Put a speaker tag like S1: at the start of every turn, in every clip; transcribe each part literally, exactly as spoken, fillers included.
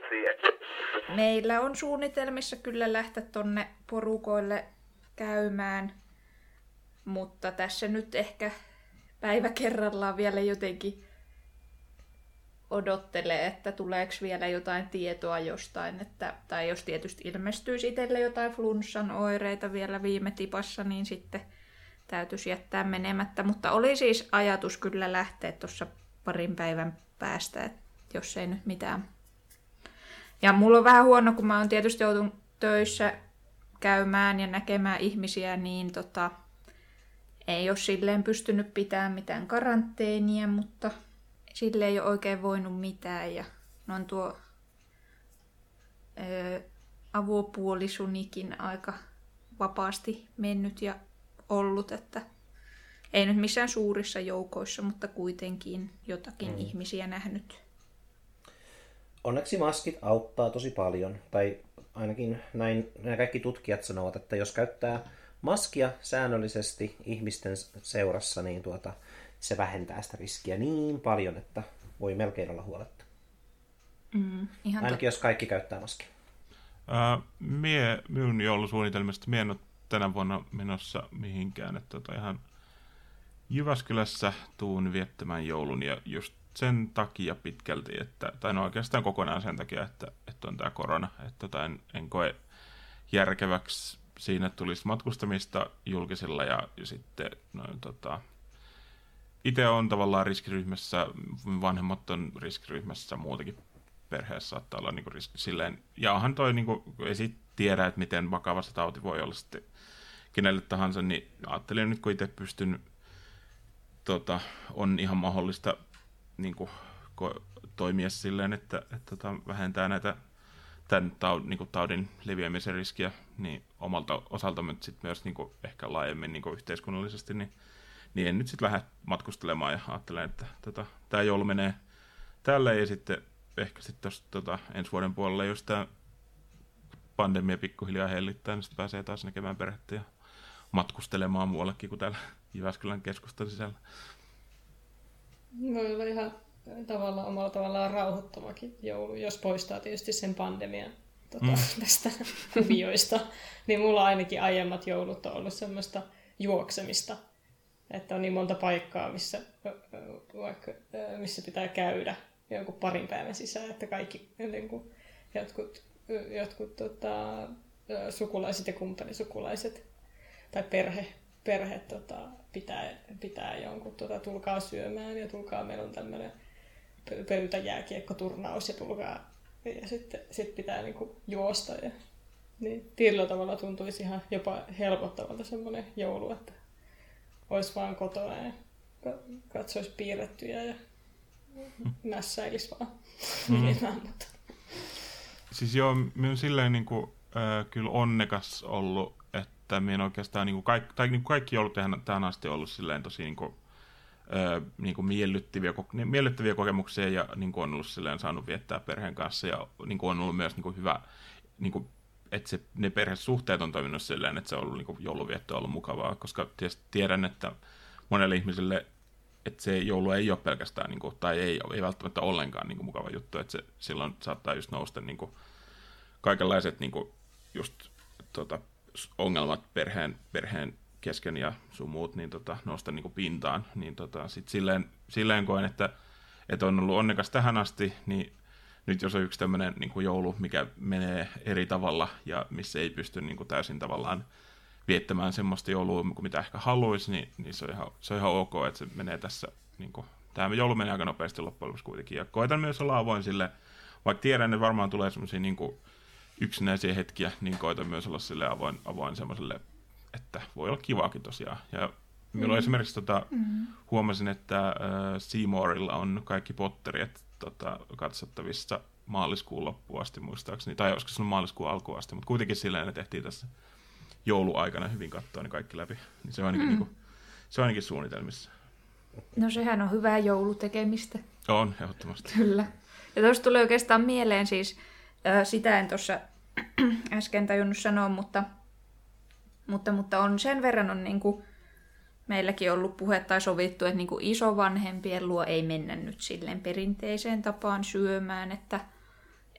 S1: Meillä on suunnitelmissa kyllä lähteä tonne porukoille käymään, mutta tässä nyt ehkä päivä kerrallaan vielä jotenkin odottelee, että tuleeko vielä jotain tietoa jostain, että, tai jos tietysti ilmestyisi itselle jotain flunssan oireita vielä viime tipassa, niin sitten täytyisi jättää menemättä. Mutta oli siis ajatus kyllä lähteä tuossa parin päivän päästä, että jos ei nyt mitään. Ja mulla on vähän huono, kun mä oon tietysti joutunut töissä käymään ja näkemään ihmisiä, niin tota, ei ole silleen pystynyt pitämään mitään karanteenia, mutta sille ei ole oikein voinut mitään. Ja on tuo ää, avopuolisonikin aika vapaasti mennyt ja ollut, että ei nyt missään suurissa joukoissa, mutta kuitenkin jotakin mm. ihmisiä nähnyt.
S2: Onneksi maskit auttaa tosi paljon, tai ainakin näin nämä kaikki tutkijat sanovat, että jos käyttää maskia säännöllisesti ihmisten seurassa, niin tuota, se vähentää sitä riskiä niin paljon, että voi melkein olla huoletta.
S1: Mm, ihan
S2: ainakin to- jos kaikki käyttää maskia.
S3: Ää, mie, minun joulusuunnitelmista mie en ole tänä vuonna menossa mihinkään, että tota ihan Jyväskylässä tuun viettämään joulun ja just sen takia pitkälti, että, tai no oikeastaan kokonaan sen takia, että, että on tämä korona, että tota en, en koe järkeväksi siinä tulisi matkustamista julkisilla ja, ja sitten no, tota, itse on tavallaan riskiryhmässä, vanhemmat on riskiryhmässä, muutenkin perheessä saattaa olla niinku riski silleen, ja onhan toi niinku, ei sit tiedä, että miten vakava se tauti voi olla sitten kenelle tahansa, niin ajattelin nyt, kun itse pystyn, tota, on ihan mahdollista niin kuin, ko- toimia silleen, että, että, että vähentää näitä tämän taudin, niin kuin taudin leviämisen riskiä, niin omalta osalta, mutta sitten myös niin kuin, ehkä laajemmin niin kuin yhteiskunnallisesti, niin, niin en nyt sitten lähde matkustelemaan ja ajattelen, että tota, tämä joulu menee tälleen ja sitten ehkä sitten tuossa tota, ensi vuoden puolella, jos tämä pandemia pikkuhiljaa hellittää, niin sitten pääsee taas näkemään perhettä ja matkustelemaan muuallekin kuin täällä Jyväskylän keskustan sisällä.
S4: Voi olla ihan tavallaan omalla tavallaan rauhoittavakin joulu, jos poistaa tietysti sen pandemian tota, mm. tästä kuvioista. Niin mulla ainakin aiemmat joulut on ollut semmoista juoksemista, että on niin monta paikkaa, missä, vaikka, missä pitää käydä jonkun parin päivän sisään, että kaikki niin kuin jotkut, jotkut tota, sukulaiset ja kumppanisukulaiset tai perhe, perhe tota, pitää, pitää jonkun, tota, tulkaa syömään ja tulkaa, meillä on tämmöinen pöytäjääkiekkoturnaus ja tulkaa, ja sitten sit pitää niinku juosta. Ja, niin tietyllä tavalla tuntuisi ihan jopa helpottavalta semmoinen joulu, että olisi vaan kotona ja katsoisi piirrettyjä ja mässäilisi vaan. Mm.
S3: Siis joo, minä olen silleen niin kuin, äh, kyllä onnekas ollut, että minä oikeastaan niin kuin kaikki, tai niin kuin kaikki joulut tähän, tähän asti ollut silleen tosi niin kuin, äh, niin kuin miellyttäviä, miellyttäviä kokemuksia ja niin kuin on ollut silleen saanut viettää perheen kanssa ja niin kuin on ollut myös niin kuin hyvä, niin kuin, että se, ne perhesuhteet on toiminut silleen, että se on ollut niin kuin jouluvietto on ollut mukavaa, koska tiedän, että monelle ihmiselle että se joulu ei ole pelkästään, niin kuin, tai ei, ei välttämättä ollenkaan niin kuin, mukava juttu, että se silloin saattaa just nousta niin kuin, kaikenlaiset niin kuin, just, tota, ongelmat perheen, perheen kesken ja sun muut niin, tota, nousta niin kuin, pintaan. Niin, tota, sit silleen, silleen koen, että, että on ollut onnekas tähän asti, niin nyt jos on yksi tämmöinen niin kuin joulu, mikä menee eri tavalla ja missä ei pysty niin kuin, täysin tavallaan viettämään semmoista joulua, kuin mitä ehkä haluaisi, niin, niin se, on ihan, se on ihan ok, että se menee tässä, niin kuin, tämä joulu menee aika nopeasti loppujen lopuksi kuitenkin. Ja koitan myös olla avoin sille, vaikka tiedän, että varmaan tulee semmoisia niin kuin yksinäisiä hetkiä, niin koitan myös olla sille avoin, avoin semmoiselle, että voi olla kivaakin tosiaan. Ja minulla mm. esimerkiksi tota, mm. huomasin, että äh, Seymourilla on kaikki Potterit tota, katsottavissa maaliskuun loppuun asti muistaakseni, tai olisiko se ollut maaliskuun alkuun asti, mutta kuitenkin silleen ne tehtiin tässä jouluaikana hyvin katsoa ne kaikki läpi. Niin se, on ainakin, mm. niin kuin, se on ainakin suunnitelmissa.
S1: No sehän on hyvää joulutekemistä.
S3: On, ehdottomasti.
S1: Kyllä. Ja tuosta tuli oikeastaan mieleen siis, äh, sitä en tuossa äsken tajunnut sanoa, mutta, mutta, mutta on sen verran on niin kuin meilläkin ollut puhe tai sovittu, että niin kuin isovanhempien luo ei mennä nyt silleen perinteiseen tapaan syömään, että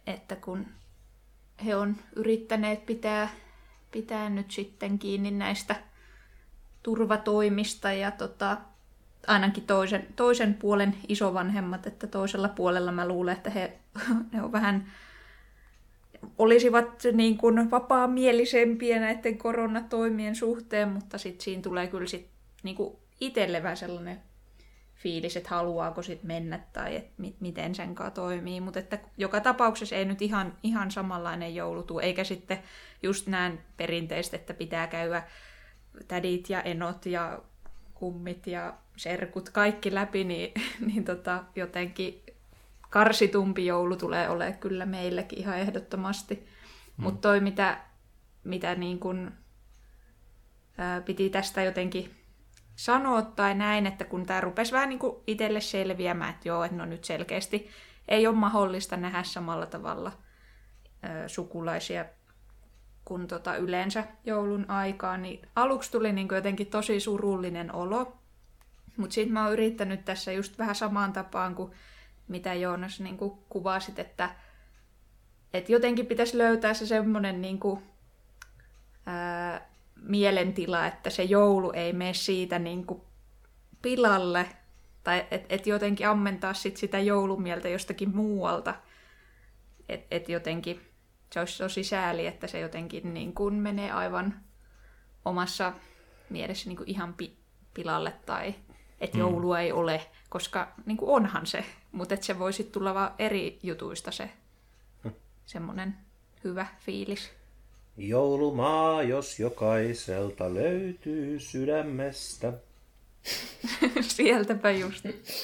S1: että kun he on yrittäneet pitää, pitää nyt sitten kiinni näistä turvatoimista ja tota, ainakin toisen, toisen puolen isovanhemmat, että toisella puolella mä luulen, että he, he on vähän olisivat niin kuin vapaamielisempiä näiden koronatoimien suhteen, mutta sitten siinä tulee kyllä sit niin kuin itselle vähän sellainen fiilis, että haluaako sitten mennä tai et mi- miten sen kanssa toimii, mutta että joka tapauksessa ei nyt ihan, ihan samanlainen joulu tule, eikä sitten just näin perinteistä, että pitää käydä tädit ja enot ja kummit ja serkut kaikki läpi, niin, niin tota, jotenkin karsitumpi joulu tulee olemaan kyllä meillekin ihan ehdottomasti. Mm. Mutta toi, mitä, mitä niin kun, ää, piti tästä jotenkin sanoa tai näin, että kun tämä rupesi vähän niin kuin itselle selviämään, että joo, että no nyt selkeästi ei ole mahdollista nähdä samalla tavalla ää, sukulaisia kuin tota yleensä joulun aikaan, niin aluksi tuli niin kuin jotenkin tosi surullinen olo. Mutta sitten mä oon yrittänyt tässä just vähän samaan tapaan kuin mitä Joonas niin kuin kuvasit, että, että jotenkin pitäisi löytää se semmoinen niin kuin, ää, mielentila, että se joulu ei mene siitä niin kuin pilalle, tai että et jotenkin ammentaa sit sitä joulumieltä jostakin muualta. Että et jotenkin se olisi tosi sääli, että se jotenkin niin kuin menee aivan omassa mielessä niin kuin ihan pi- pilalle, tai että joulua ei ole, koska niin kuin onhan se, mutta että se voisi tulla vaan eri jutuista se hmm. semmoinen hyvä fiilis.
S2: Joulumaa, jos jokaiselta löytyy sydämestä.
S1: Sieltäpä just.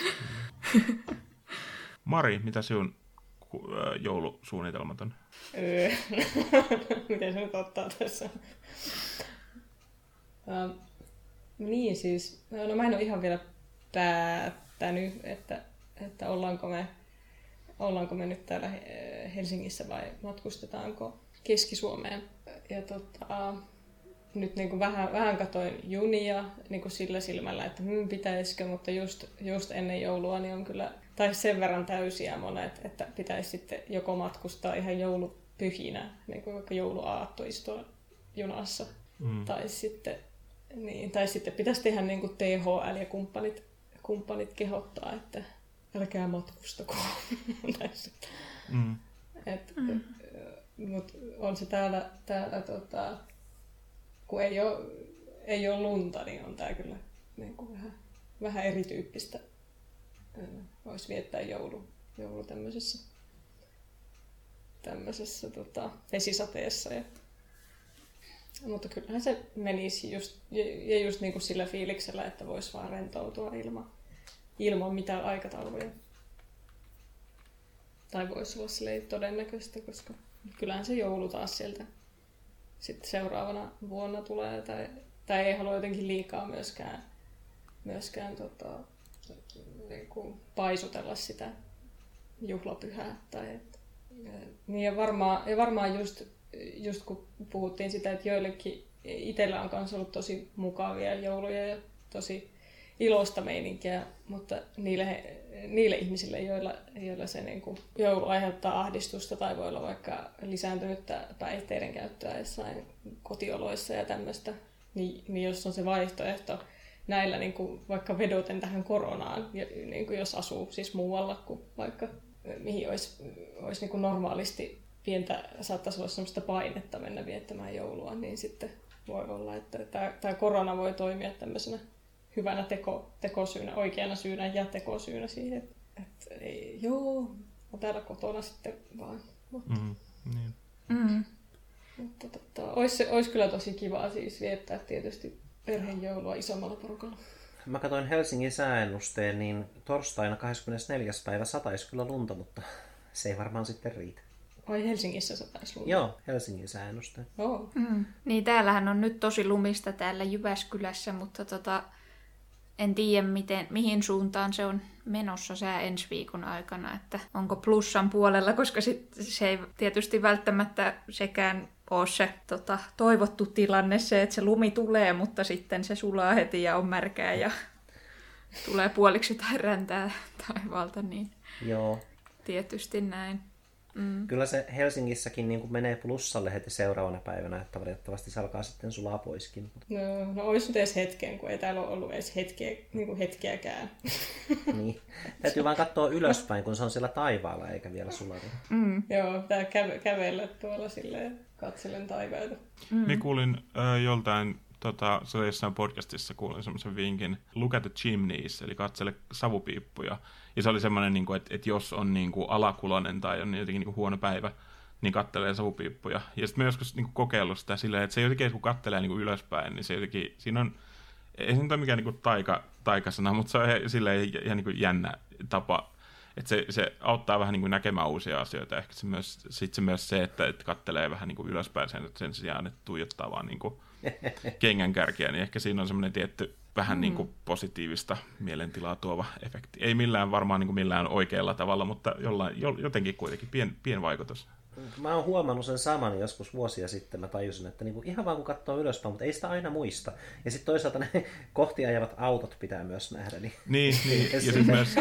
S3: Mari, mitä sinun joulusuunnitelmat on?
S4: Miten se nyt ottaa tässä? Um, niin siis, no mä en ole ihan vielä päättänyt, että, että ollaanko, me, ollaanko me nyt täällä Helsingissä vai matkustetaanko Keski-Suomeen. Ja tota, nyt niin kuin vähän, vähän katoin junia niin kuin sillä silmällä, että hmm, pitäisikö, mutta just, just ennen joulua niin on kyllä, tai sen verran täysiä monet, että pitäisi sitten joko matkustaa ihan joulupyhinä, niin kuin vaikka jouluaatto istua junassa, mm. tai, sitten, niin, tai sitten pitäisi tehdä niin kuin T H L ja kumppanit, kumppanit kehottaa, että älkää matkustako. mm. Et, mm. Mutta on se täällä, täällä tota, kun ei ole, ei ole lunta, niin on tää kyllä niin kuin vähän, vähän erityyppistä. Voisi viettää joulu, joulu tämmöisessä, tämmöisessä tota, vesisateessa. Ja, mutta kyllähän se menisi just, ja just niin kuin sillä fiiliksellä, että voisi vaan rentoutua ilman, ilman mitään aikatauluja. Tai voisi olla silleen todennäköistä, koska kyllähän se joulu taas sieltä sitten seuraavana vuonna tulee, tai, tai ei halua jotenkin liikaa myöskään, myöskään tota, niin kuin paisutella sitä juhlapyhää. Tai, et, niin ja, varmaan, ja varmaan just, just kun puhuttiin sitä, että joillekin itsellä on myös ollut tosi mukavia jouluja ja tosi iloista meininkiä, mutta niille, niille ihmisille, joilla, joilla se niin kuin joulu aiheuttaa ahdistusta tai voi olla vaikka lisääntynyttä päihteiden käyttöä jossain kotioloissa ja tämmöistä, niin, niin jos on se vaihtoehto näillä niin kuin vaikka vedoten tähän koronaan, niin kuin jos asuu siis muualla kuin vaikka mihin olisi, olisi niin kuin normaalisti pientä, saattaisi olla sellaista painetta mennä viettämään joulua, niin sitten voi olla, että tämä, tämä korona voi toimia tämmöisenä hyvänä teko, tekosyynä, oikeana syynä ja tekosyynä siihen, että, että ei, joo, on täällä kotona sitten vaan. Mutta,
S3: mm, niin.
S1: mm.
S4: mutta tota, olisi, olisi kyllä tosi kiva siis viettää tietysti perheen joulua isommalla porukalla.
S2: Mä katsoin Helsingin sääennusteen, niin torstaina kahdeskymmenesneljäs päivä sataisi kyllä lunta, mutta se ei varmaan sitten riitä.
S4: Ai Helsingissä sataisi lunta?
S2: Joo, Helsingin sääennusteen.
S4: Oh.
S1: Mm. Niin täällähän on nyt tosi lumista täällä Jyväskylässä, mutta tota, en tiedä miten, mihin suuntaan se on menossa sää ensi viikon aikana, että onko plussan puolella, koska sit se ei tietysti välttämättä sekään ole se tota, toivottu tilanne se, että se lumi tulee, mutta sitten se sulaa heti ja on märkää ja tulee puoliksi jotain räntää taivaalta, niin
S2: joo.
S1: Tietysti näin.
S2: Mm. Kyllä se Helsingissäkin niin kuin menee plussalle heti seuraavana päivänä, että valitettavasti se alkaa sitten sulaa poiskin.
S4: No, no olisi nyt edes hetken, kun ei täällä ole ollut edes hetkeä, niin kuin hetkeäkään.
S2: Niin. Täytyy vaan katsoa ylöspäin, kun se on siellä taivaalla eikä vielä sulaa.
S4: Mm. Joo, pitää käve- kävellä tuolla silleen, katselen taivaita.
S3: Mm. Minä kuulin äh, joltain, tota, se oli jossain podcastissa, kuulin semmoisen vinkin, look at the chimneys, eli katsele savupiippuja. Ja se oli semmoinen, niin kuin, että, että jos on niin kuin alakulonen tai on jotenkin niin kuin huono päivä, niin kattelee savupiippuja. Ja sitten mä joskus niin kuin kokeillut sitä silleen, että se jotenkin, kun kattelee niin kuin ylöspäin, niin se jotenkin, siinä on, ei se nyt ole mikään niin kuin taika, taikasana, mutta se on ihan, silleen ihan niin kuin jännä tapa, että se, se auttaa vähän niin kuin näkemään uusia asioita. Ehkä se myös, sit se myös se, että, että kattelee vähän niin kuin ylöspäin sen, sen sijaan, että tuijottaa vaan niin kuin kengänkärkiä, niin ehkä siinä on semmoinen tietty vähän mm. niin kuin positiivista mielentilaa tuova efekti. Ei millään varmaan niin kuin millään oikealla tavalla, mutta jollain, jotenkin kuitenkin pien, pien vaikutus.
S2: Mä oon huomannut sen saman joskus vuosia sitten. Mä tajusin, että niinku ihan vaan kun katsoo ylöspäin, mutta ei sitä aina muista. Ja sitten toisaalta ne kohti ajavat autot pitää myös nähdä. Niin,
S3: niin, niin. ja sitten myös...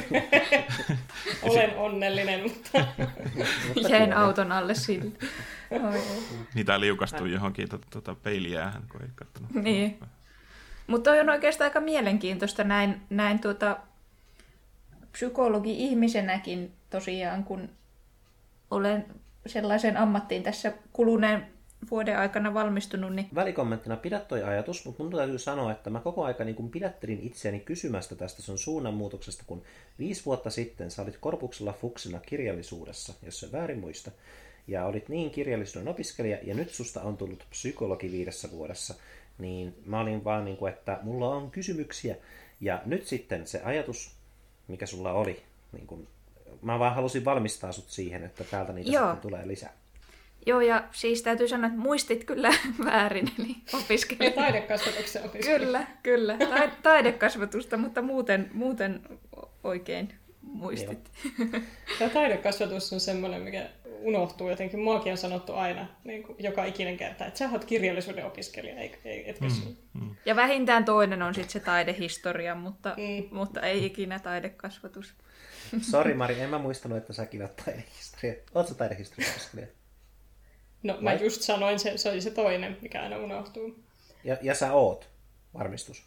S4: Olen onnellinen, mutta...
S1: Jäin auton alle sille.
S3: Niitä liukastuu johonkin tuota peiliäähän, kun ei katsonut.
S1: Niin. Mutta on oikeastaan aika mielenkiintoista näin, näin tuota, psykologi-ihmisenäkin tosiaan, kun olen sellaisen ammattiin tässä kuluneen vuoden aikana valmistunut. Niin...
S2: Välikommenttina pidä toi ajatus, mutta mun täytyy sanoa, että mä koko aika niin kun pidättelin itseäni kysymästä tästä sun suunnanmuutoksesta, kun viisi vuotta sitten sä olit korpuksella fuksina kirjallisuudessa, jos se väärin muista, ja olit niin kirjallisuuden opiskelija, ja nyt susta on tullut psykologi viidessä vuodessa. Niin mä olin vaan niin kuin, että mulla on kysymyksiä. Ja nyt sitten se ajatus, mikä sulla oli, niin kuin, mä vaan halusin valmistaa sut siihen, että täältä niitä Joo. sitten tulee lisää.
S1: Joo, ja siis täytyy sanoa, että muistit kyllä väärin, eli opiskelin.
S4: Taidekasvatuksen opiskelin.
S1: Kyllä, kyllä. Ta- taidekasvatusta, mutta muuten, muuten oikein muistit.
S4: Tämä taidekasvatus on semmoinen, mikä unohtuu jotenkin. Muakin on sanottu aina niin kuin joka ikinen kerta, että sä oot kirjallisuuden opiskelija, etkä mm,
S1: mm. Ja vähintään toinen on sitten se taidehistoria, mutta, mm. mutta ei ikinä taidekasvatus.
S2: Sori Mari, en mä muistanut, että säkin oot taidehistoria. Oot sä taidehistoria opiskelija?
S4: No mä Vai? just sanoin, se, se oli se toinen, mikä aina unohtuu.
S2: Ja, ja sä oot, varmistus.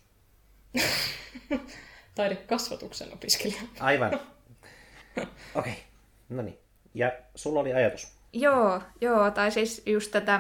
S4: Taidekasvatuksen opiskelija.
S2: Aivan. Okei, okay. No niin. Ja sulla oli ajatus.
S1: Joo, joo, tai siis just tätä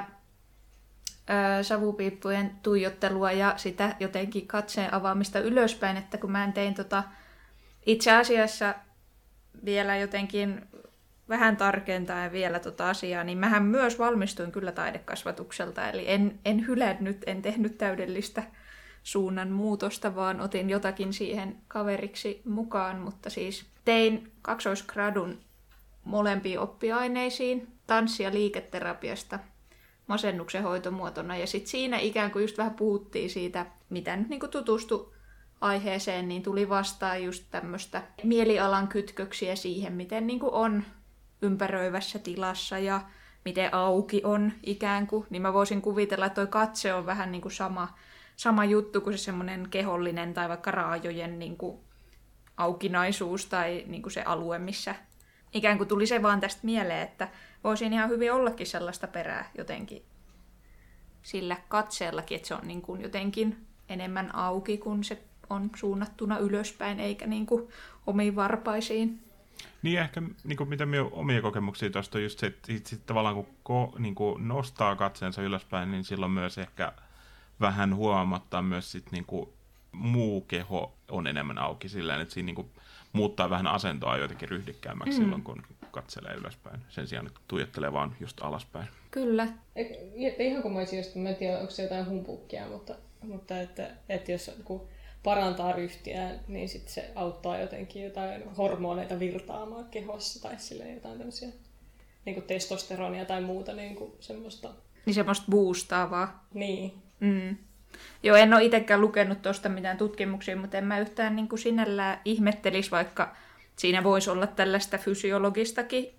S1: ö, savupiippujen tuijottelua ja sitä jotenkin katseen avaamista ylöspäin, että kun mä tein tota, itse asiassa vielä jotenkin vähän tarkentaen vielä tota asiaa, niin mähän myös valmistuin kyllä taidekasvatukselta, eli en, en hylännyt, en tehnyt täydellistä suunnan muutosta, vaan otin jotakin siihen kaveriksi mukaan, mutta siis tein kaksoisgradun molempiin oppiaineisiin, tanssi- ja liiketerapiasta masennuksen hoitomuotona. Ja sitten siinä ikään kuin just vähän puhuttiin siitä, mitä nyt niin kuin tutustui aiheeseen, niin tuli vastaan just tämmöistä mielialan kytköksiä siihen, miten niin kuin on ympäröivässä tilassa ja miten auki on ikään kuin. Niin mä voisin kuvitella, että toi katse on vähän niin kuin sama, sama juttu kuin se semmoinen kehollinen tai vaikka raajojen niin kuin aukinaisuus tai niin kuin se alue, missä ikään kuin tuli se vaan tästä mieleen, että voisin ihan hyvin ollakin sellaista perää jotenkin sillä katseellakin, että se on niin kuin jotenkin enemmän auki, kun se on suunnattuna ylöspäin, eikä niin kuin omiin varpaisiin.
S3: Niin ehkä, niin kuin mitä minun omia kokemuksia tuosta on just se, että sit tavallaan kun ko, niin kuin nostaa katseensa ylöspäin, niin silloin myös ehkä vähän huomattaa myös sit niin kuin muu keho on enemmän auki sillä että siinä niin kuin muuttaa vähän asentoa jotenkin ryhdikkäämmäksi mm. silloin, kun katselee ylöspäin. Sen sijaan, että tuijottelee vaan just alaspäin.
S1: Kyllä.
S4: Että ihan kun mä olisin just, mä en tiedä, onko se jotain humpuukkia, mutta, mutta että, että jos kun parantaa ryhtiä, niin sitten se auttaa jotenkin jotain hormoneita virtaamaan kehossa tai silleen jotain tämmöisiä niin kuin testosteronia tai muuta niin kuin semmoista.
S1: Niin semmoista boostaavaa.
S4: Niin.
S1: Mm. Joo, en ole itsekään lukenut tuosta mitään tutkimuksia, mutta en mä yhtään niin kuin sinällään ihmettelisi, vaikka siinä voisi olla tällaista fysiologistakin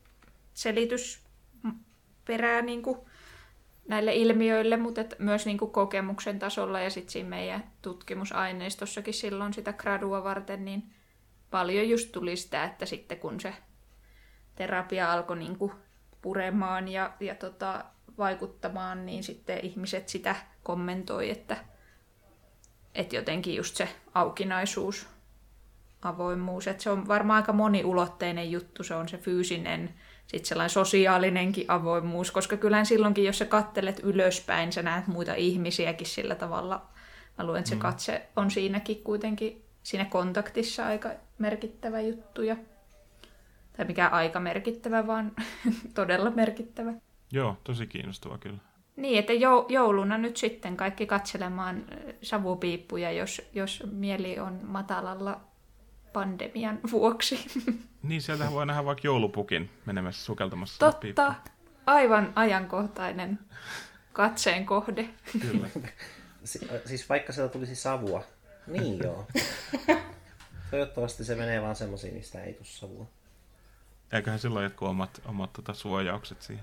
S1: selitysperää niin kuin näille ilmiöille, mutta myös niin kuin kokemuksen tasolla ja sitten siinä meidän tutkimusaineistossakin silloin sitä gradua varten, niin paljon just tuli sitä, että sitten kun se terapia alkoi niinku puremaan ja, ja tota, vaikuttamaan, niin sitten ihmiset sitä kommentoi, että, että jotenkin just se aukinaisuus, avoimuus, että se on varmaan aika moniulotteinen juttu, se on se fyysinen, sitten sellainen sosiaalinenkin avoimuus, koska kyllähän silloinkin, jos sä kattelet ylöspäin, sä näet muita ihmisiäkin sillä tavalla. Mä luulen, että se katse on siinäkin kuitenkin siinä kontaktissa aika merkittävä juttu. Ja, tai mikä aika merkittävä, vaan todella merkittävä.
S3: Joo, tosi kiinnostava kyllä.
S1: Niin, että jouluna nyt sitten kaikki katselemaan savupiippuja, jos, jos mieli on matalalla pandemian vuoksi.
S3: Niin, sieltähän voi nähdä vaikka joulupukin menemässä sukeltamassa.
S1: Totta,
S3: piippuun.
S1: Aivan ajankohtainen katseen kohde.
S3: Kyllä.
S2: Siis vaikka sieltä tulisi savua. Niin joo. Toivottavasti se menee vaan semmoisiin, mistä ei tule savua.
S3: Eiköhän silloin jotkut omat, omat tota, suojaukset siihen.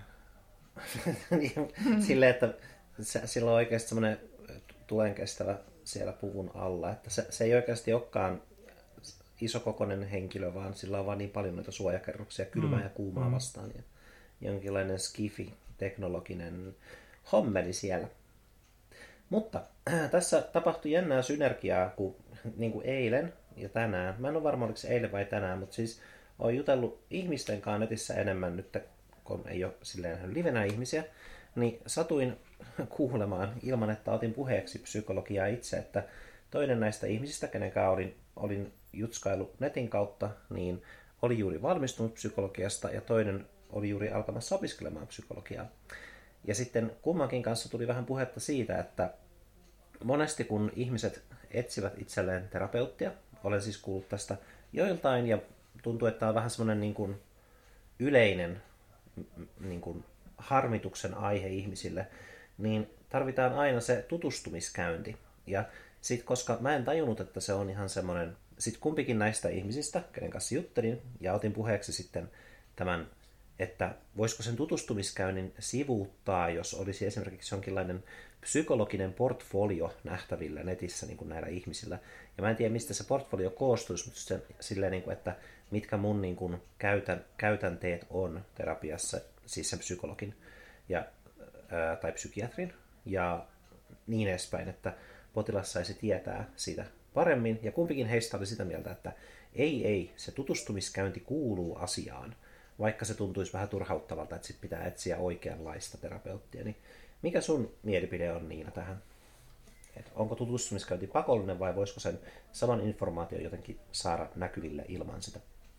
S2: Niin, silleen, että se, sillä on oikeasti semmoinen tulenkestävä siellä puvun alla. Että se, se ei oikeasti olekaan isokokoinen henkilö, vaan sillä on vaan niin paljon noita suojakerroksia kylmää mm. ja kuumaa vastaan. Ja jonkinlainen skifi-teknologinen hommeli siellä. Mutta äh, tässä tapahtui jännää synergiaa, kun niin kuin eilen ja tänään. Mä en ole varma, oliko se eilen vai tänään, mutta siis olen jutellut ihmisten kanssa netissä enemmän nyt, kun ei ole silleen livenä ihmisiä, niin satuin kuulemaan ilman, että otin puheeksi psykologiaa itse, että toinen näistä ihmisistä, kenenkään olin, olin jutskailu netin kautta, niin oli juuri valmistunut psykologiasta ja toinen oli juuri alkamassa opiskelemaan psykologiaa. Ja sitten kummankin kanssa tuli vähän puhetta siitä, että monesti kun ihmiset etsivät itselleen terapeuttia, olen siis kuullut tästä joiltain ja tuntuu, että tämä on vähän semmoinen niin kuin yleinen niin kuin harmituksen aihe ihmisille, niin tarvitaan aina se tutustumiskäynti. Ja sitten koska mä en tajunnut, että se on ihan semmoinen, sitten kumpikin näistä ihmisistä, kenen kanssa juttelin ja otin puheeksi sitten tämän, että voisiko sen tutustumiskäynnin sivuuttaa, jos olisi esimerkiksi jonkinlainen psykologinen portfolio nähtävillä netissä niin kuin näillä ihmisillä. Ja mä en tiedä, mistä se portfolio koostuisi, mutta sen, silleen, niin kuin, että mitkä mun niin kuin, käytän, käytänteet on terapiassa, siis sen psykologin ja, ää, tai psykiatrin ja niin edespäin, että potilas saisi tietää siitä paremmin. Ja kumpikin heistä oli sitä mieltä, että ei, ei, se tutustumiskäynti kuuluu asiaan, vaikka se tuntuisi vähän turhauttavalta, että sit pitää etsiä oikeanlaista terapeuttia. Niin mikä sun mielipide on, Niina, tähän? Et onko tutustumiskäynti pakollinen vai voisiko sen saman informaation jotenkin saada näkyville ilman sitä?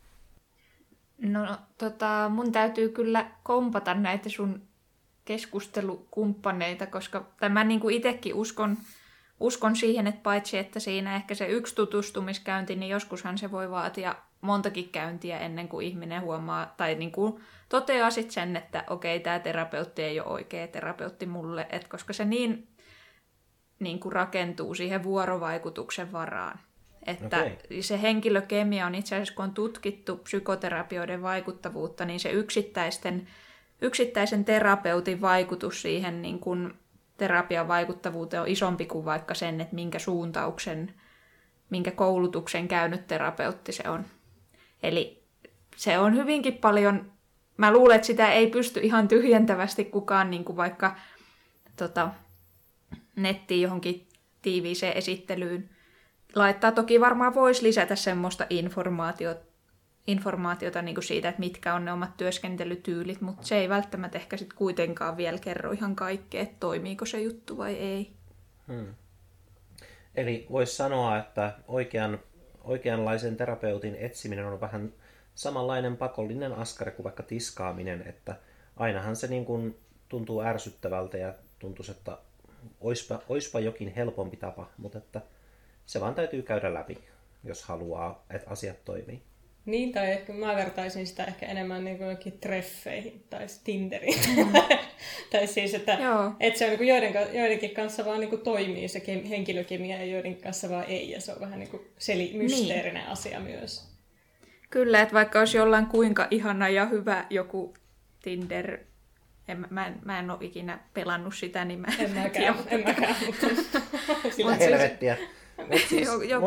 S1: No tota, mun täytyy kyllä kompata näitä sun keskustelukumppaneita, koska mä niin kuin itsekin uskon, uskon siihen, että paitsi että siinä ehkä se yksi tutustumiskäynti, niin joskushan se voi vaatia montakin käyntiä ennen kuin ihminen huomaa tai niin kuin toteaa sitten sen, että okei, tämä terapeutti ei ole oikea terapeutti mulle, että koska se niin, niin kuin rakentuu siihen vuorovaikutuksen varaan. Että okay. Se henkilökemia on itse asiassa, kun on tutkittu psykoterapioiden vaikuttavuutta, niin se yksittäisten, yksittäisen terapeutin vaikutus siihen niin kuin terapian vaikuttavuuteen on isompi kuin vaikka sen, että minkä suuntauksen, minkä koulutuksen käynyt terapeutti se on. Eli se on hyvinkin paljon, mä luulen, että sitä ei pysty ihan tyhjentävästi kukaan niin kuin vaikka tota, nettiin johonkin tiiviiseen esittelyyn laittaa. Toki varmaan voisi lisätä semmoista informaatiota, informaatiota niin kuin siitä, että mitkä on ne omat työskentelytyylit, mutta se ei välttämättä ehkä sitten kuitenkaan vielä kerro ihan kaikkea, että toimiiko se juttu vai ei.
S2: Hmm. Eli voisi sanoa, että oikean, oikeanlaisen terapeutin etsiminen on vähän samanlainen pakollinen askari kuin vaikka tiskaaminen, että ainahan se niin kuin tuntuu ärsyttävältä ja tuntuu, että oispa, oispa jokin helpompi tapa, mutta että se vaan täytyy käydä läpi, jos haluaa, että asiat toimii.
S4: Niin, tai ehkä mä vertaisin sitä ehkä enemmän niin kuin jokin treffeihin tai Tinderiin. Tai siis, että, että se on niin kuin joiden, joidenkin kanssa vaan niin kuin toimii se henkilökemia ja joiden kanssa vaan ei. Ja se on vähän niin kuin seli, mysteerinen niin. asia myös.
S1: Kyllä, että vaikka olisi jollain kuinka ihana ja hyvä joku Tinder, en, mä, en, mä en ole ikinä pelannut sitä, niin mä
S4: en mäkään, en mäkään.
S2: Sillä helvettiä. Mut siis, mut,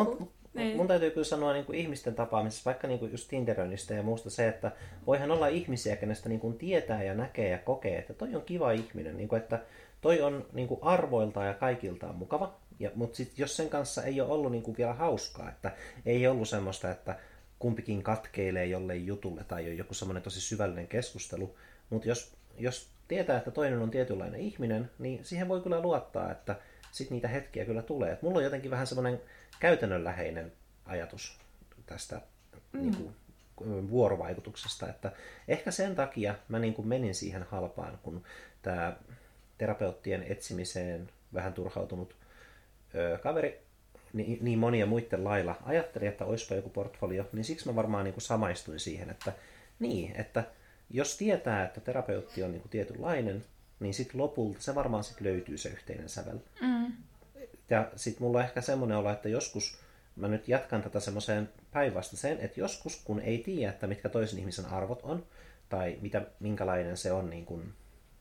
S1: Niin.
S2: Mun täytyy kyllä sanoa niin kuin ihmisten tapaamisessa, vaikka niin kuin just Tinderöinnistä ja muusta se, että voihan olla ihmisiä, kenestä niin kuin tietää ja näkee ja kokee, että toi on kiva ihminen, niin kuin, että toi on niin kuin arvoiltaan ja kaikiltaan mukava, ja, mutta sit, jos sen kanssa ei ole ollut niin kuin vielä hauskaa, että ei ollut semmoista, että kumpikin katkeilee jollei jutulle tai on joku semmoinen tosi syvällinen keskustelu, mutta jos, jos tietää, että toinen on tietynlainen ihminen, niin siihen voi kyllä luottaa, että sitten niitä hetkiä kyllä tulee. Et mulla on jotenkin vähän semmoinen käytännönläheinen ajatus tästä mm. niin kuin, vuorovaikutuksesta, että ehkä sen takia mä niin kuin menin siihen halpaan, kun tämä terapeuttien etsimiseen vähän turhautunut ö, kaveri niin, niin monia muiden lailla ajatteli, että olisipa joku portfolio, niin siksi mä varmaan niin kuin samaistuin siihen, että niin, että jos tietää, että terapeutti on niin kuin tietynlainen, niin sitten lopulta se varmaan sit löytyy se yhteinen sävel. Mm. Ja sitten mulla on ehkä semmoinen olo, että joskus mä nyt jatkan tätä semmoiseen päinvastaiseen, että joskus kun ei tiedä, että mitkä toisen ihmisen arvot on, tai mitä, minkälainen se on niin kuin,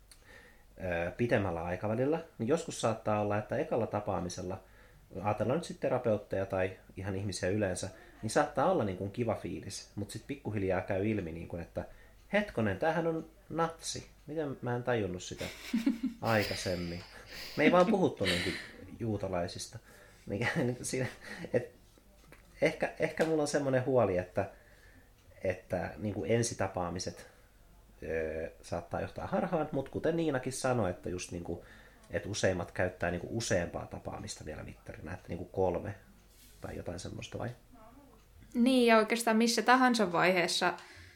S2: ää, pitemmällä aikavälillä, niin joskus saattaa olla, että ekalla tapaamisella, ajatellaan nyt sitten terapeutteja tai ihan ihmisiä yleensä, niin saattaa olla niin kuin kiva fiilis, mutta sitten pikkuhiljaa käy ilmi, niin kuin, että hetkonen, tämähän on natsi. Miten mä en tajunnut sitä aikaisemmin? Me ei vaan puhuttu niin kuin juutalaisista. Siinä, et, ehkä, ehkä mulla on semmoinen huoli, että, että niin kuin ensitapaamiset ö, saattaa johtaa harhaan, mutta kuten Niinakin sanoi, että, just niin kuin, että useimmat käyttää niin kuin useampaa tapaamista vielä mittarina, että niin kuin kolme tai jotain semmoista vai?
S1: Niin, ja oikeastaan missä tahansa vaiheessa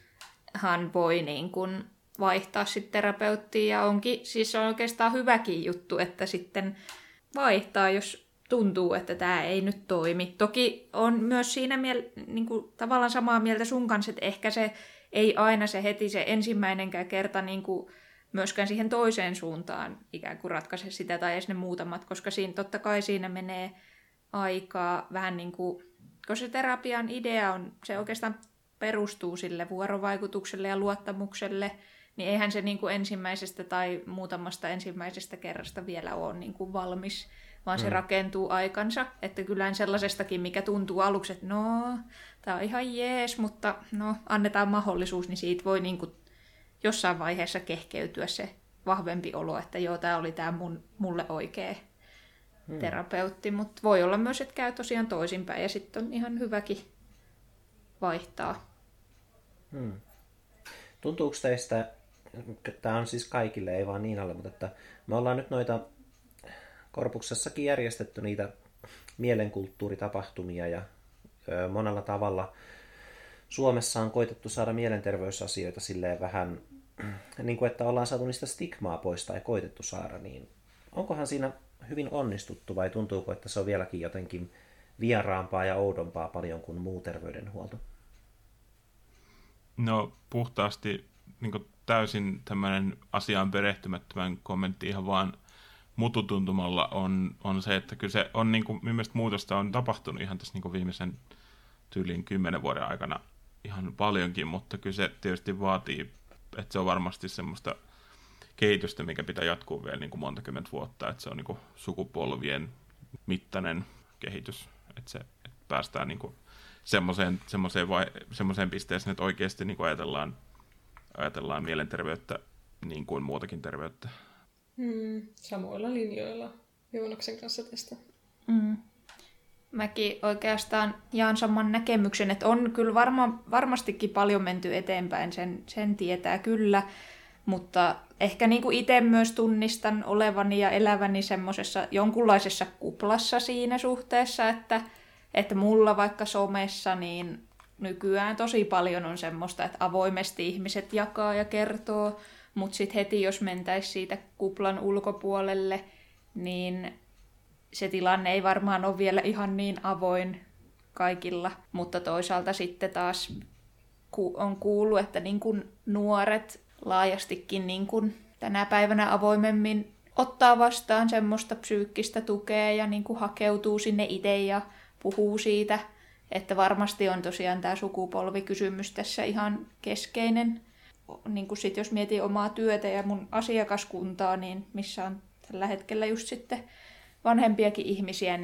S1: hän voi niin kuin vaihtaa sitten terapeuttiin, ja onkin, siis on oikeastaan hyväkin juttu, että sitten vaihtaa, jos tuntuu, että tämä ei nyt toimi. Toki on myös siinä miel- niin kuin tavallaan samaa mieltä sun kanssa, että ehkä se ei aina se heti se ensimmäinenkään kerta niin kuin myöskään siihen toiseen suuntaan ikään kuin ratkaise sitä tai edes ne muutamat, koska siinä totta kai siinä menee aikaa vähän niin kuin, koska se terapian idea on, se oikeastaan perustuu sille vuorovaikutukselle ja luottamukselle, niin eihän se niin kuin ensimmäisestä tai muutamasta ensimmäisestä kerrasta vielä ole niin kuin valmis, vaan se mm. rakentuu aikansa. Että kyllähän sellaisestakin, mikä tuntuu aluksi, että no, tämä on ihan jees, mutta no, annetaan mahdollisuus, niin siitä voi niin kuin jossain vaiheessa kehkeytyä se vahvempi olo, että joo, tämä oli tämä mun, mulle oikea mm. terapeutti. Mutta voi olla myös, että käy tosiaan toisinpäin ja sitten on ihan hyväkin vaihtaa.
S2: Hmm. Tuntuuko teistä, tämä on siis kaikille, ei vaan Niinalle, mutta että me ollaan nyt noita Korpuksessakin järjestetty niitä mielenkulttuuritapahtumia ja ö, monella tavalla Suomessa on koitettu saada mielenterveysasioita silleen vähän, niin kuin että ollaan saatu niistä stigmaa pois tai koitettu saada, niin onkohan siinä hyvin onnistuttu vai tuntuuko, että se on vieläkin jotenkin vieraampaa ja oudompaa paljon kuin muu terveydenhuolto?
S3: No puhtaasti niin täysin tämmöinen asiaan perehtymättömän kommentti ihan vaan mututuntumalla on, on se, että kyllä se on niin kuin, mielestäni muutosta on tapahtunut ihan tässä niin kuin viimeisen tyyliin kymmenen vuoden aikana ihan paljonkin, mutta kyllä se tietysti vaatii, että se on varmasti semmoista kehitystä, mikä pitää jatkuu vielä niin kuin monta kymmentä vuotta, että se on niin kuin sukupolvien mittainen kehitys, että, se, että päästään niin kuin semmoiseen, semmoiseen, vai, semmoiseen pisteeseen, että oikeasti niin kuin ajatellaan, ajatellaan mielenterveyttä niin kuin muutakin terveyttä.
S4: Mm, samoilla linjoilla Joonaksen kanssa tästä.
S1: Mm. Mäkin oikeastaan jaan saman näkemyksen, että on kyllä varma, varmastikin paljon menty eteenpäin, sen, sen tietää kyllä, mutta ehkä niin kuin itse myös tunnistan olevani ja eläväni semmoisessa jonkunlaisessa kuplassa siinä suhteessa, että, että mulla vaikka somessa niin nykyään tosi paljon on semmoista, että avoimesti ihmiset jakaa ja kertoo, mutta sitten heti jos mentäisiin siitä kuplan ulkopuolelle, niin se tilanne ei varmaan ole vielä ihan niin avoin kaikilla, mutta toisaalta sitten taas on kuullut, että niin kuin nuoret laajastikin niin kuin tänä päivänä avoimemmin ottaa vastaan semmoista psyykkistä tukea ja niin kuin hakeutuu sinne itse ja puhuu siitä, että varmasti on tosiaan tämä sukupolvikysymys tässä ihan keskeinen. Niin kuin sit jos mietin omaa työtä ja mun asiakaskuntaa, niin missä on tällä hetkellä just sitten vanhempiakin ihmisiä, niin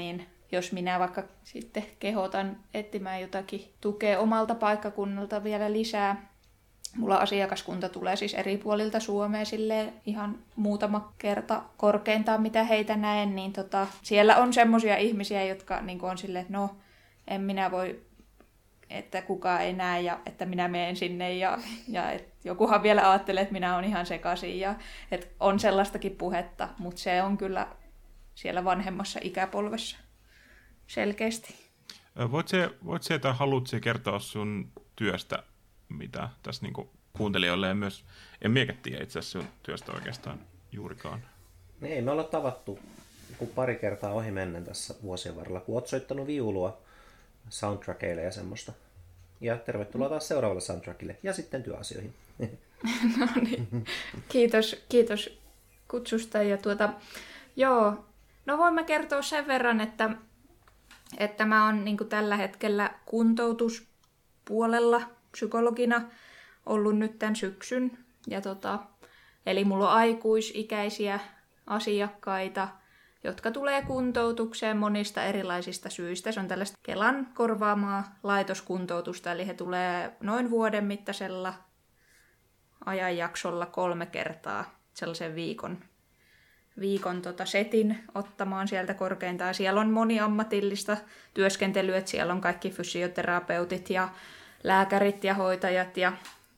S1: jos minä vaikka sitten kehotan etsimään jotakin tukea omalta paikkakunnalta vielä lisää. Mulla asiakaskunta tulee siis eri puolilta Suomea silleen ihan muutama kerta korkeintaan, mitä heitä näen, niin tota, siellä on semmoisia ihmisiä, jotka niin on silleen, että no, en minä voi, että kukaan ei näe ja että minä menen sinne ja, ja et jokuhan vielä ajattelee, että minä olen ihan sekaisin ja että on sellaistakin puhetta, mutta se on kyllä siellä vanhemmassa ikäpolvessa selkeästi.
S3: Voit se, voit se että haluat kertoa sun työstä, mitä tässä niinku kuuntelijoille ja myös, en miekä tiedä itse asiassa sun työstä oikeastaan juurikaan.
S2: Ei, me ollaan tavattu pari kertaa ohi mennen tässä vuosien varrella, kun oot soittanut viulua soundtrackeille ja semmoista. Ja tervetuloa taas seuraavalle soundtrackille ja sitten työasioihin.
S1: No niin, kiitos, kiitos kutsusta. Ja tuota, joo, no voin mä kertoa sen verran, että, että mä oon niin kuin tällä hetkellä kuntoutuspuolella psykologina ollut nyt tämän syksyn. Ja tota, eli mulla on aikuisikäisiä asiakkaita, jotka tulee kuntoutukseen monista erilaisista syistä. Se on tällaista Kelan korvaamaa laitoskuntoutusta, eli he tulee noin vuoden mittaisella ajanjaksolla kolme kertaa sellaisen viikon, viikon tota setin ottamaan sieltä korkeintaan. Siellä on moniammatillista työskentelyä, että siellä on kaikki fysioterapeutit ja lääkärit ja hoitajat ja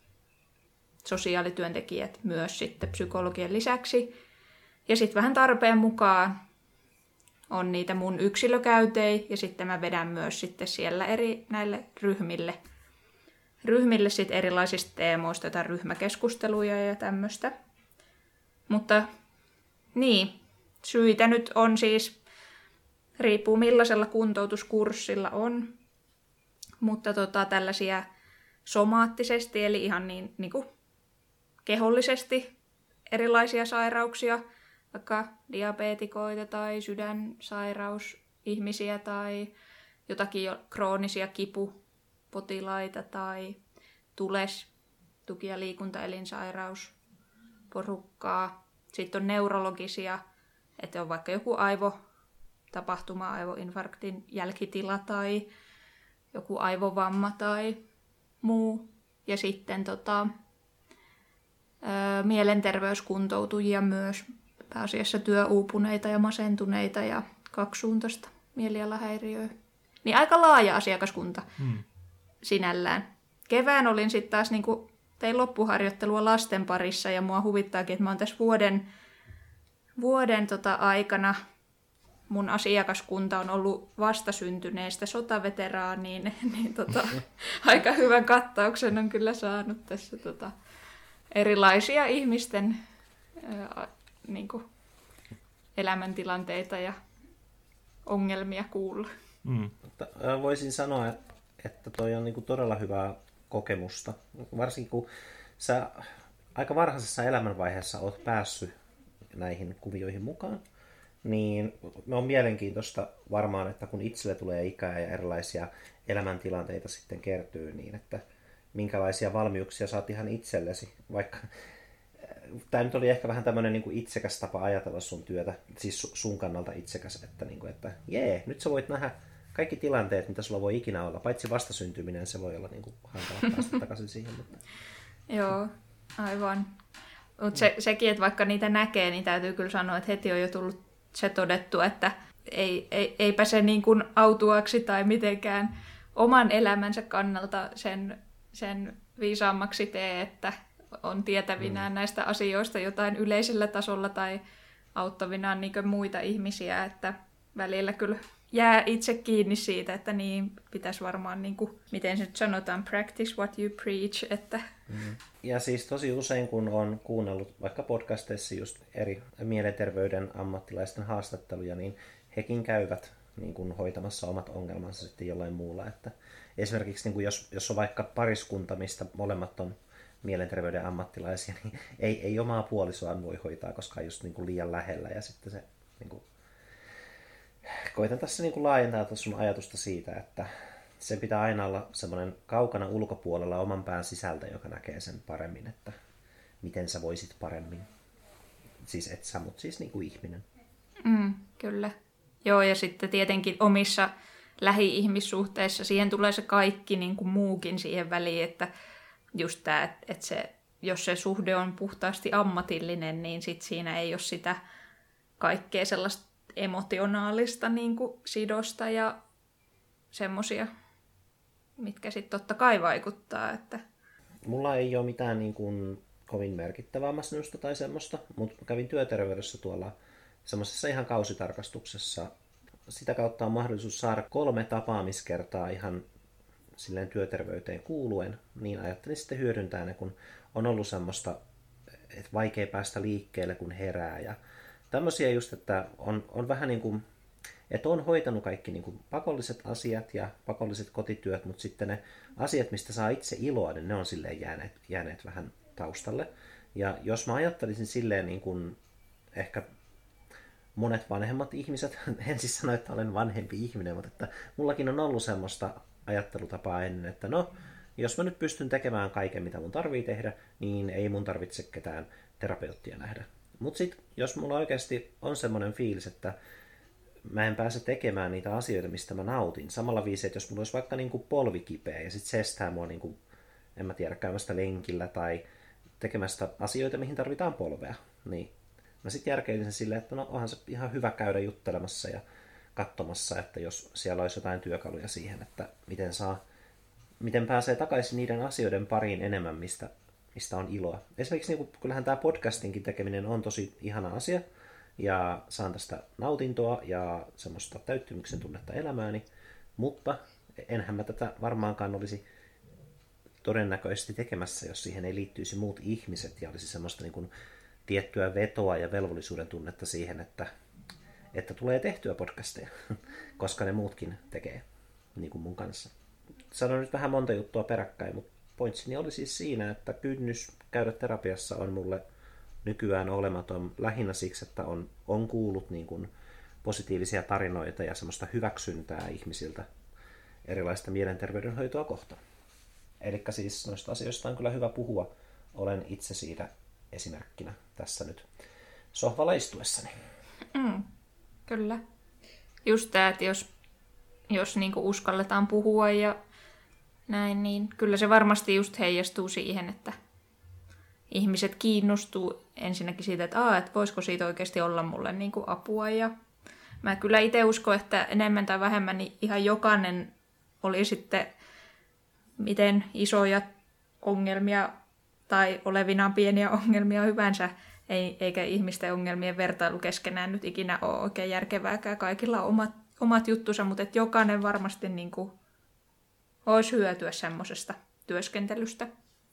S1: sosiaalityöntekijät myös sitten psykologien lisäksi. Ja sitten vähän tarpeen mukaan on niitä mun yksilökäytejä ja sitten mä vedän myös sitten siellä eri näille ryhmille, ryhmille sitten erilaisista teemoista, jotain ryhmäkeskusteluja ja tämmöistä. Mutta niin, syitä nyt on siis, riippuu millaisella kuntoutuskurssilla on, mutta tota, tällaisia somaattisesti, eli ihan niin, niin kuin kehollisesti erilaisia sairauksia, vaikka diabeetikoita tai sydänsairausihmisiä tai jotakin jo kroonisia kipupotilaita tai tules, tuki- ja liikuntaelinsairausporukkaa. Sitten on neurologisia, että on vaikka joku aivotapahtuma, aivoinfarktin jälkitila tai joku aivovamma tai muu. Ja sitten tota, ää, mielenterveyskuntoutujia myös, pääasiassa työuupuneita ja masentuneita ja kaksisuuntaista mielialahäiriöä. Niin aika laaja asiakaskunta hmm. sinällään. Kevään olin sitten taas, niin kuin, tein loppuharjoittelua lasten parissa ja mua huvittaakin, että mä oon tässä vuoden, vuoden tota aikana, mun asiakaskunta on ollut vastasyntyneestä sotaveteraaniin, niin tota, aika hyvän kattauksen on kyllä saanut tässä tota, erilaisia ihmisten ää, niin kuin, elämäntilanteita ja ongelmia kuulla.
S3: Mm.
S2: Voisin sanoa, että toi on niin kuin todella hyvää kokemusta. Varsinkin kun sä aika varhaisessa elämänvaiheessa oot päässyt näihin kuvioihin mukaan, niin me on mielenkiintoista varmaan, että kun itselle tulee ikää ja erilaisia elämäntilanteita sitten kertyy, niin että minkälaisia valmiuksia saat ihan itsellesi, vaikka tämä nyt oli ehkä vähän tämmöinen niin kuin itsekäs tapa ajatella sun työtä, siis sun kannalta itsekäs, että, niin kuin, että jee, nyt sä voit nähdä kaikki tilanteet, mitä sulla voi ikinä olla, paitsi vastasyntyminen, se voi olla niin kuin hankala päästä takaisin siihen. Mutta...
S1: Joo, aivan. Mutta se, sekin, että vaikka niitä näkee, niin täytyy kyllä sanoa, että heti on jo tullut se todettu, että ei, ei, eipä se niin kuin autuaksi tai mitenkään oman elämänsä kannalta sen, sen viisaammaksi tee, että on tietävinään mm. näistä asioista jotain yleisellä tasolla tai auttavinaan niin kuin muita ihmisiä, että välillä kyllä jää itse kiinni siitä, että niin pitäisi varmaan, niin kuin, miten se nyt sanotaan, practice what you preach. Että...
S2: Mm. Ja siis tosi usein, kun on kuunnellut vaikka podcasteissa just eri mielenterveyden ammattilaisten haastatteluja, niin hekin käyvät niin kuin hoitamassa omat ongelmansa sitten jollain muulla. Että esimerkiksi niin kuin jos, jos on vaikka pariskunta, mistä molemmat on mielenterveyden ammattilaisia, niin ei, ei omaa puolisoaan voi hoitaa, koska on just niin kuin liian lähellä. Ja sitten se, niin kuin... koitan tässä niin kuin laajentaa sun ajatusta siitä, että sen pitää aina olla semmoinen kaukana ulkopuolella oman pään sisältä, joka näkee sen paremmin, että miten sä voisit paremmin. Siis et sä, mutta siis niin kuin ihminen.
S1: Mm, kyllä. Joo, ja sitten tietenkin omissa lähi-ihmissuhteissa siihen tulee se kaikki niin kuin muukin siihen väliin, että just tämä, että, että se, jos se suhde on puhtaasti ammatillinen, niin sit siinä ei ole sitä kaikkea sellaista emotionaalista niin kuin sidosta ja semmosia, mitkä sitten totta kai vaikuttaa. Että...
S2: Mulla ei ole mitään niin kuin kovin merkittävää massennusta tai semmoista, mutta kävin työterveydessä tuolla semmoisessa ihan kausitarkastuksessa. Sitä kautta on mahdollisuus saada kolme tapaamiskertaa ihan silleen työterveyteen kuuluen, niin ajattelin sitten hyödyntää ne, kun on ollut semmoista, että vaikea päästä liikkeelle, kun herää. Ja tämmöisiä just, että on, on vähän niin kuin, että on hoitanut kaikki niin kuin pakolliset asiat ja pakolliset kotityöt, mutta sitten ne asiat, mistä saa itse iloa, niin ne on silleen jääneet, jääneet vähän taustalle. Ja jos mä ajattelisin silleen niin kuin ehkä monet vanhemmat ihmiset, en siis sano, että olen vanhempi ihminen, mutta että mullakin on ollut semmoista ajattelutapaa ennen, että no, jos mä nyt pystyn tekemään kaiken, mitä mun tarvii tehdä, niin ei mun tarvitse ketään terapeuttia nähdä. Mutta sitten, jos mulla oikeasti on semmoinen fiilis, että mä en pääse tekemään niitä asioita, mistä mä nautin, samalla viisi, että jos mulla olisi vaikka niinku polvi kipeä ja sitten se estää mua, niinku, en mä tiedä, käymästä lenkillä tai tekemästä asioita, mihin tarvitaan polvea, niin mä sitten järkeilin sen silleen, että no onhan se ihan hyvä käydä juttelemassa ja katsomassa, että jos siellä olisi jotain työkaluja siihen, että miten saa, miten pääsee takaisin niiden asioiden pariin enemmän, mistä, mistä on iloa. Esimerkiksi niin kyllähän tämä podcastinkin tekeminen on tosi ihana asia, ja saan tästä nautintoa ja semmoista täyttymyksen tunnetta elämääni, mutta enhän mä tätä varmaankaan olisi todennäköisesti tekemässä, jos siihen ei liittyisi muut ihmiset ja olisi semmoista niin kuin tiettyä vetoa ja velvollisuuden tunnetta siihen, että, että tulee tehtyä podcasteja, koska ne muutkin tekee niin kuin mun kanssa. Sanoin nyt vähän monta juttua peräkkäin, mutta pointsini oli siis siinä, että kynnys käydä terapiassa on mulle nykyään olematon lähinnä siksi, että on, on kuullut niin kuin positiivisia tarinoita ja semmoista hyväksyntää ihmisiltä erilaista mielenterveydenhoitoa kohtaan. Eli siis noista asioista on kyllä hyvä puhua. Olen itse siitä esimerkkinä tässä nyt sohvalla istuessani.
S1: Mm, kyllä. Just tämä, että jos, jos niinku uskalletaan puhua ja näin, niin kyllä se varmasti just heijastuu siihen, että ihmiset kiinnostuu ensinnäkin siitä, että, Aa, että voisiko siitä oikeasti olla mulle niinku apua. Ja mä kyllä itse uskon, että enemmän tai vähemmän niin ihan jokainen oli sitten miten isoja ongelmia tai olevinaan pieniä ongelmia hyvänsä, ei, eikä ihmisten ongelmien vertailu keskenään nyt ikinä ole oikein järkevääkään. Kaikilla on omat, omat juttunsa, mutta että jokainen varmasti niin kuin olisi hyötyä semmoisesta työskentelystä.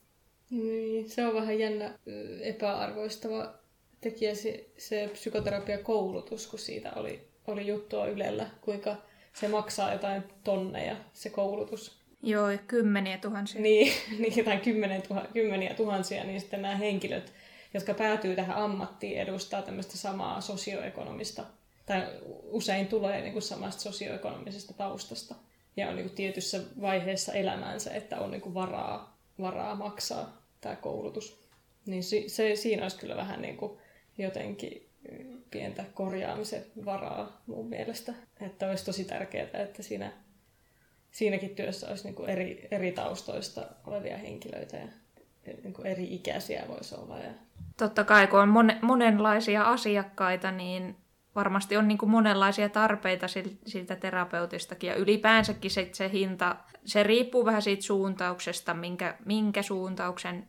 S4: Niin, se on vähän jännä epäarvoistava tekijä se, se psykoterapiakoulutus, kun siitä oli, oli juttua Ylellä, kuinka se maksaa jotain tonneja, se koulutus.
S1: Joo, ja kymmeniä tuhansia.
S4: Niin, niin jotain kymmenen tuha, kymmeniä tuhansia, niin sitten nämä henkilöt, jotka päätyy tähän ammattiin, edustaa tämmöistä samaa sosioekonomista, tai usein tulee niin kuin samasta sosioekonomisesta taustasta. Ja on niin kuin tietyssä vaiheessa elämäänsä, että on niin kuin varaa, varaa maksaa tämä koulutus. Niin se, se, siinä olisi kyllä vähän niin kuin jotenkin pientä korjaamisen varaa mun mielestä. Että olisi tosi tärkeää, että siinä, siinäkin työssä olisi niin kuin eri, eri taustoista olevia henkilöitä ja niin kuin eri ikäisiä voisi olla. Ja...
S1: Totta kai, kun on mon, monenlaisia asiakkaita, niin varmasti on niin kuin monenlaisia tarpeita siltä terapeutistakin. Ja ylipäänsäkin se, se hinta, se riippuu vähän siitä suuntauksesta, minkä, minkä suuntauksen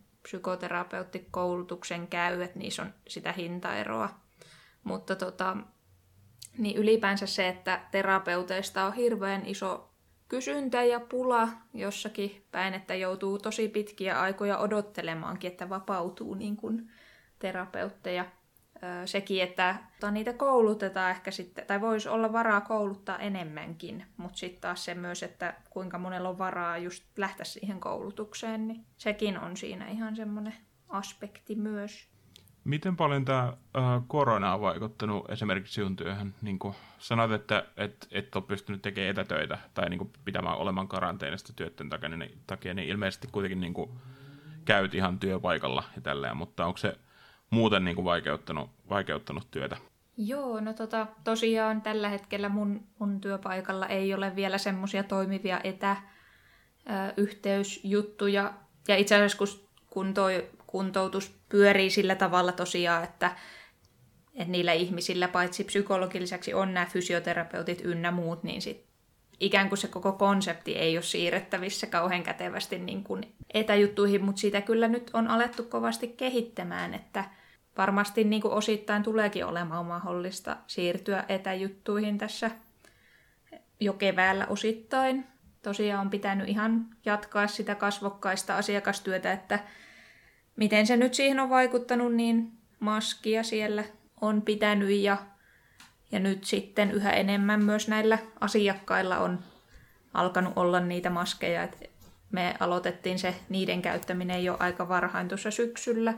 S1: psykoterapeuttikoulutuksen käy, että niissä on sitä hintaeroa. Mutta tota, niin ylipäänsä se, että terapeuteista on hirveän iso kysyntä ja pula jossakin päin, että joutuu tosi pitkiä aikoja odottelemaankin, että vapautuu niin kuin terapeutteja. Sekin, että niitä koulutetaan ehkä sitten, tai voisi olla varaa kouluttaa enemmänkin, mutta sitten taas se myös, että kuinka monella on varaa just lähteä siihen koulutukseen, niin sekin on siinä ihan semmoinen aspekti myös.
S3: Miten paljon tämä äh, korona on vaikuttanut esimerkiksi sinun työhön? Niin kuin sanoit, että et, et ole pystynyt tekemään etätöitä tai niin kuin pitämään olemaan karanteenista työtten takia, niin, takia, niin ilmeisesti kuitenkin niin kuin käyt ihan työpaikalla ja tälleen, mutta onko se muuten niin kuin vaikeuttanut, vaikeuttanut työtä?
S1: Joo, no tota, tosiaan tällä hetkellä mun, mun työpaikalla ei ole vielä semmoisia toimivia etäyhteysjuttuja. Ja itse asiassa kun, kun toi kuntoutus pyörii sillä tavalla tosiaan, että, että niillä ihmisillä paitsi psykologin lisäksi on nämä fysioterapeutit ynnä muut, niin sit ikään kuin se koko konsepti ei ole siirrettävissä kauhean kätevästi niin kuin etäjuttuihin, mutta sitä kyllä nyt on alettu kovasti kehittämään, että varmasti niin kuin osittain tuleekin olemaan mahdollista siirtyä etäjuttuihin tässä jo keväällä osittain. Tosiaan on pitänyt ihan jatkaa sitä kasvokkaista asiakastyötä, että miten se nyt siihen on vaikuttanut, niin maskia siellä on pitänyt ja, ja nyt sitten yhä enemmän myös näillä asiakkailla on alkanut olla niitä maskeja. Et me aloitettiin se niiden käyttäminen jo aika varhain tuossa syksyllä.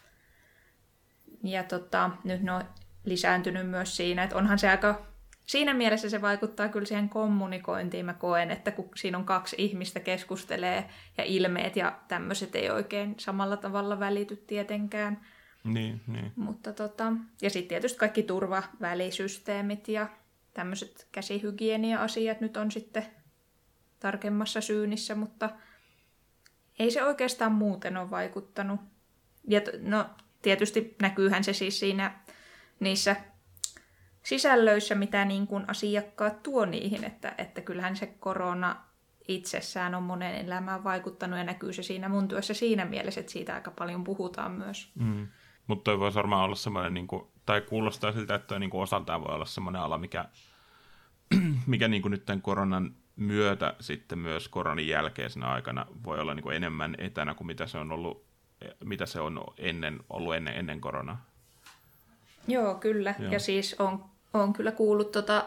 S1: Ja tota, nyt ne on lisääntynyt myös siinä, että onhan se aika, siinä mielessä se vaikuttaa kyllä siihen kommunikointiin, mä koen, että kun siinä on kaksi ihmistä keskustelee ja ilmeet ja tämmöiset ei oikein samalla tavalla välity tietenkään.
S3: Niin, niin.
S1: Mutta tota, ja sitten tietysti kaikki turvavälisysteemit ja tämmöiset käsihygienia-asiat nyt on sitten tarkemmassa syynissä, mutta ei se oikeastaan muuten ole vaikuttanut. Ja no, tietysti näkyyhän se siis siinä niissä sisällöissä, mitä niin kuin asiakkaat tuo niihin, että, että kyllähän se korona itsessään on monen elämään vaikuttanut ja näkyy se siinä mun työssä siinä mielessä, että siitä aika paljon puhutaan myös.
S3: Mm. Mutta toi voisi varmaan olla semmoinen, niin kuin, tai kuulostaa siltä, että toi niin kuin osaltaan voi olla semmoinen ala, mikä, mikä niin kuin nyt tämän koronan myötä sitten myös koronan jälkeisenä aikana voi olla niin kuin enemmän etänä kuin mitä se on ollut, mitä se on ennen, ollut ennen, ennen koronaa.
S1: Joo, kyllä.
S3: Joo.
S1: Ja siis on, on kyllä kuullut tota,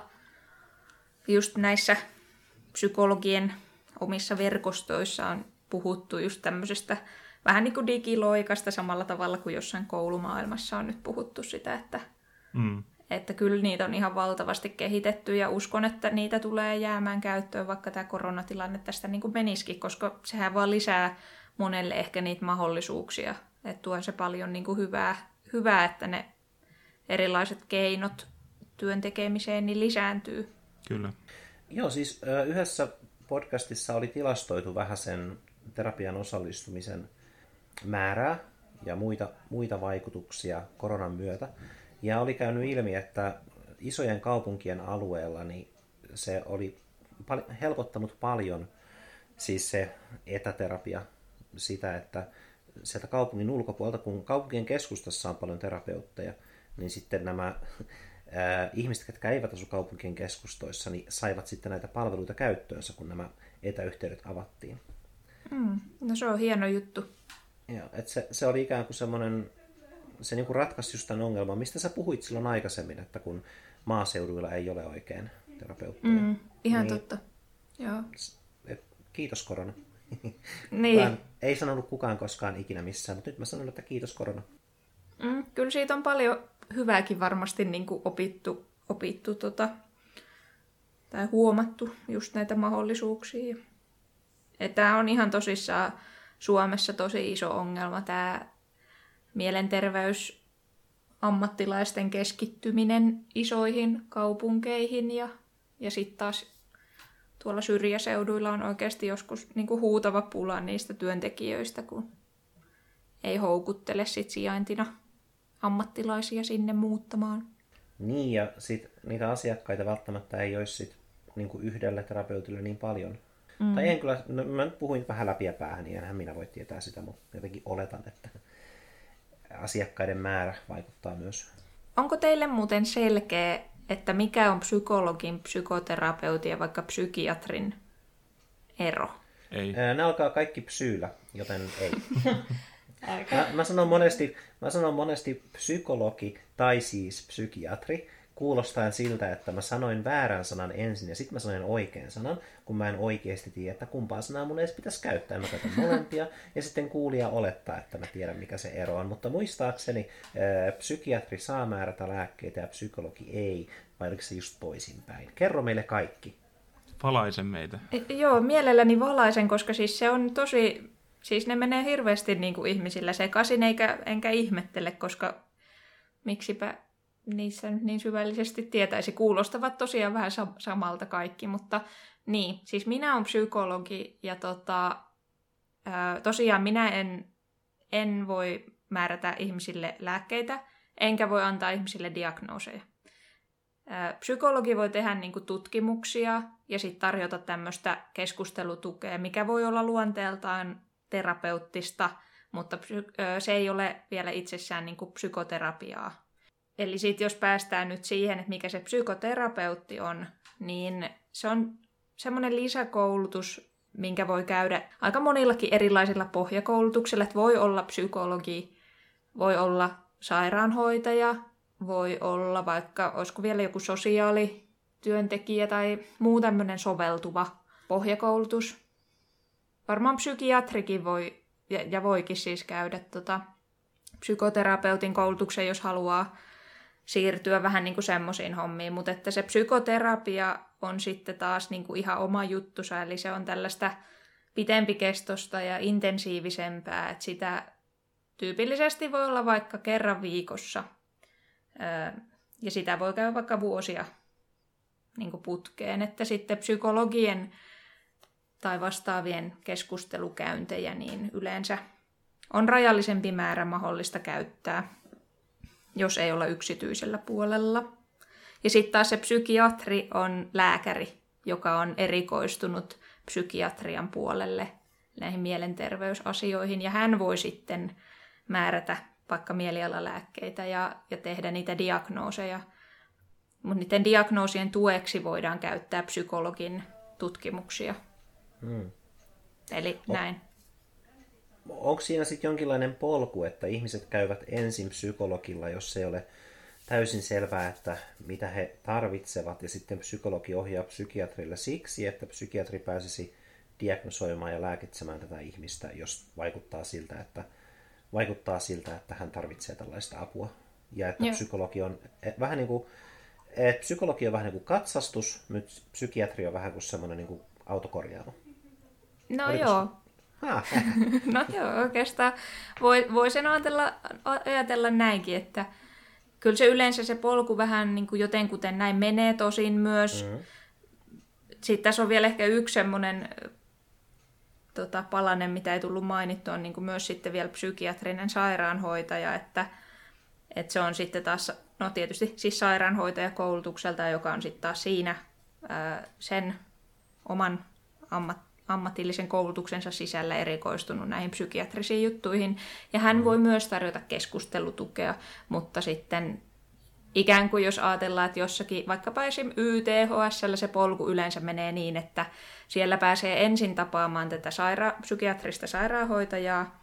S1: just näissä psykologien omissa verkostoissa on puhuttu just tämmöisestä vähän niin kuin digiloikasta samalla tavalla kuin jossain koulumaailmassa on nyt puhuttu sitä, että, mm. että kyllä niitä on ihan valtavasti kehitetty ja uskon, että niitä tulee jäämään käyttöön, vaikka tämä koronatilanne tästä niin kuin menisikin, koska sehän vaan lisää monelle ehkä niitä mahdollisuuksia, että tuo se paljon niin kuin hyvää, hyvää, että ne erilaiset keinot työn tekemiseen niin lisääntyy.
S3: Kyllä.
S2: Joo, siis yhdessä podcastissa oli tilastoitu vähän sen terapian osallistumisen määrää ja muita, muita vaikutuksia koronan myötä. Ja oli käynyt ilmi, että isojen kaupunkien alueella niin se oli pal- helpottanut paljon siis se etäterapia sitä, että sieltä kaupungin ulkopuolelta, kun kaupunkien keskustassa on paljon terapeutteja, niin sitten nämä ää, ihmiset, jotka eivät asu kaupunkien keskustoissa, niin saivat sitten näitä palveluita käyttöönsä, kun nämä etäyhteydet avattiin.
S1: Mm, no se on hieno juttu.
S2: Joo, että se, se oli ikään kuin semmoinen, se niin kuin ratkaisi just tämän ongelman, mistä sä puhuit silloin aikaisemmin, että kun maaseuduilla ei ole oikein terapeutteja.
S1: Mm, ihan
S2: niin,
S1: totta. Joo.
S2: Et, kiitos korona.
S1: Niin.
S2: Vaan ei sanonut kukaan koskaan ikinä missään, mutta nyt mä sanon, että kiitos korona.
S1: Mm, kyllä siitä on paljon hyvääkin varmasti niin kuin opittu, opittu tota, tai huomattu just näitä mahdollisuuksia. Tämä on ihan tosissaan Suomessa tosi iso ongelma, tämä mielenterveysammattilaisten keskittyminen isoihin kaupunkeihin ja, ja sitten taas tuolla syrjäseuduilla on oikeasti joskus niin kuin huutava pula niistä työntekijöistä, kun ei houkuttele sit sijaintina ammattilaisia sinne muuttamaan.
S2: Niin, ja sit niitä asiakkaita välttämättä ei olisi sit, niin kuin yhdelle terapeutille niin paljon. Mm. Tai en kyllä, no, mä nyt puhuin vähän läpi ja päähän, niin enhän minä voi tietää sitä, mutta jotenkin oletan, että asiakkaiden määrä vaikuttaa myös. Onko
S1: teille muuten selkeä, että mikä on psykologin, psykoterapeutin ja vaikka psykiatrin ero?
S3: Ei.
S2: Ne alkaa kaikki psyyllä, joten ei. mä, mä, sanon monesti, mä sanon monesti psykologi tai siis psykiatri, kuulostaen siltä, että mä sanoin väärän sanan ensin ja sitten mä sanoin oikean sanan, kun mä en oikeasti tiedä, että kumpaa sanaa mun edes pitäisi käyttää. Mä käytän molempia ja sitten kuulija olettaa, että mä tiedän, mikä se ero on. Mutta muistaakseni ää, psykiatri saa määrätä lääkkeitä ja psykologi ei, vai oliko se just toisinpäin? Kerro meille kaikki.
S3: Valaisen meitä.
S1: E, joo, mielelläni valaisen, koska siis se on tosi, siis ne menee hirveästi niin kuin ihmisillä sekaisin, eikä, enkä ihmettele, koska miksipä niissä nyt niin syvällisesti tietäisi. Kuulostavat tosiaan vähän sam- samalta kaikki, mutta niin, siis minä olen psykologi ja tota, ää, tosiaan minä en, en voi määrätä ihmisille lääkkeitä, enkä voi antaa ihmisille diagnooseja. Ää, psykologi voi tehdä niinku tutkimuksia ja sitten tarjota tämmöistä keskustelutukea, mikä voi olla luonteeltaan terapeuttista, mutta psy- se ei ole vielä itsessään niinku psykoterapiaa. Eli sitten jos päästään nyt siihen, että mikä se psykoterapeutti on, niin se on semmoinen lisäkoulutus, minkä voi käydä aika monillakin erilaisilla pohjakoulutuksilla. Että voi olla psykologi, voi olla sairaanhoitaja, voi olla vaikka, olisiko vielä joku sosiaalityöntekijä tai muu tämmöinen soveltuva pohjakoulutus. Varmaan psykiatrikin voi ja, ja voikin siis käydä tota, psykoterapeutin koulutuksen, jos haluaa siirtyä vähän niin kuin semmoisiin hommiin, mutta että se psykoterapia on sitten taas niin kuin ihan oma juttusa, eli se on tällaista pitempikestosta ja intensiivisempää, että sitä tyypillisesti voi olla vaikka kerran viikossa, ja sitä voi käydä vaikka vuosia niin kuin putkeen, että sitten psykologien tai vastaavien keskustelukäyntejä niin yleensä on rajallisempi määrä mahdollista käyttää, jos ei olla yksityisellä puolella. Ja sitten taas se psykiatri on lääkäri, joka on erikoistunut psykiatrian puolelle näihin mielenterveysasioihin. Ja hän voi sitten määrätä vaikka mielialalääkkeitä ja, ja tehdä niitä diagnooseja. Mutta niiden diagnoosien tueksi voidaan käyttää psykologin tutkimuksia. Hmm. Eli o- näin.
S2: Onko siinä sitten jonkinlainen polku, että ihmiset käyvät ensin psykologilla, jos ei ole täysin selvää, että mitä he tarvitsevat, ja sitten psykologi ohjaa psykiatrille siksi, että psykiatri pääsisi diagnosoimaan ja lääkitsemään tätä ihmistä, jos vaikuttaa siltä, että, vaikuttaa siltä, että hän tarvitsee tällaista apua. Ja että psykologi on vähän niin kuin, että psykologi on vähän niin kuin katsastus, nyt psykiatri on vähän kuin semmoinen niin kuin autokorjaamo.
S1: No
S2: Oliko
S1: joo.
S2: Se?
S1: No joo, oikeastaan voi, voi sen ajatella, ajatella näinkin, että kyllä se yleensä se polku vähän niin kuin jotenkuten näin menee tosin myös. Mm-hmm. Sitten tässä on vielä ehkä yksi semmoinen tota, palanen, mitä ei tullut mainittua, on niin kuin myös sitten vielä psykiatrinen sairaanhoitaja, että, että se on sitten taas, no tietysti siis sairaanhoitajakoulutukselta, joka on sitten taas siinä ää, sen oman ammat, ammatillisen koulutuksensa sisällä erikoistunut näihin psykiatrisiin juttuihin. Ja hän voi myös tarjota keskustelutukea, mutta sitten ikään kuin jos ajatellaan, että jossakin, vaikkapa esim. Y T H S:llä se polku yleensä menee niin, että siellä pääsee ensin tapaamaan tätä saira- psykiatrista sairaanhoitajaa,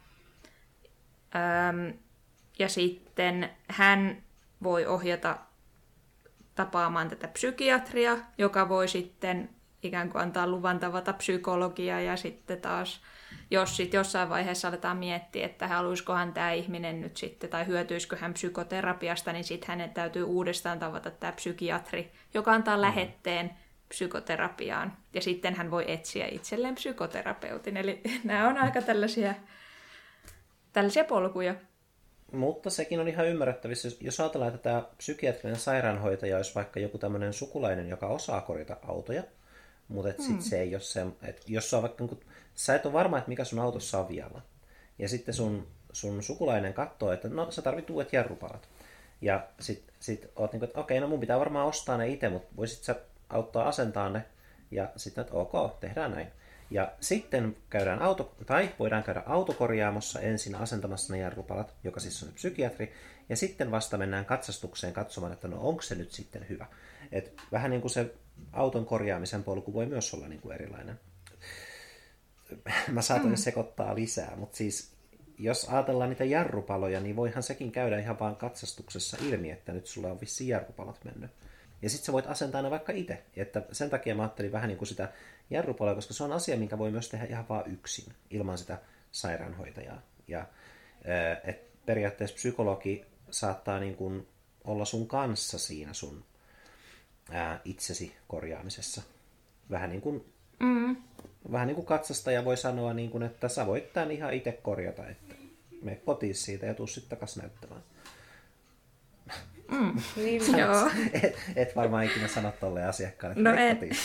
S1: ähm, ja sitten hän voi ohjata tapaamaan tätä psykiatria, joka voi sitten ikään kuin antaa luvan tavata psykologia, ja sitten taas, jos sitten jossain vaiheessa aletaan miettiä, että haluaisikohan tämä ihminen nyt sitten, tai hyötyisikö hän psykoterapiasta, niin sitten hänen täytyy uudestaan tavata tämä psykiatri, joka antaa lähetteen psykoterapiaan, ja sitten hän voi etsiä itselleen psykoterapeutin. Eli nämä on aika tällaisia, tällaisia polkuja.
S2: Mutta sekin on ihan ymmärrettävissä, jos ajatellaan, että tämä psykiatrinen sairaanhoitaja olisi vaikka joku tämmöinen sukulainen, joka osaa korjata autoja, mutta et sit mm. se ei ole se, että jos sä, vaikka, niin sä et ole varma, että mikä sun autossa on vialla, ja sitten sun, sun sukulainen katsoo, että no sä tarvit uudet jarrupalat, ja sit, sit oot niin kuin, että okei, no mun pitää varmaan ostaa ne itse, mutta voisit sä auttaa asentaa ne, ja sitten että ok, tehdään näin. Ja sitten käydään auto, tai voidaan käydä autokorjaamossa ensin asentamassa ne jarrupalat, joka siis on psykiatri, ja sitten vasta mennään katsastukseen katsomaan, että no onko se nyt sitten hyvä. Et vähän niin kuin se auton korjaamisen polku voi myös olla niin kuin erilainen. Mä saatan mm. sekoittaa lisää, mutta siis jos ajatellaan niitä jarrupaloja, niin voihan sekin käydä ihan vaan katsastuksessa ilmi, että nyt sulla on vissiin jarrupalot mennyt. Ja sitten sä voit asentaa ne vaikka itse. Että sen takia mä ajattelin vähän niin kuin sitä jarrupaloa, koska se on asia, minkä voi myös tehdä ihan vaan yksin, ilman sitä sairaanhoitajaa. Ja et periaatteessa psykologi saattaa niin kuin olla sun kanssa siinä sun ää, itsesi korjaamisessa. Vähän niin kuin, mm. vähän niin kuin katsastaja voi sanoa, niin kuin, että sä voit tämän ihan itse korjata, että mene kotiin siitä ja tuu sitten takas näyttämään.
S1: Mm.
S4: Niin,
S1: Joo.
S2: Et, et varmaan ikinä sano tolleen asiakkaalle.
S1: No en.
S2: kotiin.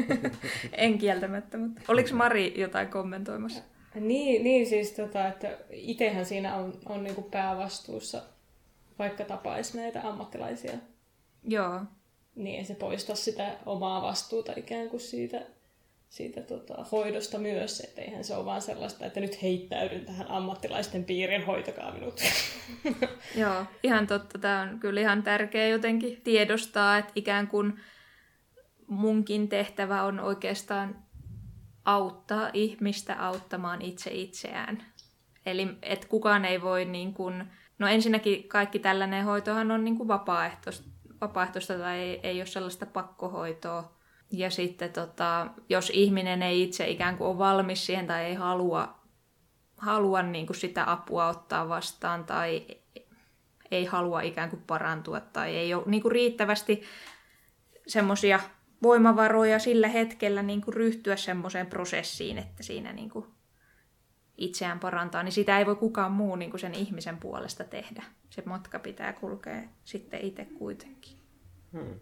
S1: En kieltämättä, mutta oliko Mari jotain kommentoimassa?
S4: Niin, niin siis tota, että itsehän siinä on, on niinku päävastuussa, vaikka tapaisi näitä ammattilaisia,
S1: Joo.
S4: niin ei se poista sitä omaa vastuuta ikään kuin siitä, siitä tota, hoidosta myös, että eihän se ole vaan sellaista, että nyt heittäydyn tähän ammattilaisten piiriin, hoitakaa minut.
S1: Joo, ihan totta. Tämä on kyllä ihan tärkeää jotenkin tiedostaa, että ikään kuin munkin tehtävä on oikeastaan auttaa ihmistä auttamaan itse itseään. Eli että kukaan ei voi, niin kuin, no ensinnäkin kaikki tällainen hoitohan on niin kuin vapaaehtoista, vapaaehtoista tai ei, ei ole sellaista pakkohoitoa. Ja sitten tota, jos ihminen ei itse ikään kuin ole valmis siihen tai ei halua, halua niin kuin sitä apua ottaa vastaan tai ei halua ikään kuin parantua tai ei ole niin kuin riittävästi semmoisia voimavaroja sillä hetkellä niin kuin ryhtyä semmoiseen prosessiin, että siinä niin kuin itseään parantaa, niin sitä ei voi kukaan muu niin kuin sen ihmisen puolesta tehdä. Se matka pitää kulkea sitten itse kuitenkin.
S2: Hmm.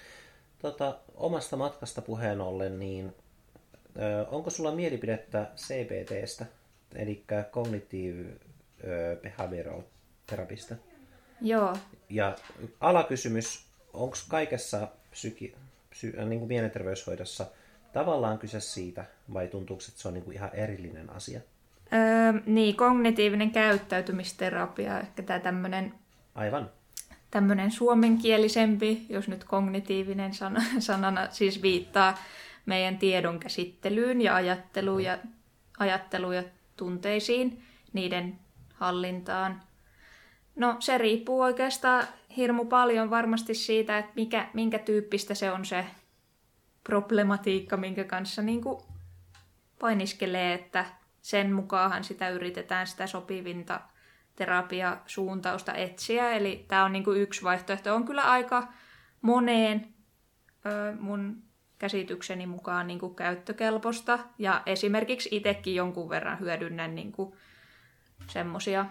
S2: Tota, omasta matkasta puheen ollen, niin ö, onko sulla mielipidettä C B T:stä, eli Cognitive Behavioral Therapista?
S1: Joo.
S2: Ja alakysymys, onko kaikessa psyki, psy, niin kuin mielenterveyshoidossa tavallaan kyse siitä, vai tuntuuko, että se on niin kuin ihan erillinen asia?
S1: Öö, niin, kognitiivinen käyttäytymisterapia, ehkä tämä tämmöinen
S2: Aivan.
S1: tämmöinen suomenkielisempi, jos nyt kognitiivinen sana, sanana siis viittaa meidän tiedon käsittelyyn ja ajatteluun ja, ajattelu ja tunteisiin, niiden hallintaan. No se riippuu oikeastaan hirmu paljon varmasti siitä, että mikä, minkä tyyppistä se on se problematiikka, minkä kanssa niin kuin painiskelee, että sen mukaanhan sitä yritetään sitä sopivinta terapiasuuntausta etsiä. Eli tämä on niin kuin yksi vaihtoehto. On kyllä aika moneen ö, mun käsitykseni mukaan niin kuin käyttökelpoista. Ja esimerkiksi itsekin jonkun verran hyödynnän niin kuin semmosia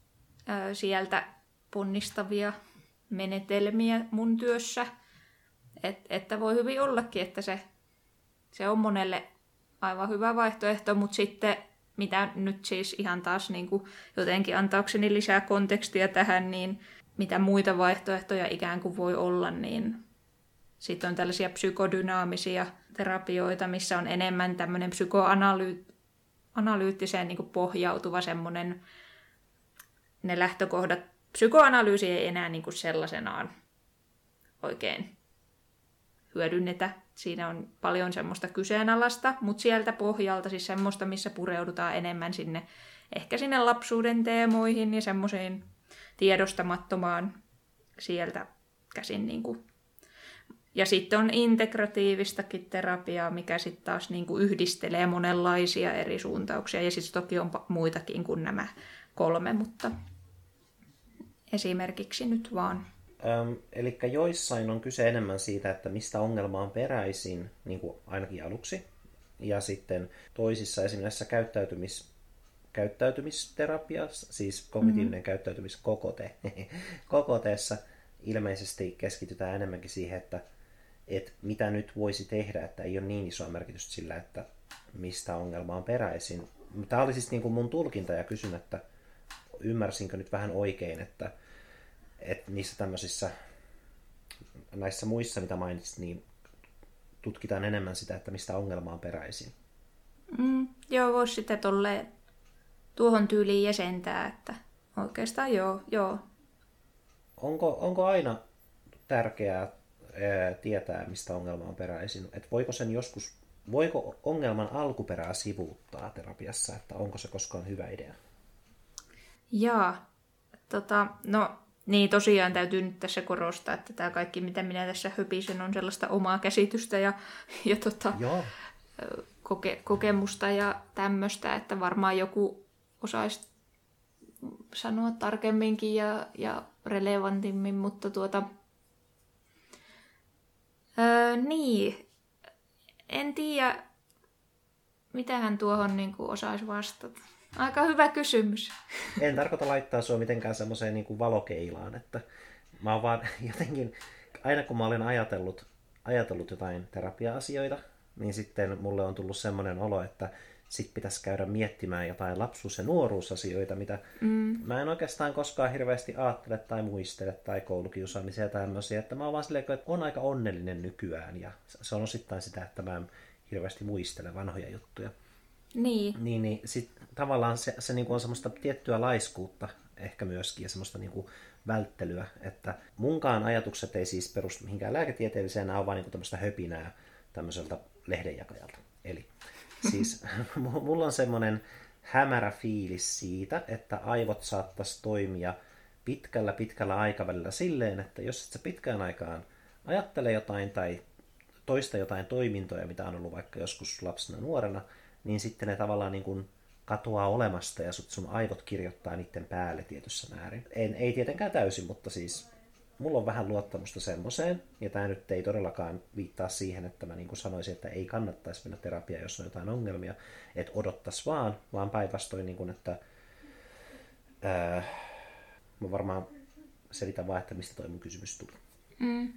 S1: ö, sieltä punnistavia menetelmiä mun työssä. Et, että voi hyvin ollakin, että se, se on monelle aivan hyvä vaihtoehto, mutta sitten mitä nyt siis ihan taas niin kuin jotenkin antaakseni lisää kontekstia tähän, niin mitä muita vaihtoehtoja ikään kuin voi olla, niin sitten on tällaisia psykodynaamisia terapioita, missä on enemmän tämmöinen psykoanalyyttiseen niin kuin pohjautuva semmoinen, ne lähtökohdat. Psykoanalyysi ei enää niin kuin sellaisenaan oikein hyödynnetä. Siinä on paljon semmoista kyseenalaista, mutta sieltä pohjalta siis semmoista, missä pureudutaan enemmän sinne, ehkä sinne lapsuuden teemoihin ja semmoiseen tiedostamattomaan sieltä käsin. Niin kuin. Ja sitten on integratiivistakin terapiaa, mikä sitten taas niin kuin yhdistelee monenlaisia eri suuntauksia. Ja sitten toki on muitakin kuin nämä kolme, mutta esimerkiksi nyt vaan.
S2: Öm, eli joissain on kyse enemmän siitä, että mistä ongelma on peräisin, niin kuin ainakin aluksi. Ja sitten toisissa esimerkiksi käyttäytymis, käyttäytymisterapiassa, siis kognitiivinen mm-hmm. käyttäytymiskokote, kokoteessa ilmeisesti keskitytään enemmänkin siihen, että, että mitä nyt voisi tehdä, että ei ole niin isoa merkitystä sillä, että mistä ongelma on peräisin. Tämä oli siis niin kuin mun tulkinta ja kysyn, että ymmärsinkö nyt vähän oikein, että että niissä tämmöisissä, näissä muissa, mitä mainitsit, niin tutkitaan enemmän sitä, että mistä ongelma on peräisin.
S1: Mm, joo, voisi sitten tolleen tuohon tyyliin jäsentää, että oikeastaan joo, joo.
S2: Onko, onko aina tärkeää ää, tietää, mistä ongelma on peräisin? Et voiko sen joskus, voiko ongelman alkuperää sivuuttaa terapiassa, että onko se koskaan hyvä idea?
S1: Jaa, tota, no niin tosiaan täytyy nyt tässä korostaa, että tämä kaikki mitä minä tässä höpisen on sellaista omaa käsitystä ja, ja tota, koke, kokemusta ja tämmöistä, että varmaan joku osaisi sanoa tarkemminkin ja, ja relevantimmin, mutta tuota, öö, niin, en tiedä, mitähän tuohon niin kuin osaisi vastata. Aika hyvä kysymys.
S2: En tarkoita laittaa sua mitenkään semmoiseen niin kuin valokeilaan, että mä oon vaan jotenkin, aina kun mä olen ajatellut, ajatellut jotain terapia-asioita, niin sitten mulle on tullut semmoinen olo, että sit pitäisi käydä miettimään jotain lapsuus- ja nuoruusasioita, mitä mm. mä en oikeastaan koskaan hirveästi ajattele tai muistele tai koulukiusaamisia tai tämmöisiä, että mä oon vaan silleen, että on aika onnellinen nykyään ja se on osittain sitä, että mä en hirveästi muistele vanhoja juttuja.
S1: Niin.
S2: Niin, niin sit tavallaan se, se niinku on semmoista tiettyä laiskuutta ehkä myöskin ja semmoista niinku välttelyä, että munkaan ajatukset ei siis perustu mihinkään lääketieteelliseen, nämä on vaan niinku tämmöistä höpinää tämmöiseltä lehdenjakajalta. Eli siis mulla on semmoinen hämärä fiilis siitä, että aivot saattaisi toimia pitkällä pitkällä aikavälillä silleen, että jos et sä pitkään aikaan ajattele jotain tai toista jotain toimintoja, mitä on ollut vaikka joskus lapsena nuorena, niin sitten ne tavallaan niin kuin katoaa olemasta ja sun aivot kirjoittaa niiden päälle tietyssä määrin. En, ei tietenkään täysin, mutta siis mulla on vähän luottamusta semmoiseen, ja tämä nyt ei todellakaan viittaa siihen, että mä niin kuin sanoisin, että ei kannattaisi mennä terapiaan, jos on jotain ongelmia, että odottaisi vaan, vaan päinvastoin, niin kuin, että ää, mä varmaan selitän vaan, että mistä toi mun kysymys tuli.
S1: Mm.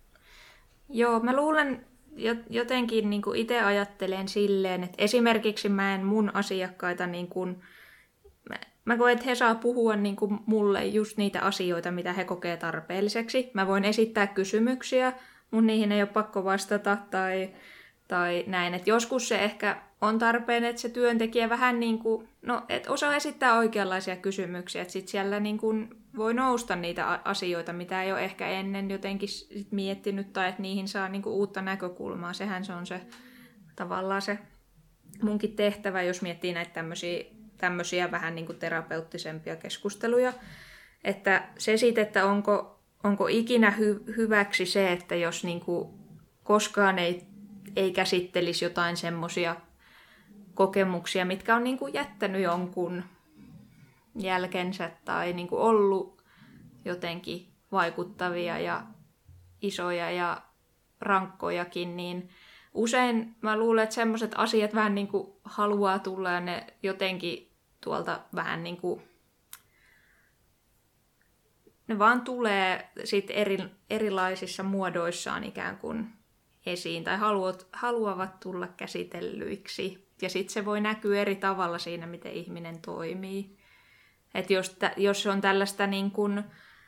S1: Joo, mä luulen jotenkin niin kuin itse ajattelen silleen, että esimerkiksi mä en mun asiakkaita, niin kuin, mä, mä koen, että he saa puhua niin kuin mulle just niitä asioita, mitä he kokee tarpeelliseksi. Mä voin esittää kysymyksiä, mun niihin ei ole pakko vastata tai, tai näin. Et joskus se ehkä on tarpeen, että se työntekijä vähän niin kuin, no, että osaa esittää oikeanlaisia kysymyksiä, että sitten siellä niin kuin voi nousta niitä asioita, mitä ei ole ehkä ennen jotenkin sit miettinyt, tai että niihin saa niinku uutta näkökulmaa. Sehän se on se tavallaan se munkin tehtävä, jos miettii näitä tämmöisiä, tämmöisiä vähän niinku terapeuttisempia keskusteluja. Että se sitten, että onko, onko ikinä hy, hyväksi se, että jos niinku koskaan ei, ei käsittelisi jotain semmoisia kokemuksia, mitkä on niinku jättänyt jonkun jälkensä tai niin kuin ollut jotenkin vaikuttavia ja isoja ja rankkojakin, niin usein mä luulen, että semmoiset asiat vähän niin kuin haluaa tulla ja ne jotenkin tuolta vähän niin kuin ne vaan tulee sit eri, erilaisissa muodoissaan ikään kuin esiin tai haluat, haluavat tulla käsitellyiksi. Ja sitten se voi näkyä eri tavalla siinä, miten ihminen toimii. Että jos, jos on tällaista niin kuin,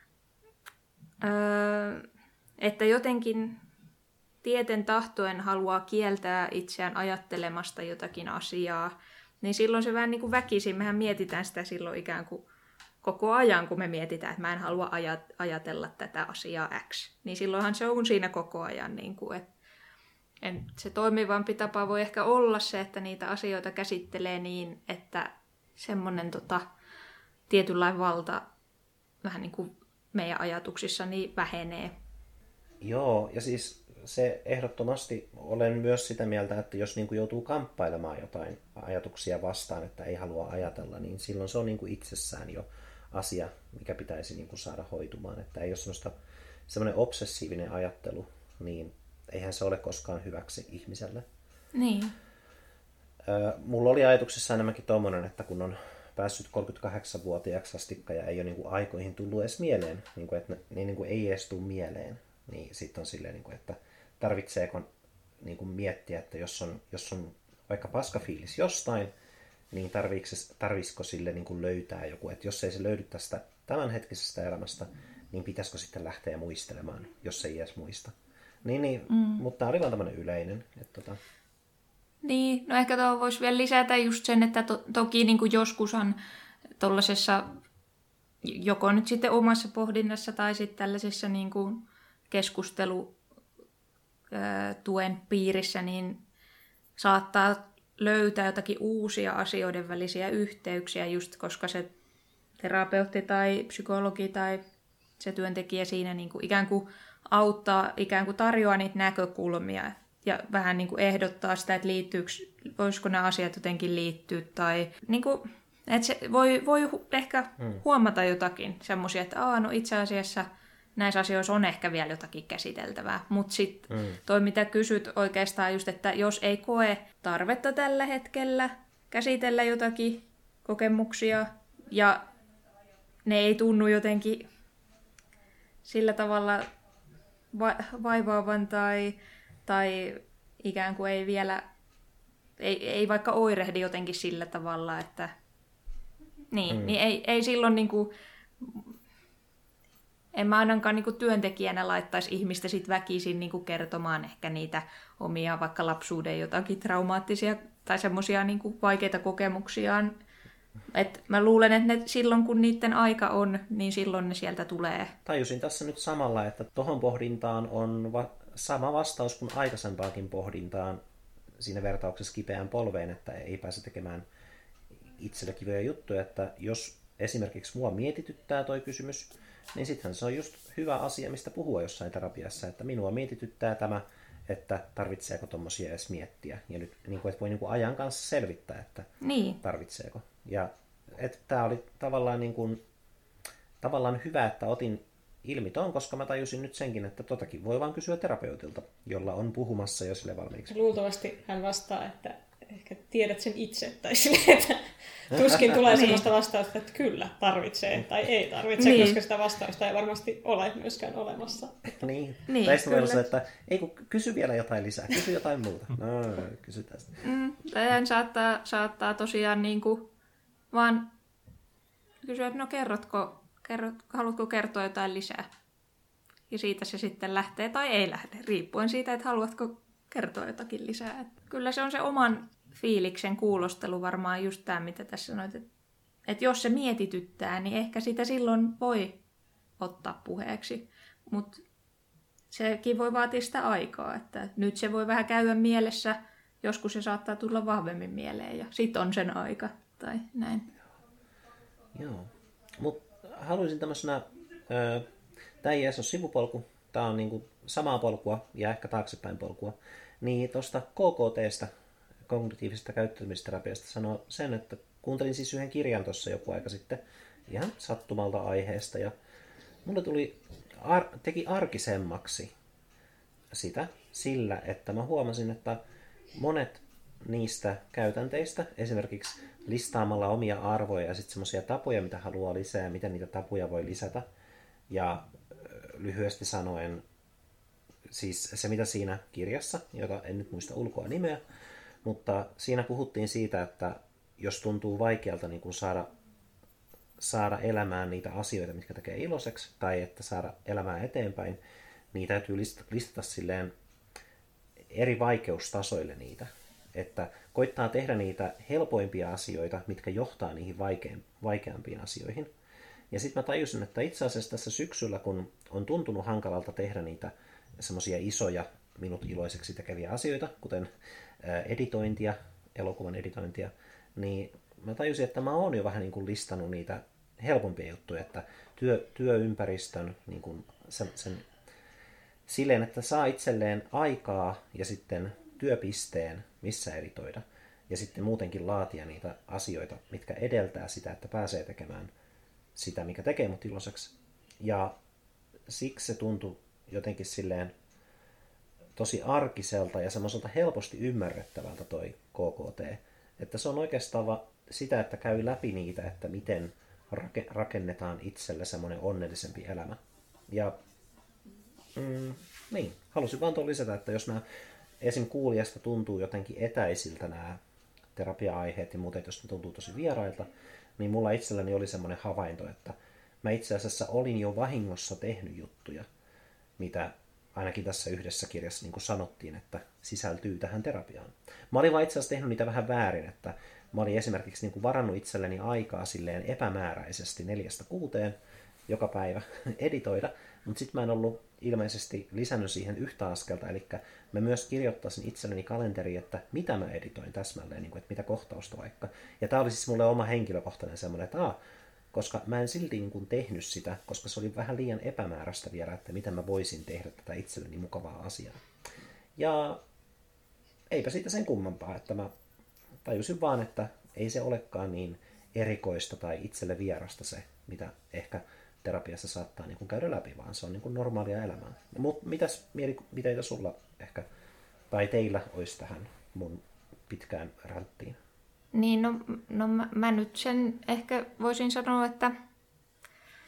S1: öö, että jotenkin tieten tahtoen haluaa kieltää itseään ajattelemasta jotakin asiaa, niin silloin se vähän niin kuin väkisin, mehän mietitään sitä silloin ikään kuin koko ajan, kun me mietitään, että mä en halua ajatella tätä asiaa X. Niin silloinhan se on siinä koko ajan. Niin kuin, että se toimivampi tapa voi ehkä olla se, että niitä asioita käsittelee niin, että semmoinen tota, tietynlainen valta vähän niin kuin meidän ajatuksissa niin vähenee.
S2: Joo, ja siis se ehdottomasti olen myös sitä mieltä, että jos niin kuin joutuu kamppailemaan jotain ajatuksia vastaan, että ei halua ajatella, niin silloin se on niin kuin itsessään jo asia, mikä pitäisi niin kuin saada hoitumaan. Että ei ole semmoista, semmoinen obsessiivinen ajattelu, niin eihän se ole koskaan hyväksi ihmiselle.
S1: Niin.
S2: Mulla oli ajatuksessa enemmänkin tommoinen, että kun on päässyt kolmekymmentäkahdeksanvuotiaaksi astikka ja ei ole niin kuin aikoihin tullut edes mieleen, niin kuin, että ne niin kuin ei edes tule mieleen, niin sitten on silleen, niin kuin, että tarvitseeko niin kuin miettiä, että jos on, jos on vaikka paskafiilis jostain, niin tarvitsisiko sille niin kuin löytää joku, että jos ei se löydy tästä tämänhetkisestä elämästä, niin pitäisikö sitten lähteä muistelemaan, jos ei edes muista. Niin, niin mm. mutta tämä oli vaan tämmöinen yleinen. Että tota...
S1: Niin, no ehkä tuo voisi vielä lisätä just sen, että to, toki niin kuin joskushan tuollaisessa, joko nyt sitten omassa pohdinnassa tai sitten tällaisessa niin kuin keskustelutuen piirissä, niin saattaa löytää jotakin uusia asioiden välisiä yhteyksiä, just koska se terapeutti tai psykologi tai se työntekijä siinä niin kuin ikään kuin auttaa, ikään kuin tarjoaa niitä näkökulmia ja vähän niin kuin ehdottaa sitä, että liittyykö, voisiko nämä asiat jotenkin liittyä tai niin kuin, että se voi, voi ehkä mm. huomata jotakin semmoisia, että Aa, no itse asiassa näissä asioissa on ehkä vielä jotakin käsiteltävää, mutta sitten mm. toi mitä kysyt oikeastaan just, että jos ei koe tarvetta tällä hetkellä käsitellä jotakin kokemuksia ja ne ei tunnu jotenkin sillä tavalla va- vaivaavan tai, tai ikään kuin ei vielä, ei, ei vaikka oirehdi jotenkin sillä tavalla, että niin, mm. niin ei, ei silloin niin kuin, en mä ainakaan niin kuin työntekijänä laittaisi ihmistä sit väkisin niin kuin kertomaan ehkä niitä omia vaikka lapsuuden jotakin traumaattisia tai semmoisia niin kuin vaikeita kokemuksiaan. Et mä luulen, että ne, silloin kun niiden aika on, niin silloin ne sieltä tulee.
S2: Tajusin tässä nyt samalla, että tohon pohdintaan on va- sama vastaus kuin aikaisempaakin pohdintaan siinä vertauksessa kipeään polveen, että ei pääse tekemään itselle kivoja juttuja, että jos esimerkiksi mua mietityttää toi kysymys, niin sittenhän se on just hyvä asia, mistä puhua jossain terapiassa, että minua mietityttää tämä, että tarvitseeko tommosia edes miettiä. Ja nyt niin kuin, että voi niin kuin ajan kanssa selvittää, että
S1: niin.
S2: tarvitseeko. Ja että tämä oli tavallaan, niin kuin, tavallaan hyvä, että otin ilmi ton, koska mä tajusin nyt senkin, että totakin voi vaan kysyä terapeutilta, jolla on puhumassa jo sille valmiiksi.
S4: Luultavasti hän vastaa, että ehkä tiedät sen itse, tai silleen, että tuskin tulee sellaista vastausta, että kyllä tarvitsee tai ei tarvitse, niin. koska sitä vastausta ei varmasti ole myöskään olemassa.
S2: Niin,
S1: niin
S2: tai sitten voi että ei kun kysy vielä jotain lisää, kysy jotain muuta. No, kysytään sitä.
S1: Mm, hän saattaa, saattaa tosiaan niin kuin vaan kysyä, että no kerrotko, kerrot, haluatko kertoa jotain lisää? Ja siitä se sitten lähtee tai ei lähde, riippuen siitä, että haluatko kertoa jotakin lisää. Että kyllä se on se oman fiiliksen kuulostelu varmaan just tämä, mitä tässä sanoit. Että, että jos se mietityttää, niin ehkä sitä silloin voi ottaa puheeksi. Mutta sekin voi vaatia sitä aikaa. Että nyt se voi vähän käydä mielessä, joskus se saattaa tulla vahvemmin mieleen ja sit on sen aika tai näin.
S2: Joo, mutta haluaisin tämmöisenä, tämä ei edes ole sivupolku, tämä on niinku samaa polkua ja ehkä taaksepäin polkua, niin tuosta K K T:stä, kognitiivisesta käyttäytymisterapiasta, sanoo sen, että kuuntelin siis yhden kirjan tuossa joku aika sitten ihan sattumalta aiheesta ja mulle tuli, ar, teki arkisemmaksi sitä sillä, että mä huomasin, että monet niistä käytänteistä, esimerkiksi listaamalla omia arvoja ja sitten semmoisia tapoja, mitä haluaa lisää, miten niitä tapoja voi lisätä. Ja lyhyesti sanoen, siis se mitä siinä kirjassa, jota en nyt muista ulkoa nimeä, mutta siinä puhuttiin siitä, että jos tuntuu vaikealta niin kuin saada, saada elämään niitä asioita, mitkä tekee iloiseksi, tai että saada elämää eteenpäin, niin täytyy listata, listata silleen eri vaikeustasoille niitä. Että koittaa tehdä niitä helpoimpia asioita, mitkä johtaa niihin vaikein, vaikeampiin asioihin. Ja sitten mä tajusin, että itse asiassa tässä syksyllä, kun on tuntunut hankalalta tehdä niitä semmoisia isoja minut iloiseksi tekeviä asioita, kuten editointia, elokuvan editointia, niin mä tajusin, että mä oon jo vähän niin kuin listannut niitä helpompia juttuja, että työ, työympäristön niin kuin sen, sen, silleen, että saa itselleen aikaa ja sitten työpisteen, missä editoida, ja sitten muutenkin laatia niitä asioita, mitkä edeltää sitä, että pääsee tekemään sitä, mikä tekee mut iloiseksi. Ja siksi se tuntui jotenkin silleen tosi arkiselta ja semmoiselta helposti ymmärrettävältä toi K K T. Että se on oikeastaan sitä, että käy läpi niitä, että miten rakennetaan itselle semmoinen onnellisempi elämä. Ja mm, niin, halusin vaan tuon lisätä, että jos nämä esim. Kuulijasta tuntuu jotenkin etäisiltä nämä terapia-aiheet ja muuten, jos ne tuntuu tosi vierailta, niin mulla itselläni oli semmoinen havainto, että mä itse asiassa olin jo vahingossa tehnyt juttuja, mitä ainakin tässä yhdessä kirjassa niin kuin sanottiin, että sisältyy tähän terapiaan. Mä olin vaan itse asiassa tehnyt niitä vähän väärin, että mä olin esimerkiksi niin kuin varannut itselleni aikaa silleen epämääräisesti neljästä kuuteen joka päivä editoida, mutta sitten mä en ollut ilmeisesti lisännyt siihen yhtä askelta, eli mä myös kirjoittaisin itselleni kalenteriin, että mitä mä editoin täsmälleen, niin kuin, että mitä kohtausta vaikka. Ja tää oli siis mulle oma henkilökohtainen semmoinen, että aah, koska mä en silti niin kuin tehnyt sitä, koska se oli vähän liian epämääräistä vielä, että miten mä voisin tehdä tätä itselleni mukavaa asiaa. Ja eipä siitä sen kummempaa, että mä tajusin vaan, että ei se olekaan niin erikoista tai itselle vierasta se, mitä ehkä terapiassa saattaa niin kuin käydä läpi, vaan se on niin kuin normaalia elämää. Mutta mitäs mielipiteitä sulla ehkä, tai teillä olisi tähän mun pitkään rälttiin?
S1: Niin, no, no mä, mä nyt sen ehkä voisin sanoa, että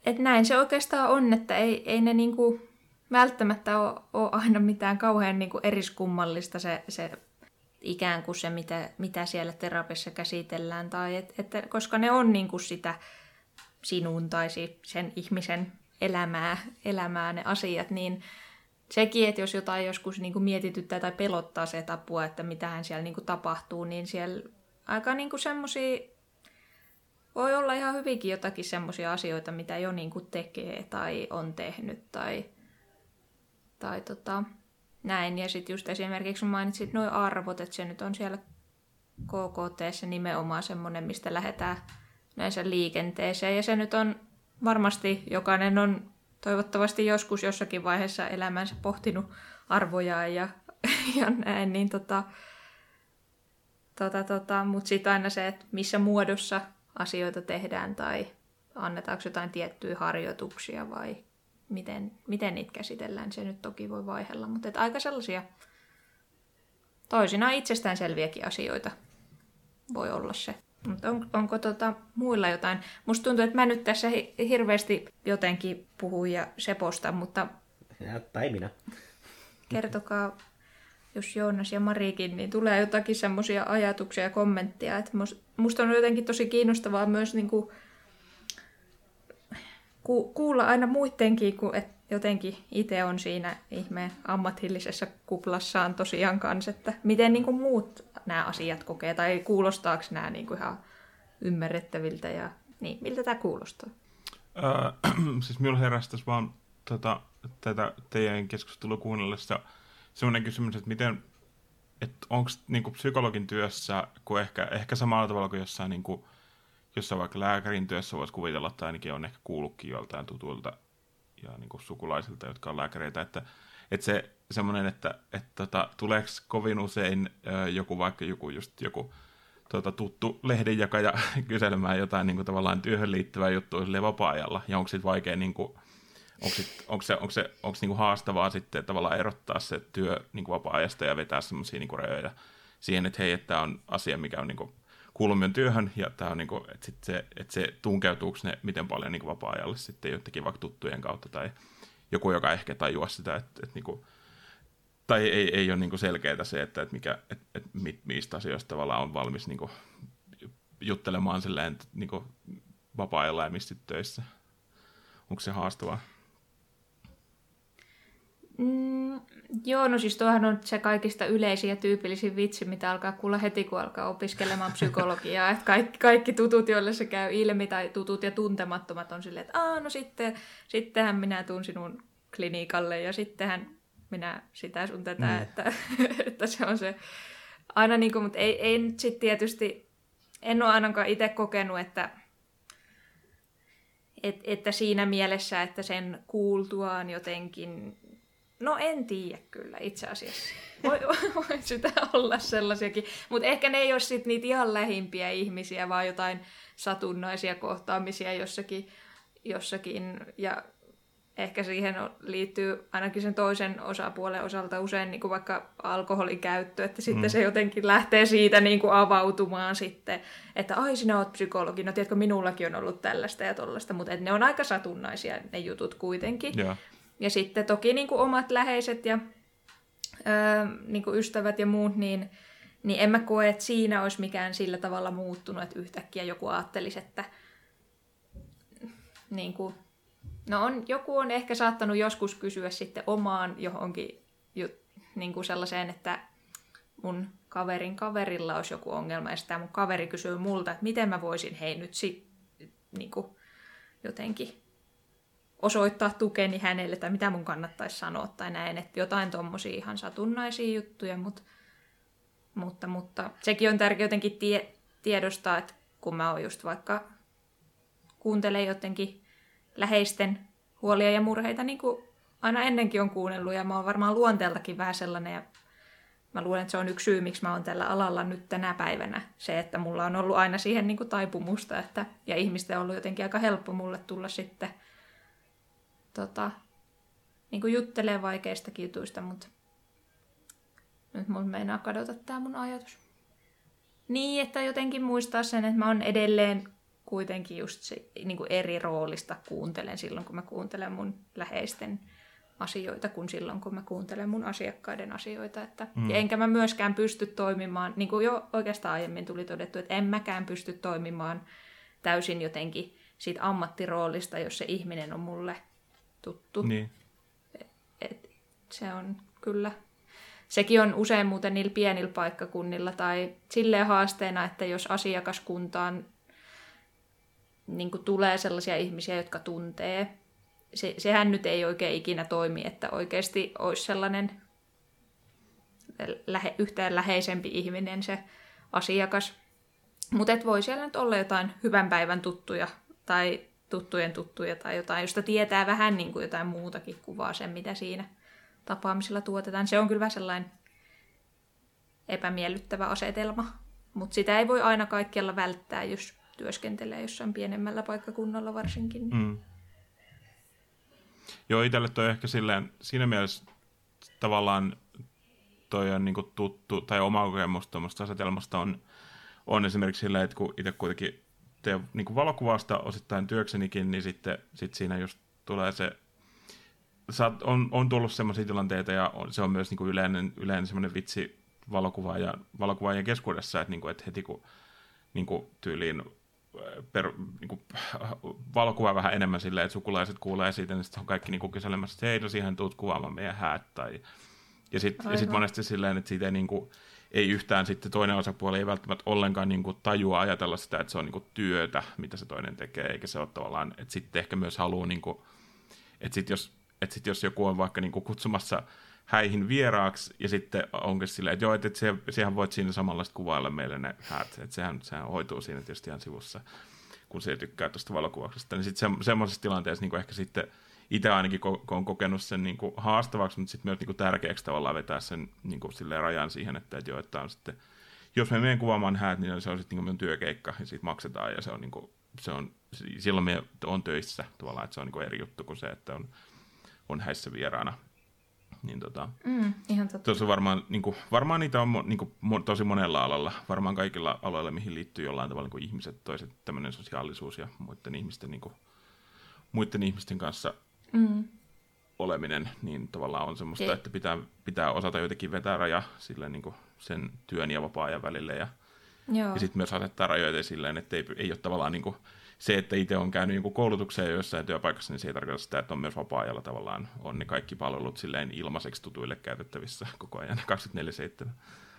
S1: et näin se oikeastaan on, että ei, ei ne niinku välttämättä ole, ole aina mitään kauhean niinku eriskummallista se, se ikään kuin se, mitä, mitä siellä terapiassa käsitellään. Tai et, että, koska ne on niinku sitä sinun tai sen ihmisen elämää, elämää ne asiat, niin sekin, että jos jotain joskus niinku mietityttää tai pelottaa se tapua, että mitähän siellä niinku tapahtuu, niin siellä aika niinku semmosia voi olla ihan hyvinkin jotakin semmoisia asioita, mitä jo niinku tekee tai on tehnyt tai, tai tota, näin. Ja sitten just esimerkiksi mainitsit nuo arvot, että se nyt on siellä K K T:ssä nimenomaan semmoinen, mistä lähdetään näissä liikenteeseen. Ja se nyt on varmasti, jokainen on toivottavasti joskus jossakin vaiheessa elämänsä pohtinut arvojaan ja, ja näin. Niin tota, tota, tota, mutta sitten aina se, että missä muodossa asioita tehdään tai annetaanko jotain tiettyjä harjoituksia vai miten, miten niitä käsitellään, se nyt toki voi vaihella, mutta et aika sellaisia toisinaan itsestäänselviäkin asioita voi olla se. Mutta on, onko tota muilla jotain? Musta tuntuu, että mä nyt tässä hirveästi jotenkin puhun ja sepostan, mutta
S2: tai minä.
S1: Kertokaa, jos Joonas ja Marikin, niin tulee jotakin semmoisia ajatuksia ja kommentteja. Että musta on jotenkin tosi kiinnostavaa myös niinku ku, kuulla aina muidenkin, kun et jotenkin itse on siinä ihmeen ammatillisessa kuplassaan tosiaan kanssa, että miten niinku muut nämä asiat kokee, tai kuulostaako nämä niinku ihan ymmärrettäviltä, ja niin, miltä tämä kuulostaa?
S3: Öö, siis minulla heräsi tässä vaan tota, tätä teidän keskustelua kuunnellessa sellainen kysymys, että miten, että onko niinku psykologin työssä, kun ehkä, ehkä samalla tavalla kuin jossain, niinku, jossain vaikka lääkärin työssä voisi kuvitella, tai ainakin on ehkä kuullutkin joltain tutuilta ja niinku sukulaisilta, jotka on lääkäreitä, että, että se semmoinen, että, että tota, tuleeko kovin usein ö, joku vaikka joku, just joku tota, tuttu lehdenjakaja kyselemään jotain niinku, tavallaan työhön liittyvää juttua silleen vapaa-ajalla, ja onko sitten vaikea niinku, Onko, sit, onko se, onko se onko niinku haastavaa sitten tavallaan erottaa se työ niinku vapaa-ajasta ja vetää semmoisia niinku rajoja siihen, että hei, että tämä on asia, mikä on niinku kuuluu minun työhön, ja tämä on niinku, että, sit se, että se tunkeutuuko ne miten paljon niinku vapaa-ajalle sitten jotenkin vaikka tuttujen kautta tai joku, joka ehkä tajuaa sitä, että, että niinku, tai ei, ei ole niinku selkeää se, että, että, mikä, että, että mistä asioista tavallaan on valmis niinku juttelemaan silleen niinku vapaa-ajalla ja mistä töissä. Onko se haastavaa?
S1: Mm, joo, no siis tuohan on se kaikista yleisin ja tyypillisin vitsi, mitä alkaa kuulla heti, kun alkaa opiskelemaan psykologiaa. Että kaikki, kaikki tutut, joille se käy ilmi, tai tutut ja tuntemattomat on silleen, että Aa, no sitten, sittenhän minä tuun sinun klinikalle ja sittenhän minä sitä sun tätä, mm. että, että se on se aina niin kuin, mutta ei, ei nyt sitten tietysti, en ole ainakaan itse kokenut, että Et, että siinä mielessä, että sen kuultuaan jotenkin, no en tiedä kyllä itse asiassa. Voi, voi sitä olla sellaisiakin, mutta ehkä ne ei ole sitten niitä ihan lähimpiä ihmisiä, vaan jotain satunnaisia kohtaamisia jossakin, jossakin. Ja ehkä siihen liittyy ainakin sen toisen osapuolen osalta usein niin kuin vaikka alkoholin käyttö, että sitten mm. se jotenkin lähtee siitä niin kuin avautumaan sitten, että ai sinä olet psykologi, no tiedätkö minullakin on ollut tällaista ja tollaista, mutta ne on aika satunnaisia ne jutut kuitenkin. Yeah. Ja sitten toki niin kuin omat läheiset ja öö, niin kuin ystävät ja muut, niin, niin en mä koe, että siinä olisi mikään sillä tavalla muuttunut, että yhtäkkiä joku ajattelisi, että niin kuin no on, joku on ehkä saattanut joskus kysyä sitten omaan johonkin jut, niin kuin sellaiseen, että mun kaverin kaverilla olisi joku ongelma, ja sitä mun kaveri kysyy multa, että miten mä voisin hei nyt sit, niin kuin jotenkin osoittaa tukeni hänelle, tai mitä mun kannattaisi sanoa, tai näin, että jotain tommosia ihan satunnaisia juttuja, mutta, mutta, mutta sekin on tärkeää jotenkin tie, tiedostaa, että kun mä oon just vaikka kuuntelen jotenkin läheisten huolia ja murheita, niin kuin aina ennenkin on kuunnellut, ja mä oon varmaan luonteeltakin vähän sellainen, ja mä luulen, että se on yksi syy, miksi mä oon tällä alalla nyt tänä päivänä, se, että mulla on ollut aina siihen niin kuin taipumusta, että, ja ihmisten on ollut jotenkin aika helppo mulle tulla sitten tota, niin kuin juttelee vaikeista jutuista, mutta nyt mun meinaa kadota tää mun ajatus. Niin, että jotenkin muistaa sen, että mä oon edelleen kuitenkin just se, niin kuin eri roolista kuuntelen silloin, kun mä kuuntelen mun läheisten asioita, kuin silloin, kun mä kuuntelen mun asiakkaiden asioita. Että, mm. ja enkä mä myöskään pysty toimimaan, niin kuin jo oikeastaan aiemmin tuli todettu, että en mäkään pysty toimimaan täysin jotenkin siitä ammattiroolista, jos se ihminen on mulle tuttu.
S3: Niin.
S1: Et, et, se on kyllä... Sekin on usein muuten niillä pienillä paikkakunnilla tai silleen haasteena, että jos asiakaskuntaan niin kuin tulee sellaisia ihmisiä, jotka tuntee, se, sehän nyt ei oikein ikinä toimi, että oikeasti olisi sellainen lähe, yhtään läheisempi ihminen se asiakas. Mutta voi siellä nyt olla jotain hyvän päivän tuttuja tai tuttujen tuttuja tai jotain, josta tietää vähän niin kuin jotain muutakin kuvaa sen, mitä siinä tapaamisella tuotetaan. Se on kyllä vähän sellainen epämiellyttävä asetelma, mutta sitä ei voi aina kaikkialla välttää, jos työskentelee jossain pienemmällä paikkakunnalla varsinkin.
S3: Mm. Joo, itselle toi ehkä silleen, siinä mielessä tavallaan toi on niinku tuttu, tai oma kokemus tuommoista asetelmasta on, on esimerkiksi silleen, että kun itse kuitenkin teen niinku valokuvausta osittain työksenikin, niin sitten sit siinä just tulee se, on, on tullut semmoisia tilanteita, ja on, se on myös niinku yleinen, yleinen semmoinen vitsi valokuvaaja, valokuvaajien keskuudessa, että, niinku, että heti kun niinku, tyyliin per, niinku, valokuvaa vähän enemmän silleen, että sukulaiset kuulee siitä, niin sitten on kaikki niinku kyselemässä, että hei, no siihen tuut kuvaamaan meidän häät. Tai, ja sitten sit monesti silleen, että siitä ei, niinku, ei yhtään sitten toinen osapuoli ei välttämättä ollenkaan niinku, tajua ajatella sitä, että se on niinku, työtä, mitä se toinen tekee, eikä se ole tavallaan, että sitten ehkä myös haluaa, niinku, että sitten jos, et sit jos joku on vaikka niinku, kutsumassa häihin vieraaksi, ja sitten onkin silleen, että joo, että et se, sehän voit siinä samalla kuvailla meille ne häät, että sehän, sehän hoituu siinä tietysti ihan sivussa, kun se tykkää tuosta valokuvauksesta. Niin sitten se, semmoisessa tilanteessa niin ehkä sitten itse ainakin ko, on kokenut sen niin kuin haastavaksi, mutta sitten myös niin kuin tärkeäksi tavallaan vetää sen niin kuin silleen rajan siihen, että, että joo, että on sitten, jos me menen kuvaamaan häät, niin se on sitten niin kuin minun työkeikka, ja siitä maksetaan, ja se on, niin kuin, se on silloin me on töissä tavallaan, että se on niin kuin eri juttu kuin se, että on, on häissä vieraana. Niin tota,
S1: mm, ihan totta.
S3: Tuossa varmaan, niin kuin, varmaan niitä on niin kuin, tosi monella alalla, varmaan kaikilla aloilla, mihin liittyy jollain tavalla niin kuin ihmiset, toiset tämmöinen sosiaalisuus ja muiden ihmisten, niin kuin, muiden ihmisten kanssa mm. oleminen, niin tavallaan on semmoista, He. että pitää, pitää osata jotenkin vetää raja silleen, niin kuin sen työn ja vapaa-ajan välille ja, ja sitten myös asettaa rajoja silleen, että ei, ei ole tavallaan niin kuin, se, että itse on käynyt joku koulutukseen jossain työpaikassa, niin se ei tarkoita sitä, että on myös vapaa-ajalla tavallaan on ne kaikki palvelut silleen ilmaiseksi tutuille käytettävissä koko ajan kaksikymmentäneljä seitsemän.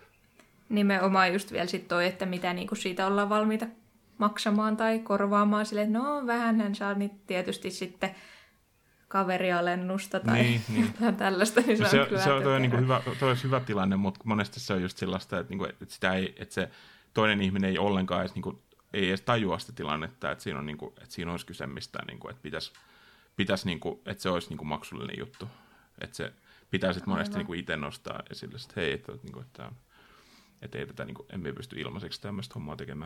S1: Nimenomaan just vielä sit toi, että mitä niinku siitä ollaan valmiita maksamaan tai korvaamaan silleen, että no vähänhän saa niin tietysti sitten kaverialennusta tai niin, niin. tällaista. Niin se, se, on, se on, toi on, niinku hyvä, toi on hyvä tilanne, mutta monesti se on just sellaista, että, niinku, että, sitä ei, että se toinen ihminen ei ollenkaan edes niinku, ei edes tajua sitä tilannetta, että siinä, on, niin kuin, että siinä olisi kyse mistään, niin kuin, että, pitäisi, pitäisi, niin kuin, että se olisi niin kuin maksullinen juttu. Että se pitää sitten monesti niin kuin itse nostaa esille, että hei, että, niin kuin, että, että ei tätä, niin kuin, emme pysty ilmaiseksi tämmöistä hommaa tekemään.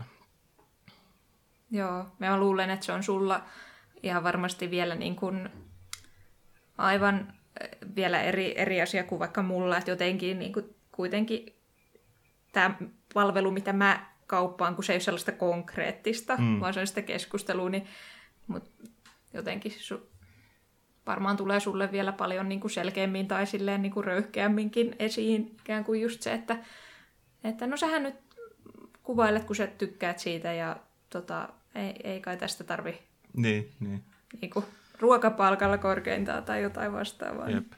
S1: Joo, mä luulen, että se on sulla ihan varmasti vielä niin kuin aivan vielä eri, eri asia kuin vaikka mulla, että jotenkin niin kuin kuitenkin tämä palvelu, mitä mä kauppaan, kun se ei ole sellaista konkreettista, mm. vaan se on sitä keskustelua, niin mut jotenkin su, varmaan tulee sulle vielä paljon niin kuin selkeämmin tai silleen niin kuin röyhkeämminkin esiin ikään kuin just se, että, että no sähän nyt kuvailet, kun sä tykkäät siitä ja tota, ei, ei kai tästä tarvi
S3: niin, niin.
S1: Niin kuin ruokapalkalla korkeintaan tai jotain vastaavaa.
S3: Jep.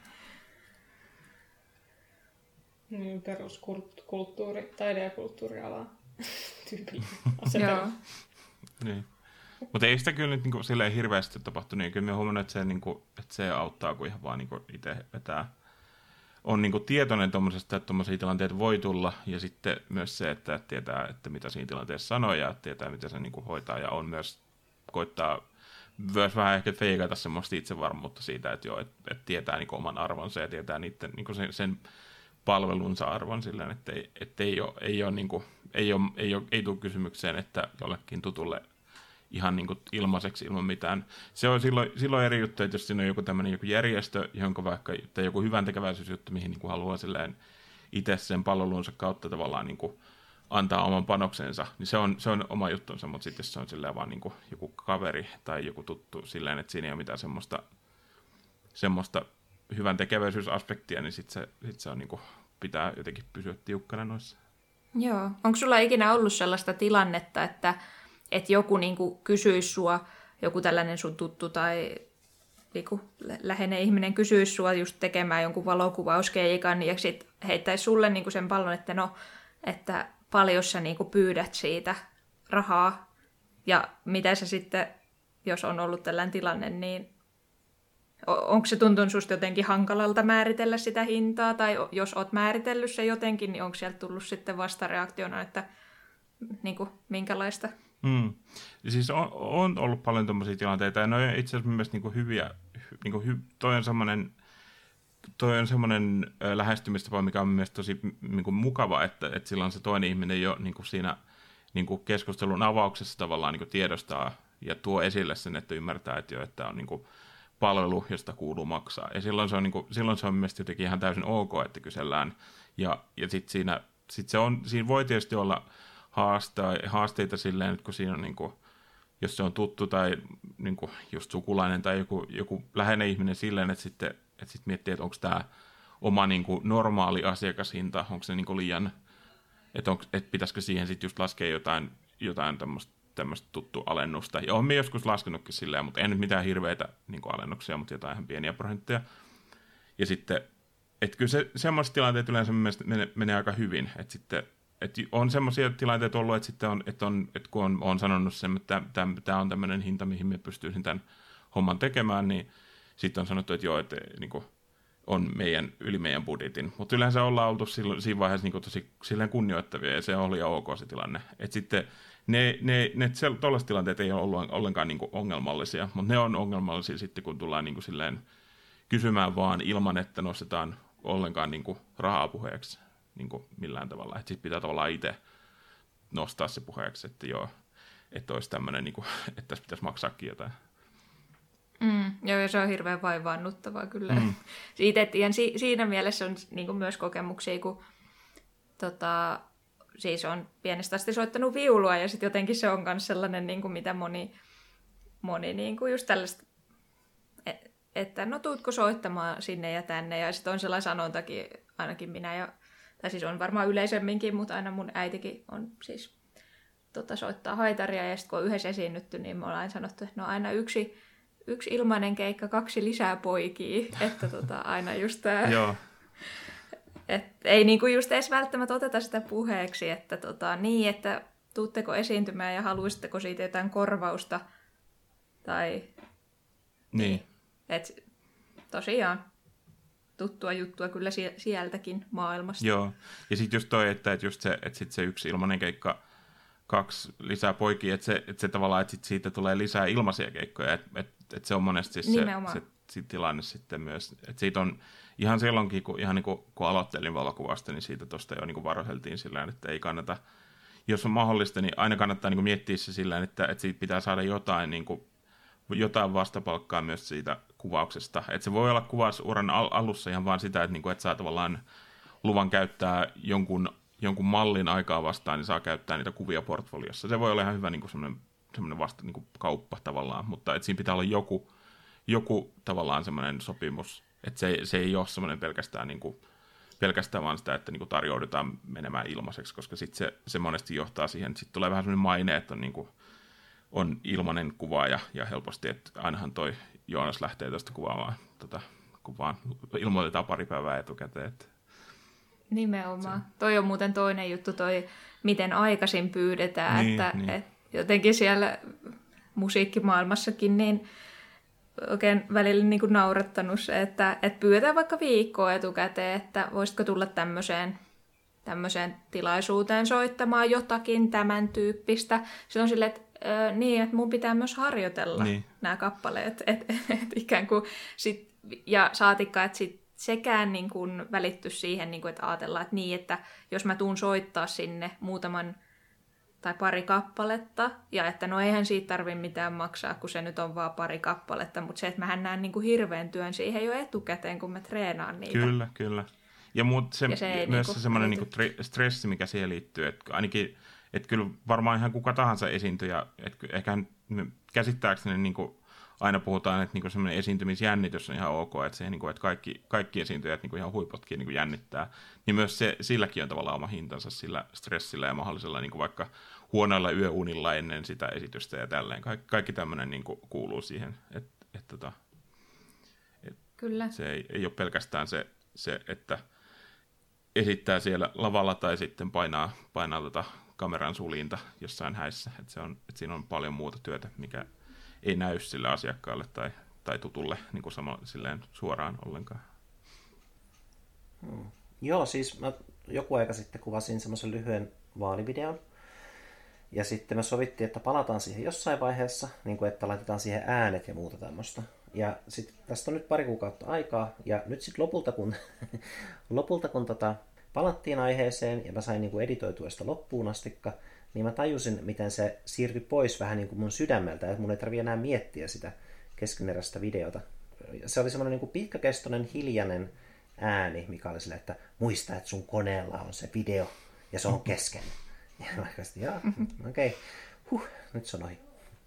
S4: Niin, peruskulttuuri, taide- ja kulttuuriala tyypillinen asetelma.
S3: Niin. Mutta ei sitä kyllä nyt niinku silleen hirveästi tapahtu, niin kyllä me huomannut, että se, niinku, että se auttaa, kun ihan vaan niinku itse vetää. On niinku tietoinen tuommoisesta, että tuommoisia tilanteita voi tulla, ja sitten myös se, että tietää, että mitä siinä tilanteessa sanoo, ja tietää, mitä se niinku hoitaa, ja on myös koittaa myös vähän ehkä feikata semmoista itsevarmuutta siitä, että, joo, että, että tietää niinku oman arvonsa, ja tietää niiden, niinku sen, sen palvelunsa arvon silleen, että ei, että ei ole, ei ole, niin kuin, ei ole, ei ole, ei tule kysymykseen, että jollekin tutulle ihan niin kuin ilmaiseksi ilman mitään. Se on silloin, silloin eri juttu, että jos siinä on joku tämmöinen joku järjestö, jonka vaikka, tai joku hyvän tekeväisyysjuttu, mihin niin kuin haluaa silleen itse sen palvelunsa kautta tavallaan niin kuin antaa oman panoksensa, niin se on, se on oma juttunsa, mutta sitten jos se on silleen vaan niin kuin joku kaveri tai joku tuttu silleen, että siinä ei ole mitään semmoista, semmoista hyvän tekeväisyysaspektia, niin sitten se, sit se on niin kuin, pitää jotenkin pysyä tiukkana noissa.
S1: Joo. Onko sulla ikinä ollut sellaista tilannetta, että, että joku niin kuin kysyisi sua, joku tällainen sun tuttu tai niin läheinen ihminen kysyisi sua just tekemään jonkun valokuvauskeikan ja sitten heittäisi sulle niin kuin sen pallon, että no, että paljon sä niin kuin pyydät siitä rahaa ja mitä sä sitten, jos on ollut tällainen tilanne, niin onko se tuntunut susta jotenkin hankalalta määritellä sitä hintaa, tai jos oot määritellyt se jotenkin, niin onko sieltä tullut sitten vastareaktiona, että niin kuin, minkälaista?
S3: Mm. Siis on, on ollut paljon tämmöisiä tilanteita, ja ne on itse asiassa mielestäni niin hyviä. Niin kuin hy, toi on semmoinen, toi on semmoinen lähestymistapa, mikä on mielestäni tosi niin kuin mukava, että, että silloin se toinen ihminen jo niin kuin siinä niin kuin keskustelun avauksessa tavallaan niin kuin tiedostaa ja tuo esille sen, että ymmärtää, että, jo, että on niin kuin palvelu, josta kuuluu maksaa. Ja silloin se on, niin kuin, silloin se on mielestäni jotenkin ihan täysin ok, että kysellään. Ja, ja sitten siinä, sit se on, siinä voi tietysti olla haasteita, haasteita silleen, että kun siinä on, niin kuin, jos se on tuttu tai niin kuin just sukulainen tai joku, joku läheinen ihminen silleen, että sitten että sit miettii, että onko tämä oma niin kuin normaali asiakashinta, onko se niin kuin liian, että, onko, että pitäisikö siihen sitten just laskea jotain, jotain tämmöistä tämmöistä tuttu alennusta. Ja olen joskus laskenutkin silleen, mutta en nyt mitään hirveitä niin kuin alennuksia, mutta jotain ihan pieniä prosentteja. Ja sitten, että kyllä se, semmoiset tilanteet yleensä menee, menee aika hyvin. Että sitten, että on semmoisia tilanteita ollut, että, sitten on, että, on, että kun on, on sanonut sen, että tämä on tämmöinen hinta, mihin me pystyisin tämän homman tekemään, niin sitten on sanottu, että joo, että niin kuin, on meidän, yli meidän budjetin. Mutta yleensä ollaan oltu silloin, siinä vaiheessa niin kuin tosi silleen kunnioittavia, ja se oli ok se tilanne. Että sitten ne, ne, ne tuollaiset tilanteet ei ole ollut ollenkaan niin kuin ongelmallisia, mutta ne on ongelmallisia sitten, kun tullaan niin kuin silleen kysymään vaan ilman, että nostetaan ollenkaan niin kuin rahaa puheeksi niin kuin millään tavalla. Että sitten pitää tavallaan itse nostaa se puheeksi, että joo, että olisi tämmöinen, niin kuin, että tässä pitäisi maksaakin jotain.
S1: Mm, joo, ja se on hirveän vaivaannuttavaa kyllä. Mm. Siitä, et, ja si, siinä mielessä on niin kuin myös kokemuksia, kun tota, siis on pienestä asti soittanut viulua, ja sitten jotenkin se on myös sellainen, niin kuin mitä moni, moni niin kuin just tällaista, että no tuutko soittamaan sinne ja tänne, ja sitten on sellainen sanontakin, ainakin minä, ja, tai siis on varmaan yleisemminkin, mutta aina mun äitikin on siis tota, soittaa haitaria, ja sitten kun on yhdessä esiinnytty, niin me ollaan sanottu, että no aina yksi, yksi ilmainen keikka, kaksi lisää poikia, että tota, aina just tämä...
S3: Joo.
S1: Et ei niinku just edes välttämättä oteta sitä puheeksi, että tota, niin, että tuutteko esiintymään ja haluaisitteko siitä jotain korvausta, tai...
S3: Niin.
S1: Et tosiaan tuttua juttua kyllä sieltäkin maailmasta.
S3: Joo, ja sitten just toi, että, että, just se, että sit se yksi ilmainen keikka, kaksi lisää poikia, että se, että se tavallaan, että sit siitä tulee lisää ilmaisia keikkoja, että, että, että se on monesti siis se, se, se tilanne sitten myös, että siitä on ihan silloinkin, kun, ihan niin kuin, kun aloittelin valokuvasta, niin siitä tuosta jo niin kuin varoiteltiin sillä tavalla, että ei kannata, jos on mahdollista, niin aina kannattaa niin kuin miettiä se sillä että, että siitä pitää saada jotain, niin kuin, jotain vastapalkkaa myös siitä kuvauksesta. Että se voi olla kuvausuran al- alussa ihan vaan sitä, että, niin kuin, että saa tavallaan luvan käyttää jonkun, jonkun mallin aikaa vastaan, niin saa käyttää niitä kuvia portfoliossa. Se voi olla ihan hyvä niin kuin semmoinen, semmoinen vasta, niin kuin kauppa tavallaan, mutta että siinä pitää olla joku, joku tavallaan semmoinen sopimus, että se, se ei ole semmoinen pelkästään, niin kuin, pelkästään vaan sitä, että niin kuin tarjoudutaan menemään ilmaiseksi, koska sitten se, se monesti johtaa siihen, että sitten tulee vähän semmoinen maine, että on, niin kuin, on ilmainen kuvaaja ja helposti, että ainahan toi Joonas lähtee tuosta kuvaamaan, tota, kun vaan ilmoitetaan pari päivää etukäteen. Että...
S1: Nimenomaan. Se... Toi on muuten toinen juttu, toi miten aikaisin pyydetään,
S3: niin,
S1: että
S3: niin.
S1: Et jotenkin siellä musiikkimaailmassakin niin oikein välillä niin kuin naurattanut se, että, että pyydetään vaikka viikkoa etukäteen, että voisitko tulla tämmöiseen, tämmöiseen tilaisuuteen soittamaan jotakin tämän tyyppistä. Se on silleen, että ö, niin, että mun pitää myös harjoitella niin. nämä kappaleet. Et, et, et ikään kuin sit, ja saatikka, että sit sekään niin kuin välitty siihen, niin kuin, että ajatellaan, että niin, että jos mä tuun soittaa sinne muutaman tai pari kappaletta, ja että no eihän siitä tarvitse mitään maksaa, kun se nyt on vaan pari kappaletta, mutta se, että mähän näen niin kuin hirveän työn siihen jo etukäteen, kun mä treenaan niitä.
S3: Kyllä, kyllä. Ja, mut se,
S1: ja se ei
S3: myös
S1: niinku
S3: se semmoinen
S1: liity.
S3: niinku stressi, mikä siihen liittyy, että ainakin, että kyllä varmaan ihan kuka tahansa esiintyjä, että ehkä käsittääkseni niinku aina puhutaan, että niinku semmoinen esiintymisjännitys on ihan ok, että, se, niinku, että kaikki, kaikki esiintyjät niinku ihan huiputkin niinku jännittää, niin myös se, silläkin on tavallaan oma hintansa sillä stressillä ja mahdollisella niinku vaikka huonoilla yöunilla ennen sitä esitystä ja tälleen. Kaik, kaikki tämmöinen niinku kuuluu siihen, että et, tota, et
S1: Kyllä.
S3: se ei, ei ole pelkästään se, se, että esittää siellä lavalla tai sitten painaa, painaa tota kameran sulinta jossain häissä, että, se on, että siinä on paljon muuta työtä, mikä ei näy sille asiakkaalle tai, tai tutulle niin kuin sama, silleen suoraan ollenkaan.
S2: Hmm. Joo, siis mä joku aika sitten kuvasin semmoisen lyhyen vaalivideon. Ja sitten me sovittiin, että palataan siihen jossain vaiheessa, niin kuin että laitetaan siihen äänet ja muuta tämmöistä. Ja sitten tästä on nyt pari kuukautta aikaa. Ja nyt sitten lopulta, kun, lopulta, kun tota, palattiin aiheeseen ja mä sain niin kuin editoitua sitä loppuun astikka, niin mä tajusin, miten se siirtyi pois vähän niin kuin mun sydämeltä, että mun ei tarvitse enää miettiä sitä keskeneräistä videota. Se oli semmoinen niin kuin pitkäkestoinen, hiljainen ääni, mikä oli silleen, että muista, että sun koneella on se video ja se on kesken. Ja mä käsitin, jaa, okei, okay. huh, nyt se on ohi.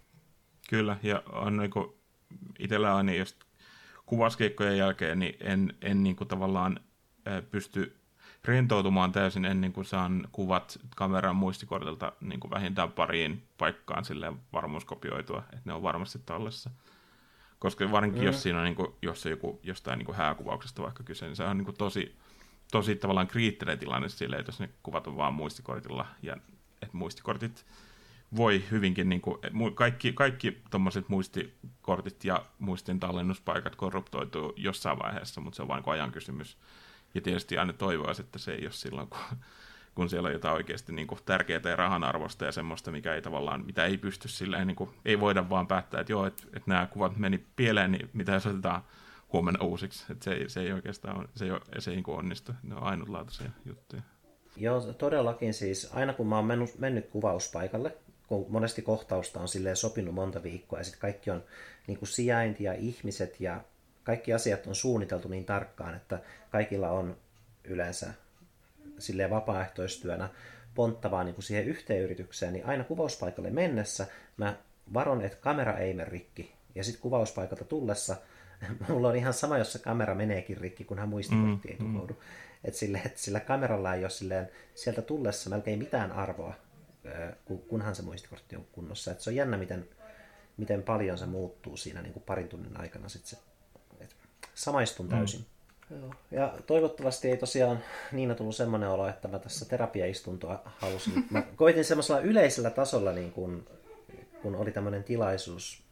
S3: Kyllä, ja on niin kuin itsellä on, niin just kuvauskeikkojen jälkeen, niin en, en niin kuin tavallaan pysty rentoutumaan täysin ennen kuin saan kuvat kameran muistikortilta niin kuin vähintään pariin paikkaan silleen varmuuskopioitua, että ne on varmasti tallessa. Koska varsinkin mm. jos siinä on, niin kuin, jos on joku, jostain niin kuin hääkuvauksesta vaikka kyse, niin se on niin kuin tosi, tosi tavallaan kriittinen tilanne silleen, että jos ne kuvat on vaan muistikortilla, ja että muistikortit voi hyvinkin, niin kuin, kaikki, kaikki tommoset muistikortit ja muistin tallennuspaikat korruptoituu jossain vaiheessa, mutta se on vain ajan kysymys. Ja tietysti aina toivoisi, että se ei ole silloin, kun, kun siellä on jotain oikeasti niin kuin tärkeää ja rahanarvosta ja semmoista, mikä ei tavallaan, mitä ei pysty silleen, niin kuin, ei voida vaan päättää, että joo, että, että nämä kuvat meni pieleen, niin mitä jos otetaan huomenna uusiksi. Että se, se ei oikeastaan se ei, se ei niin kuin onnistu. Ne on ainutlaatuisia juttuja.
S2: Joo, todellakin siis. Aina kun mä oon mennyt, mennyt kuvauspaikalle, kun monesti kohtausta on silleen sopinut monta viikkoa ja sitten kaikki on niin kuin sijainti ja ihmiset ja kaikki asiat on suunniteltu niin tarkkaan, että kaikilla on yleensä silleen vapaaehtoistyönä ponttavaa niin kuin siihen yhteen yritykseen, niin aina kuvauspaikalle mennessä mä varon, että kamera ei mene rikki. Ja sitten kuvauspaikalta tullessa, mulla on ihan sama, jos se kamera meneekin rikki, kunhan muistikortti ei tuhoudu. Mm, mm. Että sille, et sillä kameralla ei ole silleen, sieltä tullessa melkein mitään arvoa, kunhan se muistikortti on kunnossa. Et se on jännä, miten, miten paljon se muuttuu siinä niin kuin parin tunnin aikana. Sit se, et samaistun täysin. Mm. Joo. Ja toivottavasti ei tosiaan Niina tullut semmoinen olo, että mä tässä terapiaistuntoa halusin. Mä koitin semmoisella yleisellä tasolla, niin kun, kun oli tämmöinen tilaisuus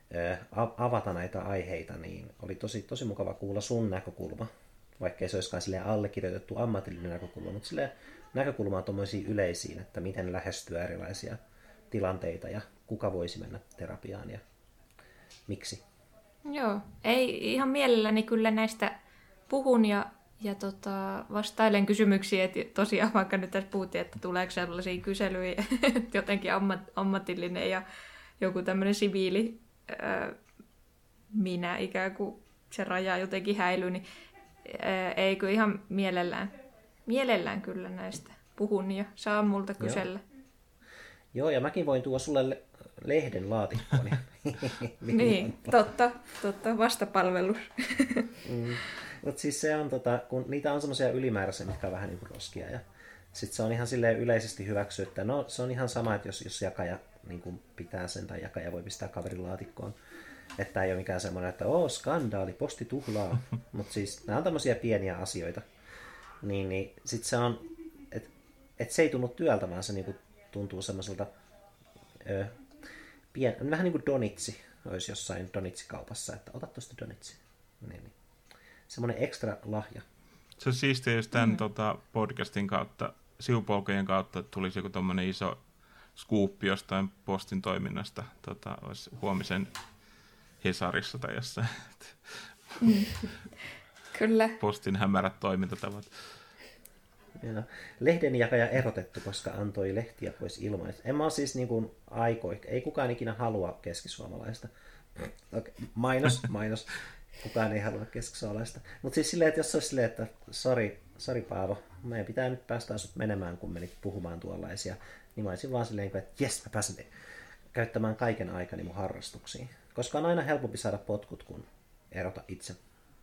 S2: avata näitä aiheita, niin oli tosi, tosi mukava kuulla sun näkökulma. Vaikka ei se olisikaan silleen allekirjoitettu ammatillinen näkökulma, mutta silleen näkökulma on tuommoisiin yleisiin, että miten lähestyä erilaisia tilanteita ja kuka voisi mennä terapiaan ja miksi.
S1: Joo, ei ihan mielelläni kyllä näistä puhun ja, ja tota, vastailen kysymyksiä, että tosiaan vaikka nyt tässä puhuttiin, että tuleeko sellaisia kyselyjä, että jotenkin ammat, ammatillinen ja joku tämmöinen siviili ää, minä ikään kuin se raja jotenkin häilyy, niin ää, ei kyllä ihan mielellään, mielellään kyllä näistä puhun ja saa multa kysellä.
S2: Joo, Joo ja mäkin voin tuoda sulle lehden laatikkoon.
S1: Niin, totta, totta, vastapalvelus.
S2: mm. Mutta siis se on, tota, kun niitä on semmoisia ylimääräisiä, mitkä on vähän niin kuin roskia. Ja sitten se on ihan silleen yleisesti hyväksy, että no se on ihan sama, että jos, jos jakaja niin kuin pitää sen tai jakaja voi pistää kaverin laatikkoon. Että ei ole mikään semmoinen, että oo skandaali, posti tuhlaa. Mutta siis nämä on tämmöisiä pieniä asioita. Niin, niin sitten se on, että et se ei tunnu työltä, vaan se niinku tuntuu semmoiselta ö, pien, vähän niin kuin donitsi olisi jossain donitsikaupassa, että ota tuosta donitsi. Niin, niin. Semmoinen ekstra lahja.
S3: Se on siistiä, jos tämän mm. tota, podcastin kautta, sivupolkujen kautta tulisi joku tommoinen iso skuuppi jostain postin toiminnasta. Tota, olisi huomisen Hesarissa tai jossain.
S1: Mm. Kyllä.
S3: Postin hämärät toimintatavat.
S2: Ja lehdenjakaja erotettu, koska antoi lehtiä pois ilmaiseksi. En mä ole siis niin kuin aikoi. Ei kukaan ikinä halua keskisuomalaista. Okay. Mainos, mainos. Kukaan ei halua keskisuolaista. Mutta siis silleen, että jos olisi silleen, että sori, sori Paavo, meidän pitää nyt päästä asut menemään, kun menit puhumaan tuollaisia, niin mä olisin vaan silleen, että jes, mä pääsen käyttämään kaiken aikani mun harrastuksiin. Koska on aina helpompi saada potkut, kuin erota itse.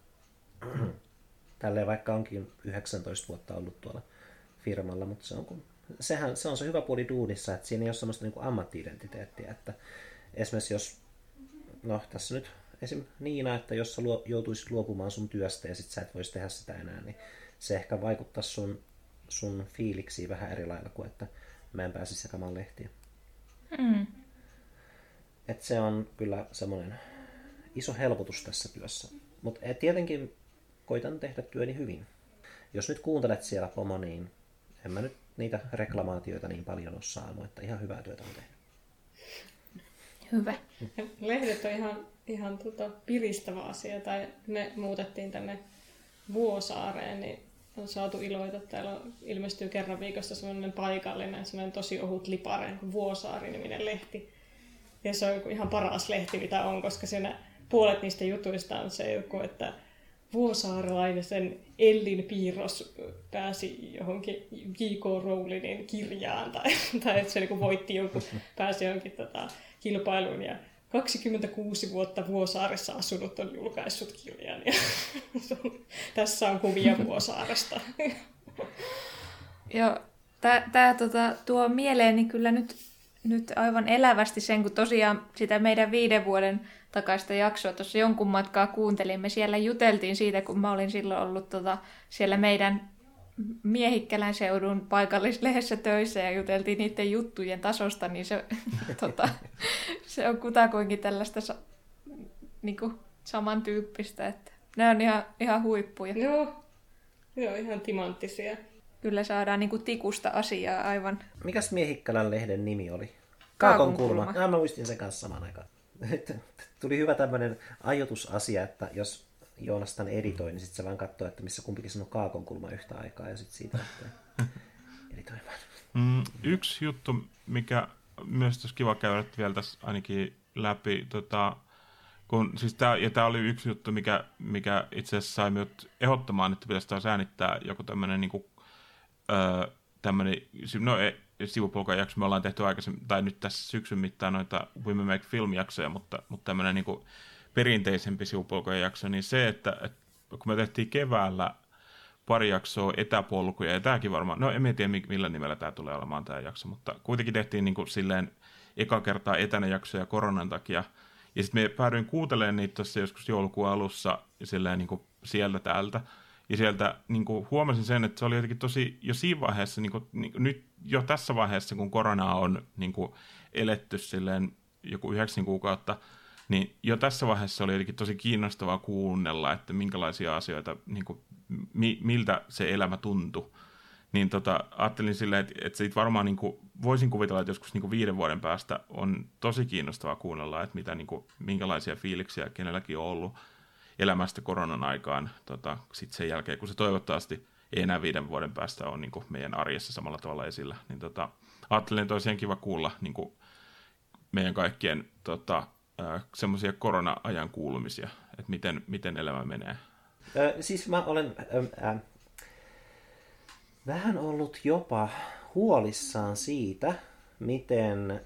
S2: Tälleen vaikka onkin yhdeksäntoista vuotta ollut tuolla firmalla, mutta se on, kun, sehän, se on se hyvä puoli duunissa, että siinä ei ole semmoista niin kuin ammatti-identiteettiä, että esimerkiksi jos, no tässä nyt esim. Niina, että jos sä luo, joutuisit luopumaan sun työstä ja sit sä et voisi tehdä sitä enää, niin se ehkä vaikuttaisi sun, sun fiiliksiin vähän eri lailla kuin, että mä en pääsisi jakamaan lehtiä.
S1: Mm.
S2: Et se on kyllä semmoinen iso helpotus tässä työssä. Mutta tietenkin koitan tehdä työni hyvin. Jos nyt kuuntelet siellä, pomo, niin en mä nyt niitä reklamaatioita niin paljon ole saanut, että ihan hyvää työtä on tehnyt.
S1: Hyvä.
S4: Lehdet on ihan, ihan tota piristävä asia. Tai me muutettiin tänne Vuosaareen, niin on saatu iloita. Täällä on, ilmestyy kerran viikossa semmoinen paikallinen, semmoinen tosi ohut lipare, Vuosaari-niminen lehti. Ja se on ihan paras lehti, mitä on, koska siinä puolet niistä jutuista on se joku, että vuosaarelainen Ellin piirros pääsi johonkin J K. Rowlingin kirjaan, tai, tai että se niin voitti jonkun, pääsi johonkin tota, kilpailuun, ja kaksikymmentäkuusi vuotta Vuosaaressa asunut on julkaissut kirjan, ja tässä on kuvia Vuosaaresta.
S1: Joo, tämä tota, tuo mieleeni kyllä nyt, nyt aivan elävästi sen, kun tosiaan sitä meidän viiden vuoden takaista jaksoa tuossa jonkun matkaa kuuntelimme. Siellä juteltiin siitä, kun mä olin silloin ollut tota, siellä meidän Miehikkälän seudun paikallislehdessä töissä ja juteltiin niiden juttujen tasosta, niin se, tota, se on kutakuinkin tällaista sa, niinku, samantyyppistä, että ne on ihan, ihan huippuja.
S4: Joo, joo, ihan timanttisia.
S1: Kyllä saadaan niinku tikusta asiaa aivan.
S2: Mikäs Miehikkälän lehden nimi oli?
S1: Kaakon
S2: Kaakonkulma.
S1: kulma.
S2: Ja, mä muistin sen kanssa samaan aikaan. Tuli hyvä tämmöinen ajoitusasia, että jos Joonas tän editoi, niin sitten se vaan katsoo, että missä kumpikin sanoo Kaakonkulma yhtä aikaa ja sitten siitä lähtee editoimaan.
S3: Mm, yksi juttu, mikä myös olisi kiva käydä vielä tässä ainakin läpi, tota, kun, siis tää, ja tämä oli yksi juttu, mikä, mikä itse asiassa sai minut ehdottamaan, että pitäisi taas äänittää joku tämmöinen niin kuin, öö, tämmöinen, no ei, sivupolkan jakso me ollaan tehty aikaisemmin, tai nyt tässä syksyn mittaan noita Women Make Film-jaksoja, mutta, mutta tämmöinen niin kuin perinteisempi sivupolkan jakso, niin se, että, että kun me tehtiin keväällä pari jaksoa etäpolkuja, ja tämäkin varmaan, no en tiedä millä nimellä tämä tulee olemaan tämä jakso, mutta kuitenkin tehtiin niin kuin silleen eka kertaa etänä jaksoja koronan takia, ja sitten me päädyin kuuntelemaan niitä tuossa joskus joulukuun alussa, silleen niin kuin sieltä täältä, ja sieltä niin kuin huomasin sen, että se oli jotenkin tosi, jo siinä vaiheessa, niin kuin, niin, nyt jo tässä vaiheessa, kun koronaa on niin kuin eletty silleen joku yhdeksän kuukautta, niin jo tässä vaiheessa oli jotenkin tosi kiinnostavaa kuunnella, että minkälaisia asioita, niin kuin, mi, miltä se elämä tuntui. Niin tota, ajattelin silleen, että, että siitä varmaan niin kuin, voisin kuvitella, että joskus niin kuin viiden vuoden päästä on tosi kiinnostavaa kuunnella, että mitä, niin kuin, minkälaisia fiiliksiä kenelläkin on ollut elämästä koronan aikaan tota, sitten sen jälkeen, kun se toivottavasti ei enää viiden vuoden päästä ole niin kuin meidän arjessa samalla tavalla esillä. Niin tota, ajattelin, että olisi kiva kuulla niin kuin meidän kaikkien tota, semmoisia korona-ajan kuulumisia, että miten, miten elämä menee.
S2: Ö, siis mä olen äh, äh, vähän ollut jopa huolissaan siitä, miten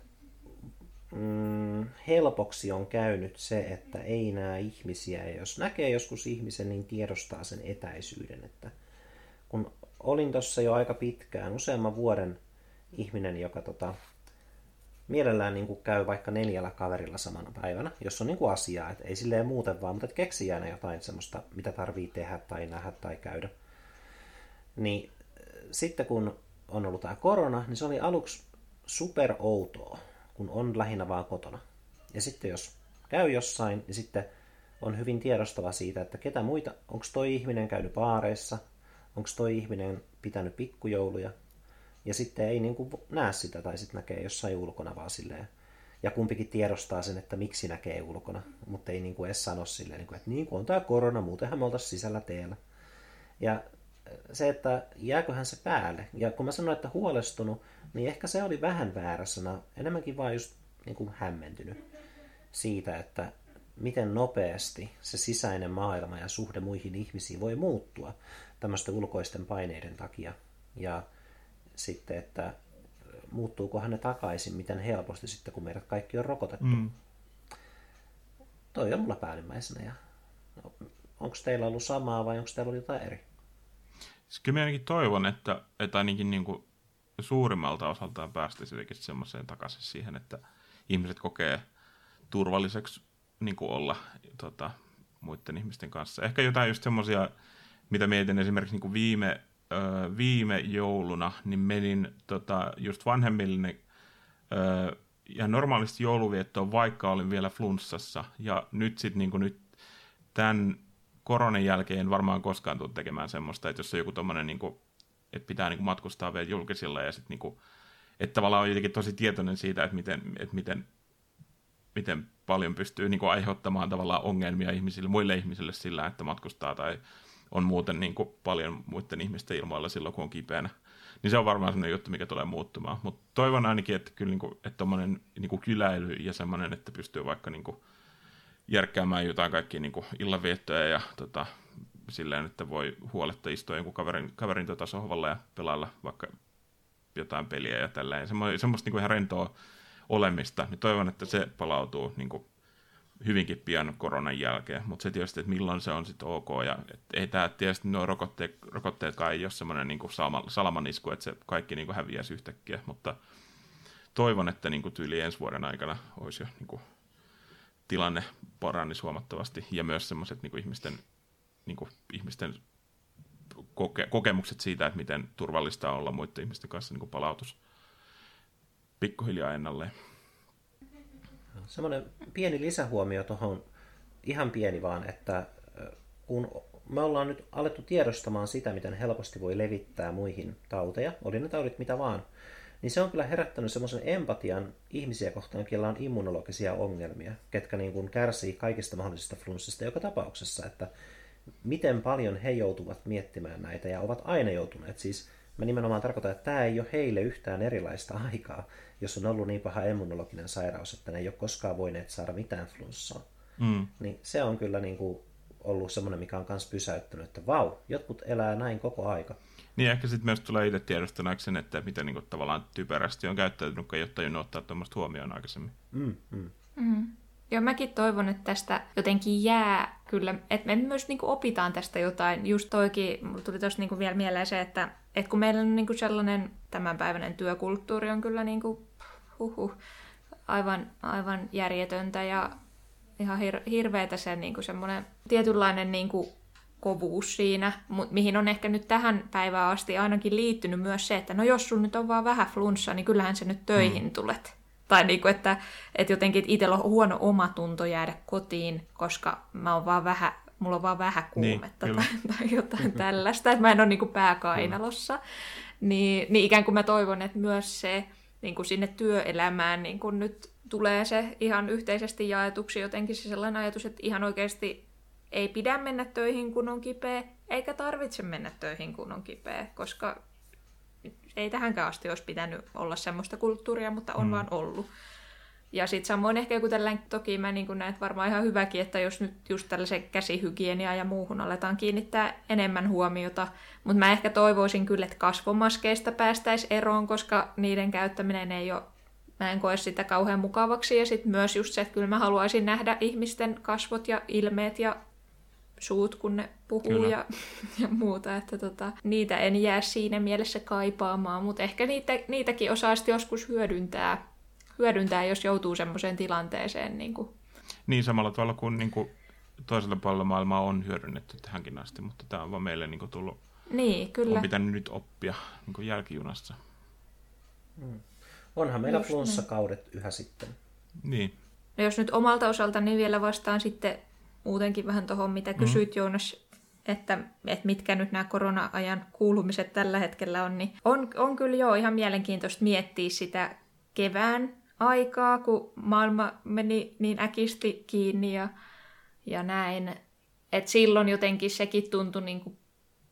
S2: mm, helpoksi on käynyt se, että ei näe ihmisiä. Ja jos näkee joskus ihmisen, niin tiedostaa sen etäisyyden. Että kun olin tuossa jo aika pitkään, useamman vuoden ihminen, joka tota, mielellään niin kuin käy vaikka neljällä kaverilla samana päivänä, jos on niin kuin asiaa, että ei silleen muuten vaan, mutta että keksii aina jotain semmoista, mitä tarvii tehdä tai nähdä tai käydä. Niin sitten kun on ollut tämä korona, niin se oli aluksi super outoa, kun on lähinnä vaan kotona. Ja sitten jos käy jossain, niin sitten on hyvin tiedostava siitä, että ketä muita, onko toi ihminen käynyt baareissa, onko toi ihminen pitänyt pikkujouluja, ja sitten ei niin kuin näe sitä, tai sitten näkee jossain ulkona vaan silleen. Ja kumpikin tiedostaa sen, että miksi näkee ulkona, mutta ei niin kuin edes sano silleen, että niin kuin on tämä korona, muutenhan me oltaisiin sisällä teellä. Ja se, että jääköhän se päälle. Ja kun mä sanoin, että huolestunut, niin ehkä se oli vähän väärä sana. Enemmänkin vaan just niin kuin hämmentynyt siitä, että miten nopeasti se sisäinen maailma ja suhde muihin ihmisiin voi muuttua tämmöisten ulkoisten paineiden takia. Ja sitten, että muuttuukohan ne takaisin, miten helposti sitten, kun meidät kaikki on rokotettu. Mm. Toi on mulla päällimmäisenä. Ja onko teillä ollut samaa vai onko teillä ollut jotain eri?
S3: Kyllä minä ainakin toivon, että, että ainakin niin kuin suurimmalta osaltaan päästäisiin semmoiseen takaisin siihen, että ihmiset kokee turvalliseksi niin kuin olla tota, muiden ihmisten kanssa. Ehkä jotain just semmoisia, mitä mietin esimerkiksi niin kuin viime, ö, viime jouluna, niin menin tota, just vanhemmille ö, ja normaalisti jouluviettoon, vaikka olin vielä flunssassa. Ja nyt sitten niin kuin nyt tämän koronan jälkeen en varmaan koskaan tule tekemään semmoista, että jos on joku tommoinen, niin kuin, että pitää niin kuin matkustaa vielä julkisilla ja sitten niin kuin, että tavallaan on jotenkin tosi tietoinen siitä, että miten, että miten, miten paljon pystyy niin kuin aiheuttamaan tavallaan ongelmia ihmisille, muille ihmisille sillä, että matkustaa tai on muuten niin kuin paljon muiden ihmisten ilmoilla silloin, kun on kipeänä. Niin se on varmaan sellainen juttu, mikä tulee muuttumaan. Mutta toivon ainakin, että kyllä niin kuin, että tommoinen niin kuin kyläily ja semmoinen, että pystyy vaikka niin kuin järkkäämään jotain kaikkia niin kuin illanviettoja ja tota, silleen, että voi huoletta istua jonkun kaverin, kaverin tota sohvalla ja pelailla vaikka jotain peliä ja tälleen. Semmo, semmoista niin kuin ihan rentoa olemista, niin toivon, että se palautuu niin kuin hyvinkin pian koronan jälkeen, mutta se tietysti, että milloin se on sitten ok, ja et ei tämä tietysti nuo rokotteet, rokotteetkaan ei ole semmoinen niin kuin salamanisku, että se kaikki niin kuin häviäisi yhtäkkiä, mutta toivon, että niin kuin tyyli ensi vuoden aikana olisi jo niin kuin tilanne parannisi huomattavasti, ja myös semmoiset niin kuin ihmisten, niin kuin ihmisten koke- kokemukset siitä, että miten turvallista on olla muiden ihmisten kanssa, niin kuin palautus pikkuhiljaa ennalleen.
S2: Semmoinen pieni lisähuomio tuohon, ihan pieni vaan, että kun me ollaan nyt alettu tiedostamaan sitä, miten helposti voi levittää muihin tauteja, oli ne taudit mitä vaan, niin se on kyllä herättänyt semmoisen empatian ihmisiä kohtaan, joilla on immunologisia ongelmia, ketkä niin kuin kärsii kaikista mahdollisista flunssista joka tapauksessa, että miten paljon he joutuvat miettimään näitä ja ovat aina joutuneet. Siis mä nimenomaan tarkoitan, että tämä ei ole heille yhtään erilaista aikaa, jos on ollut niin paha immunologinen sairaus, että ne ei ole koskaan voineet saada mitään flunssaa. Mm. Niin se on kyllä niin kuin ollut semmoinen, mikä on myös pysäyttänyt, että vau, jotkut elää näin koko aika.
S3: Niin ehkä sitten myös tulee itse tiedostuneeksi sen, että miten niin kuin tavallaan typerästi on käyttäytynyt, kun ei ole tajunnut ottaa tuommoista huomioon aikaisemmin.
S2: Mm, mm.
S1: Mm. Joo, mäkin toivon, että tästä jotenkin jää kyllä, että me myös niin kuin opitaan tästä jotain. Just toikin, mulla tuli tuossa niin kuin vielä mieleen se, että, että kun meillä on niin kuin sellainen tämänpäiväinen työkulttuuri on kyllä niin kuin, huhuh, aivan, aivan järjetöntä ja ihan hir- hirveätä se niin kuin semmoinen tietynlainen niin kuin kovuus siinä, mutta mihin on ehkä nyt tähän päivään asti ainakin liittynyt myös se, että no jos sun nyt on vaan vähän flunssa, niin kyllähän se nyt töihin mm. tulet. Tai niin kuin, että, että jotenkin että itsellä on huono omatunto jäädä kotiin, koska mä oon vaan vähän, mulla on vaan vähän kuumetta niin, tai, tai jotain tällaista, että mä en ole niin kuin pääkainalossa. Niin, niin ikään kuin mä toivon, että myös se niin kuin sinne työelämään niin kuin nyt tulee se ihan yhteisesti jaetuksi jotenkin se sellainen ajatus, että ihan oikeasti ei pidä mennä töihin, kun on kipeä, eikä tarvitse mennä töihin, kun on kipeä, koska ei tähänkään asti olisi pitänyt olla semmoista kulttuuria, mutta on mm. vaan ollut. Ja sitten samoin ehkä joku tällainen, toki mä niin näen, että varmaan ihan hyväkin, että jos nyt just tällaisen käsihygieniaan ja muuhun aletaan kiinnittää enemmän huomiota, mutta mä ehkä toivoisin kyllä, että kasvomaskeista päästäisiin eroon, koska niiden käyttäminen ei ole, mä en koe sitä kauhean mukavaksi, ja sitten myös just se, että kyllä mä haluaisin nähdä ihmisten kasvot ja ilmeet ja suut, kun ne puhuu ja, ja muuta, että tota, niitä en jää siinä mielessä kaipaamaan, mutta ehkä niitä, niitäkin osaisi joskus hyödyntää, hyödyntää, jos joutuu semmoiseen tilanteeseen. Niin, kuin.
S3: Niin samalla tavalla kuin, niin kuin toisella puolella maailmaa on hyödynnetty tähänkin asti, mutta tämä on vaan meille niin kuin tullut,
S1: niin, kyllä.
S3: On pitänyt nyt oppia niin kuin jälkijunassa.
S2: Mm. Onhan meillä flunssakaudet yhä sitten.
S3: Niin.
S1: No jos nyt omalta osaltani vielä vastaan sitten muutenkin vähän tuohon, mitä kysyit, mm-hmm. Joonas, että, että mitkä nyt nämä korona-ajan kuulumiset tällä hetkellä on, niin on, on kyllä jo ihan mielenkiintoista miettiä sitä kevään aikaa, kun maailma meni niin äkisti kiinni ja, ja näin. Että silloin jotenkin sekin tuntui, niin kuin,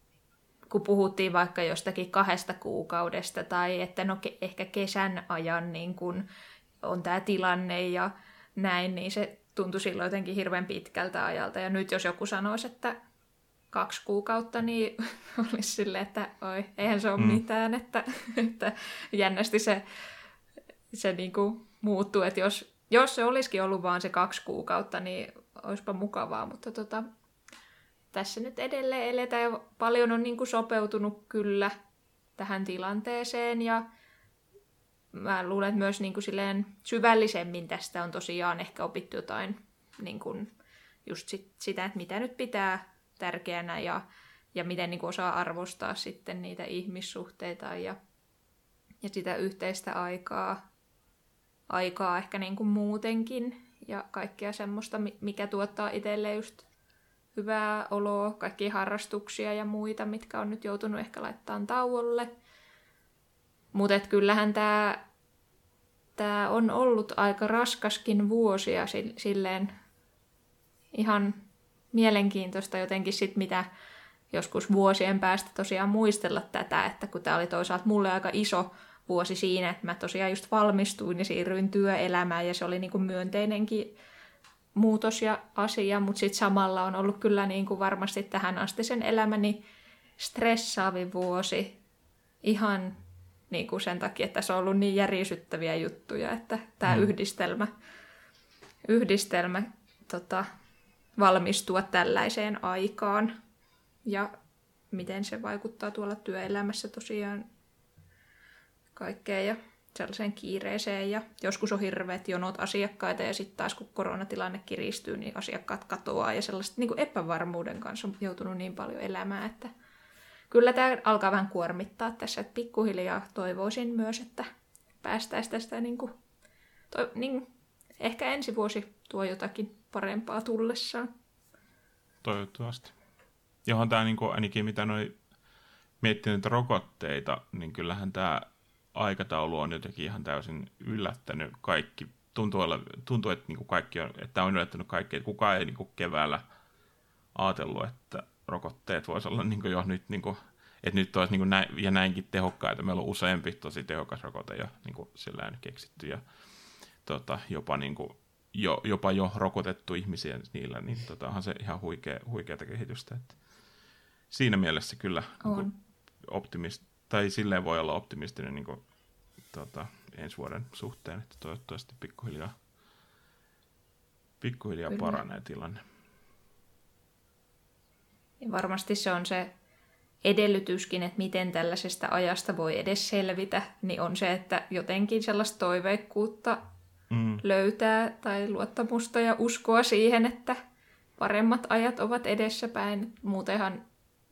S1: kun puhuttiin vaikka jostakin kahdesta kuukaudesta, tai että no ke, ehkä kesän ajan niin kun on tämä tilanne ja näin, niin se tuntui silloin jotenkin hirveän pitkältä ajalta. Ja nyt jos joku sanoisi, että kaksi kuukautta, niin olisi silleen, että oi, eihän se ole mm. mitään. Että, että jännästi se, se niin kuin muuttuu. Että jos, jos se olisikin ollut vaan se kaksi kuukautta, niin olisipa mukavaa. Mutta tota, tässä nyt edelleen eletään ja paljon on niin kuin sopeutunut kyllä tähän tilanteeseen. Ja mä luulen, että myös niin kuin silleen syvällisemmin tästä on tosiaan ehkä opittu jotain niin kuin just sit, sitä, että mitä nyt pitää tärkeänä ja, ja miten niin kuin osaa arvostaa sitten niitä ihmissuhteita ja, ja sitä yhteistä aikaa, aikaa ehkä niin kuin muutenkin ja kaikkea semmoista, mikä tuottaa itselle just hyvää oloa, kaikkia harrastuksia ja muita, mitkä on nyt joutunut ehkä laittamaan tauolle. Mutta kyllähän tämä tää on ollut aika raskaskin vuosia silleen ihan mielenkiintoista jotenkin sit, mitä joskus vuosien päästä tosiaan muistella tätä, että kun tämä oli toisaalta mulle aika iso vuosi siinä, että mä tosiaan just valmistuin ja siirryin työelämään ja se oli niinku myönteinenkin muutos ja asia, mutta sitten samalla on ollut kyllä niinku varmasti tähän asti sen elämäni stressaavin vuosi ihan niinku sen takia, että tässä on ollut niin järisyttäviä juttuja, että tämä mm. yhdistelmä, yhdistelmä tota, valmistua tällaiseen aikaan ja miten se vaikuttaa tuolla työelämässä tosiaan kaikkeen ja sellaiseen kiireeseen ja joskus on hirveät jonot asiakkaita ja sitten taas kun koronatilanne kiristyy, niin asiakkaat katoaa ja sellaista niin kuin epävarmuuden kanssa on joutunut niin paljon elämään, että kyllä tämä alkaa vähän kuormittaa tässä, että pikkuhiljaa toivoisin myös, että päästäisiin tästä niin kuin, to, niin, ehkä ensi vuosi tuo jotakin parempaa tullessaan.
S3: Toivottavasti. Johon tämä niin kuin, ainakin mitä noi miettinyt rokotteita, niin kyllähän tämä aikataulu on jotenkin ihan täysin yllättänyt kaikki. Tuntuu, tuntuu että niin kuin kaikki on, että on yllättänyt kaikki, että kukaan ei niin kuin keväällä ajatellut, että rokotteet voisi olla niin kuin jo nyt, niin kuin, että nyt olisi niin kuin näin, ja näinkin tehokkaita. Meillä on useampi tosi tehokas rokote jo niin kuin sillä keksitty ja tota, jopa, niin kuin, jo, jopa jo rokotettu ihmisiä niillä, niin tota, onhan se ihan huikea, huikeata kehitystä. Että siinä mielessä kyllä niin optimist, tai silleen voi olla optimistinen niin kuin, tota, ensi vuoden suhteen, että toivottavasti pikkuhiljaa, pikkuhiljaa paranee tilanne.
S1: Ja varmasti se on se edellytyskin, että miten tällaisesta ajasta voi edes selvitä, niin on se, että jotenkin sellaista toiveikkuutta mm. löytää tai luottamusta ja uskoa siihen, että paremmat ajat ovat edessäpäin. Muutenhan,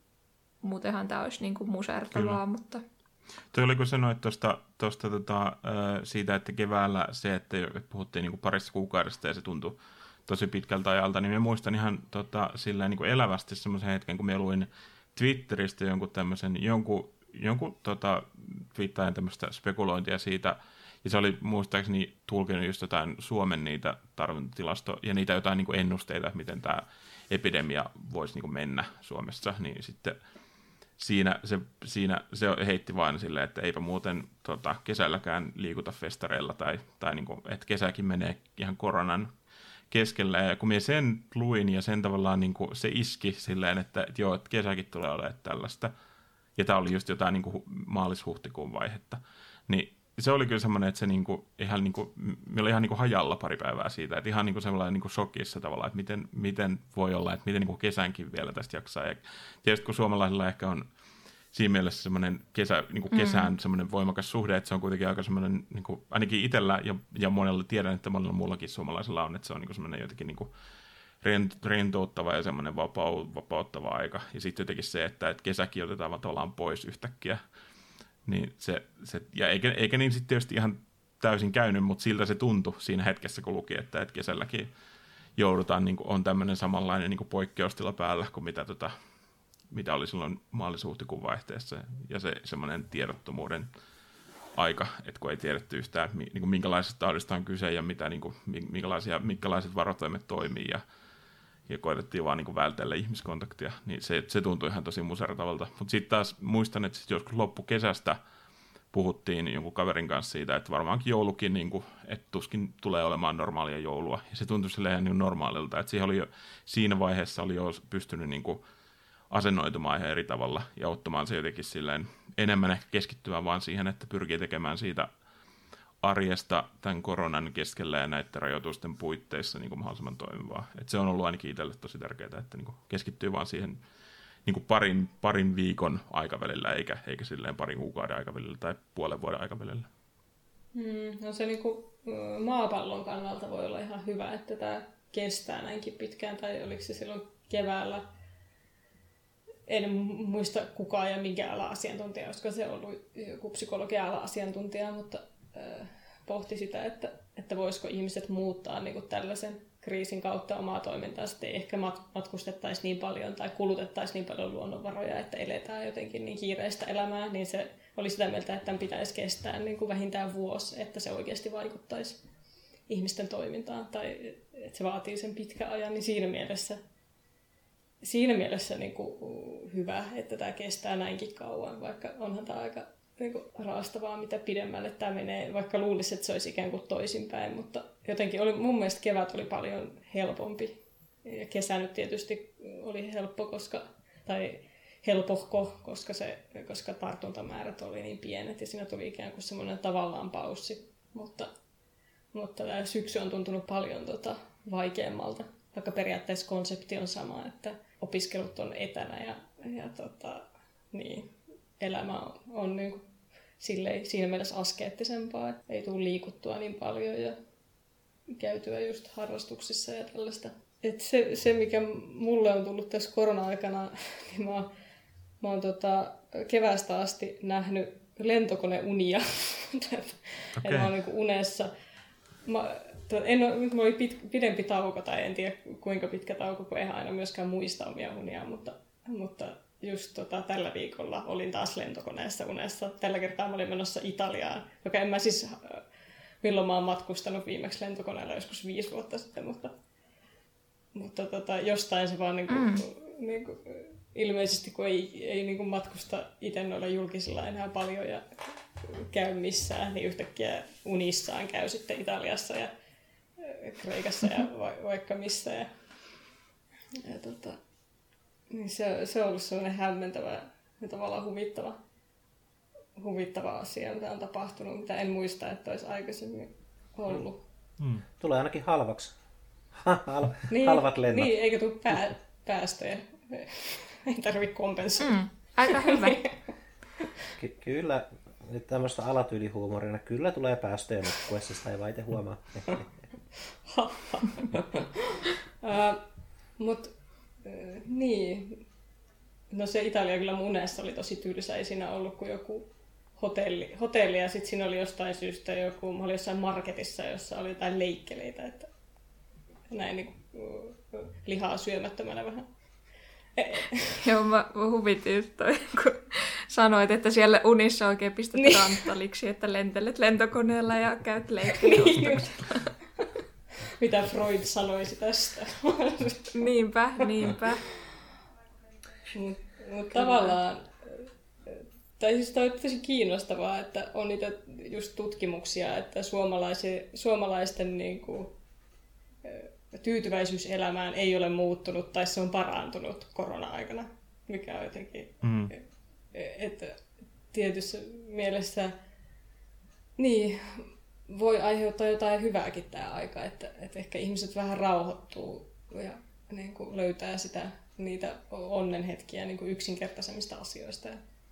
S1: muutenhan tämä olisi niin kuin musertavaa, Kyllä. mutta...
S3: Toi oli, kun sanoit tuosta, tuosta, tota, siitä, että keväällä se, että puhuttiin niin kuin parissa kuukaudesta ja se tuntui tosi pitkältä ajalta, niin mä muistan ihan tota, silleen, niin kuin elävästi semmoisen hetken, kun mä luin Twitteristä jonkun tämmöisen, jonkun, jonkun tota, twiittajan tämmöistä spekulointia siitä, ja se oli muistaakseni tulkinut just jotain Suomen niitä tartuntatilasto ja niitä jotain niin kuin ennusteita, että miten tämä epidemia voisi niin kuin mennä Suomessa, niin sitten siinä se, siinä se heitti vain silleen, että eipä muuten tota, kesälläkään liikuta festareilla, tai, tai niin kuin, että kesäkin menee ihan koronan keskellä, ja kun minä sen luin, ja sen tavallaan niin kuin, se iski silleen, että, että joo, että kesäkin tulee olemaan tällaista, ja tämä oli just jotain niin kuin maalis-huhtikuun vaihetta, niin se oli kyllä semmoinen, että se niin kuin, ihan niin kuin, me oli ihan niin kuin hajalla pari päivää siitä, että ihan niin kuin sellainen niin kuin shokissa tavallaan, että miten, miten voi olla, että miten niin kuin kesänkin vielä tästä jaksaa, ja tietysti kun suomalaisilla ehkä on siinä mielessä semmoinen kesä, niin kuin kesään mm. semmoinen voimakas suhde, että se on kuitenkin aika semmoinen, niin kuin, ainakin itsellä ja, ja monella tiedän, että monella muullakin suomalaisilla on, että se on niin kuin semmoinen jotenkin niin kuin rentouttava ja semmoinen vapau, vapauttava aika. Ja sitten jotenkin se, että, että kesäkin otetaan tavallaan pois yhtäkkiä. Niin se, se, ja eikä, eikä niin sitten tietysti ihan täysin käynyt, mutta siltä se tuntui siinä hetkessä, kun luki, että, että kesälläkin joudutaan, niin kuin, on tämmöinen samanlainen niin kuin poikkeustila päällä kuin mitä tota, mitä oli silloin maalis-huhtikuun vaihteessa, ja se semmoinen tiedottomuuden aika, että kun ei tiedetty yhtään, niin kuin minkälaisesta taudista on kyse, ja mitä, niin kuin, minkälaisia, minkälaiset varotoimet toimii, ja, ja koetettiin vaan niin kuin vältellä ihmiskontaktia, niin se, se tuntui ihan tosi musertavalta. Mutta sitten taas muistan, että sit joskus loppukesästä puhuttiin jonkun kaverin kanssa siitä, että varmaankin joulukin, niin kuin, että tuskin tulee olemaan normaalia joulua. Ja se tuntui silleen niin normaalilta, että siihen oli jo, siinä vaiheessa oli jo pystynyt niin kuin asennoitumaan ihan eri tavalla ja ottamaan se jotenkin silleen enemmän ehkä keskittymään vaan siihen, että pyrkii tekemään siitä arjesta tämän koronan keskellä ja näiden rajoitusten puitteissa niin kuin mahdollisimman toimivaa. Et se on ollut ainakin itselle tosi tärkeää, että niin kuin keskittyy vaan siihen niin kuin parin, parin viikon aikavälillä, eikä, eikä silleen parin kuukauden aikavälillä tai puolen vuoden aikavälillä.
S4: Hmm, no se niin kuin maapallon kannalta voi olla ihan hyvä, että tämä kestää näinkin pitkään, tai oliko se silloin keväällä. En muista kukaan ja minkä ala asiantuntija, koska se on ollut joku psykologia-ala asiantuntija, mutta äh, pohti sitä, että, että voisiko ihmiset muuttaa niin kuin tällaisen kriisin kautta omaa toimintaa, sitten ei ehkä matkustettaisiin niin paljon tai kulutettaisiin niin paljon luonnonvaroja, että eletään jotenkin niin kiireistä elämää, niin se oli sitä mieltä, että tämän pitäisi kestää niin kuin vähintään vuosi, että se oikeasti vaikuttaisi ihmisten toimintaan tai että se vaatii sen pitkän ajan, niin siinä mielessä Siinä mielessä niin kuin hyvä, että tämä kestää näinkin kauan, vaikka onhan tämä aika niin kuin raastavaa, mitä pidemmälle tämä menee, vaikka luulisi, että se olisi ikään kuin toisinpäin, mutta jotenkin oli, mun mielestä kevät oli paljon helpompi. Ja kesä nyt tietysti oli helppo, koska, tai helpohko, koska, se, koska tartuntamäärät oli niin pienet ja siinä tuli ikään kuin semmoinen tavallaan paussi, mutta, mutta tämä syksy on tuntunut paljon tota, vaikeammalta. Vaikka periaatteessa konsepti on sama, että opiskelut on etänä ja, ja tota, niin, elämä on, on niin kuin, silleen, siinä mielessä askeettisempaa, että ei tule liikuttua niin paljon ja käytyä just harrastuksissa ja tällaista. Et se, se, mikä mulle on tullut tässä korona-aikana, niin mä, mä oon tota, keväästä asti nähnyt lentokoneunia. Okay. Mä oon niin kuin unessa. Mä, En ole, nyt mulla oli pit, pidempi tauko, tai en tiedä kuinka pitkä tauko, kun eihän aina myöskään muista omia unia, mutta, mutta just tota, tällä viikolla olin taas lentokoneessa unessa. Tällä kertaa mä olin menossa Italiaan, joka en mä siis, milloin mä oon matkustanut viimeksi lentokoneella joskus viisi vuotta sitten, mutta, mutta tota, jostain se vaan niinku, mm. niinku, ilmeisesti, kun ei, ei niinku matkusta itse noilla julkisilla enää paljon ja käy missään, niin yhtäkkiä unissaan käy sitten Italiassa ja Kreikassa ja va- vaikka missä. Ja, ja tota, niin se, se on ollut sellainen hämmentävä ja tavallaan huvittava, huvittava asia, mitä on tapahtunut, mitä en muista, että olisi aikaisemmin ollut.
S2: Mm. Tulee ainakin halvaksi. Hal-
S4: niin,
S2: halvat lennot.
S4: Niin, eikä tule pää- päästöjä. Ei tarvitse kompensoida. Mm,
S1: aika hyvä.
S2: Ky- kyllä, nyt tämmöistä alatyylihuumorina, kyllä tulee päästöjä nukkuessa, sitä ei vaite huomaa.
S4: uh, Mutta uh, niin, no se Italia kyllä mun unessa oli tosi tylsä, ei siinä ollut kuin joku hotelli, hotelli ja sitten siinä oli jostain syystä joku, mä olin jossain marketissa, jossa oli jotain leikkeleitä, että näin niin kuin, uh, lihaa syömättömänä vähän.
S1: Joo, mä huvitin just toi, kun sanoit, että siellä unissa oikein pistät niin ranttaliksi, että lentelet lentokoneella ja käyt leikkiliostuksella.
S4: Mitä Freud sanoisi tästä?
S1: Niinpä, niinpä.
S4: Mutta mut tavallaan, tai siis toi on tosi kiinnostavaa, että on niitä just tutkimuksia, että suomalaisten niinku, tyytyväisyys elämään ei ole muuttunut tai se on parantunut korona-aikana, mikä on jotenkin, mm. että tietyssä mielessä niin, voi aiheuttaa jotain hyvääkin tämä aika, että, että ehkä ihmiset vähän rauhoittuu ja niin kuin löytää sitä, niitä onnenhetkiä niin kuin yksinkertaisemmista asioista.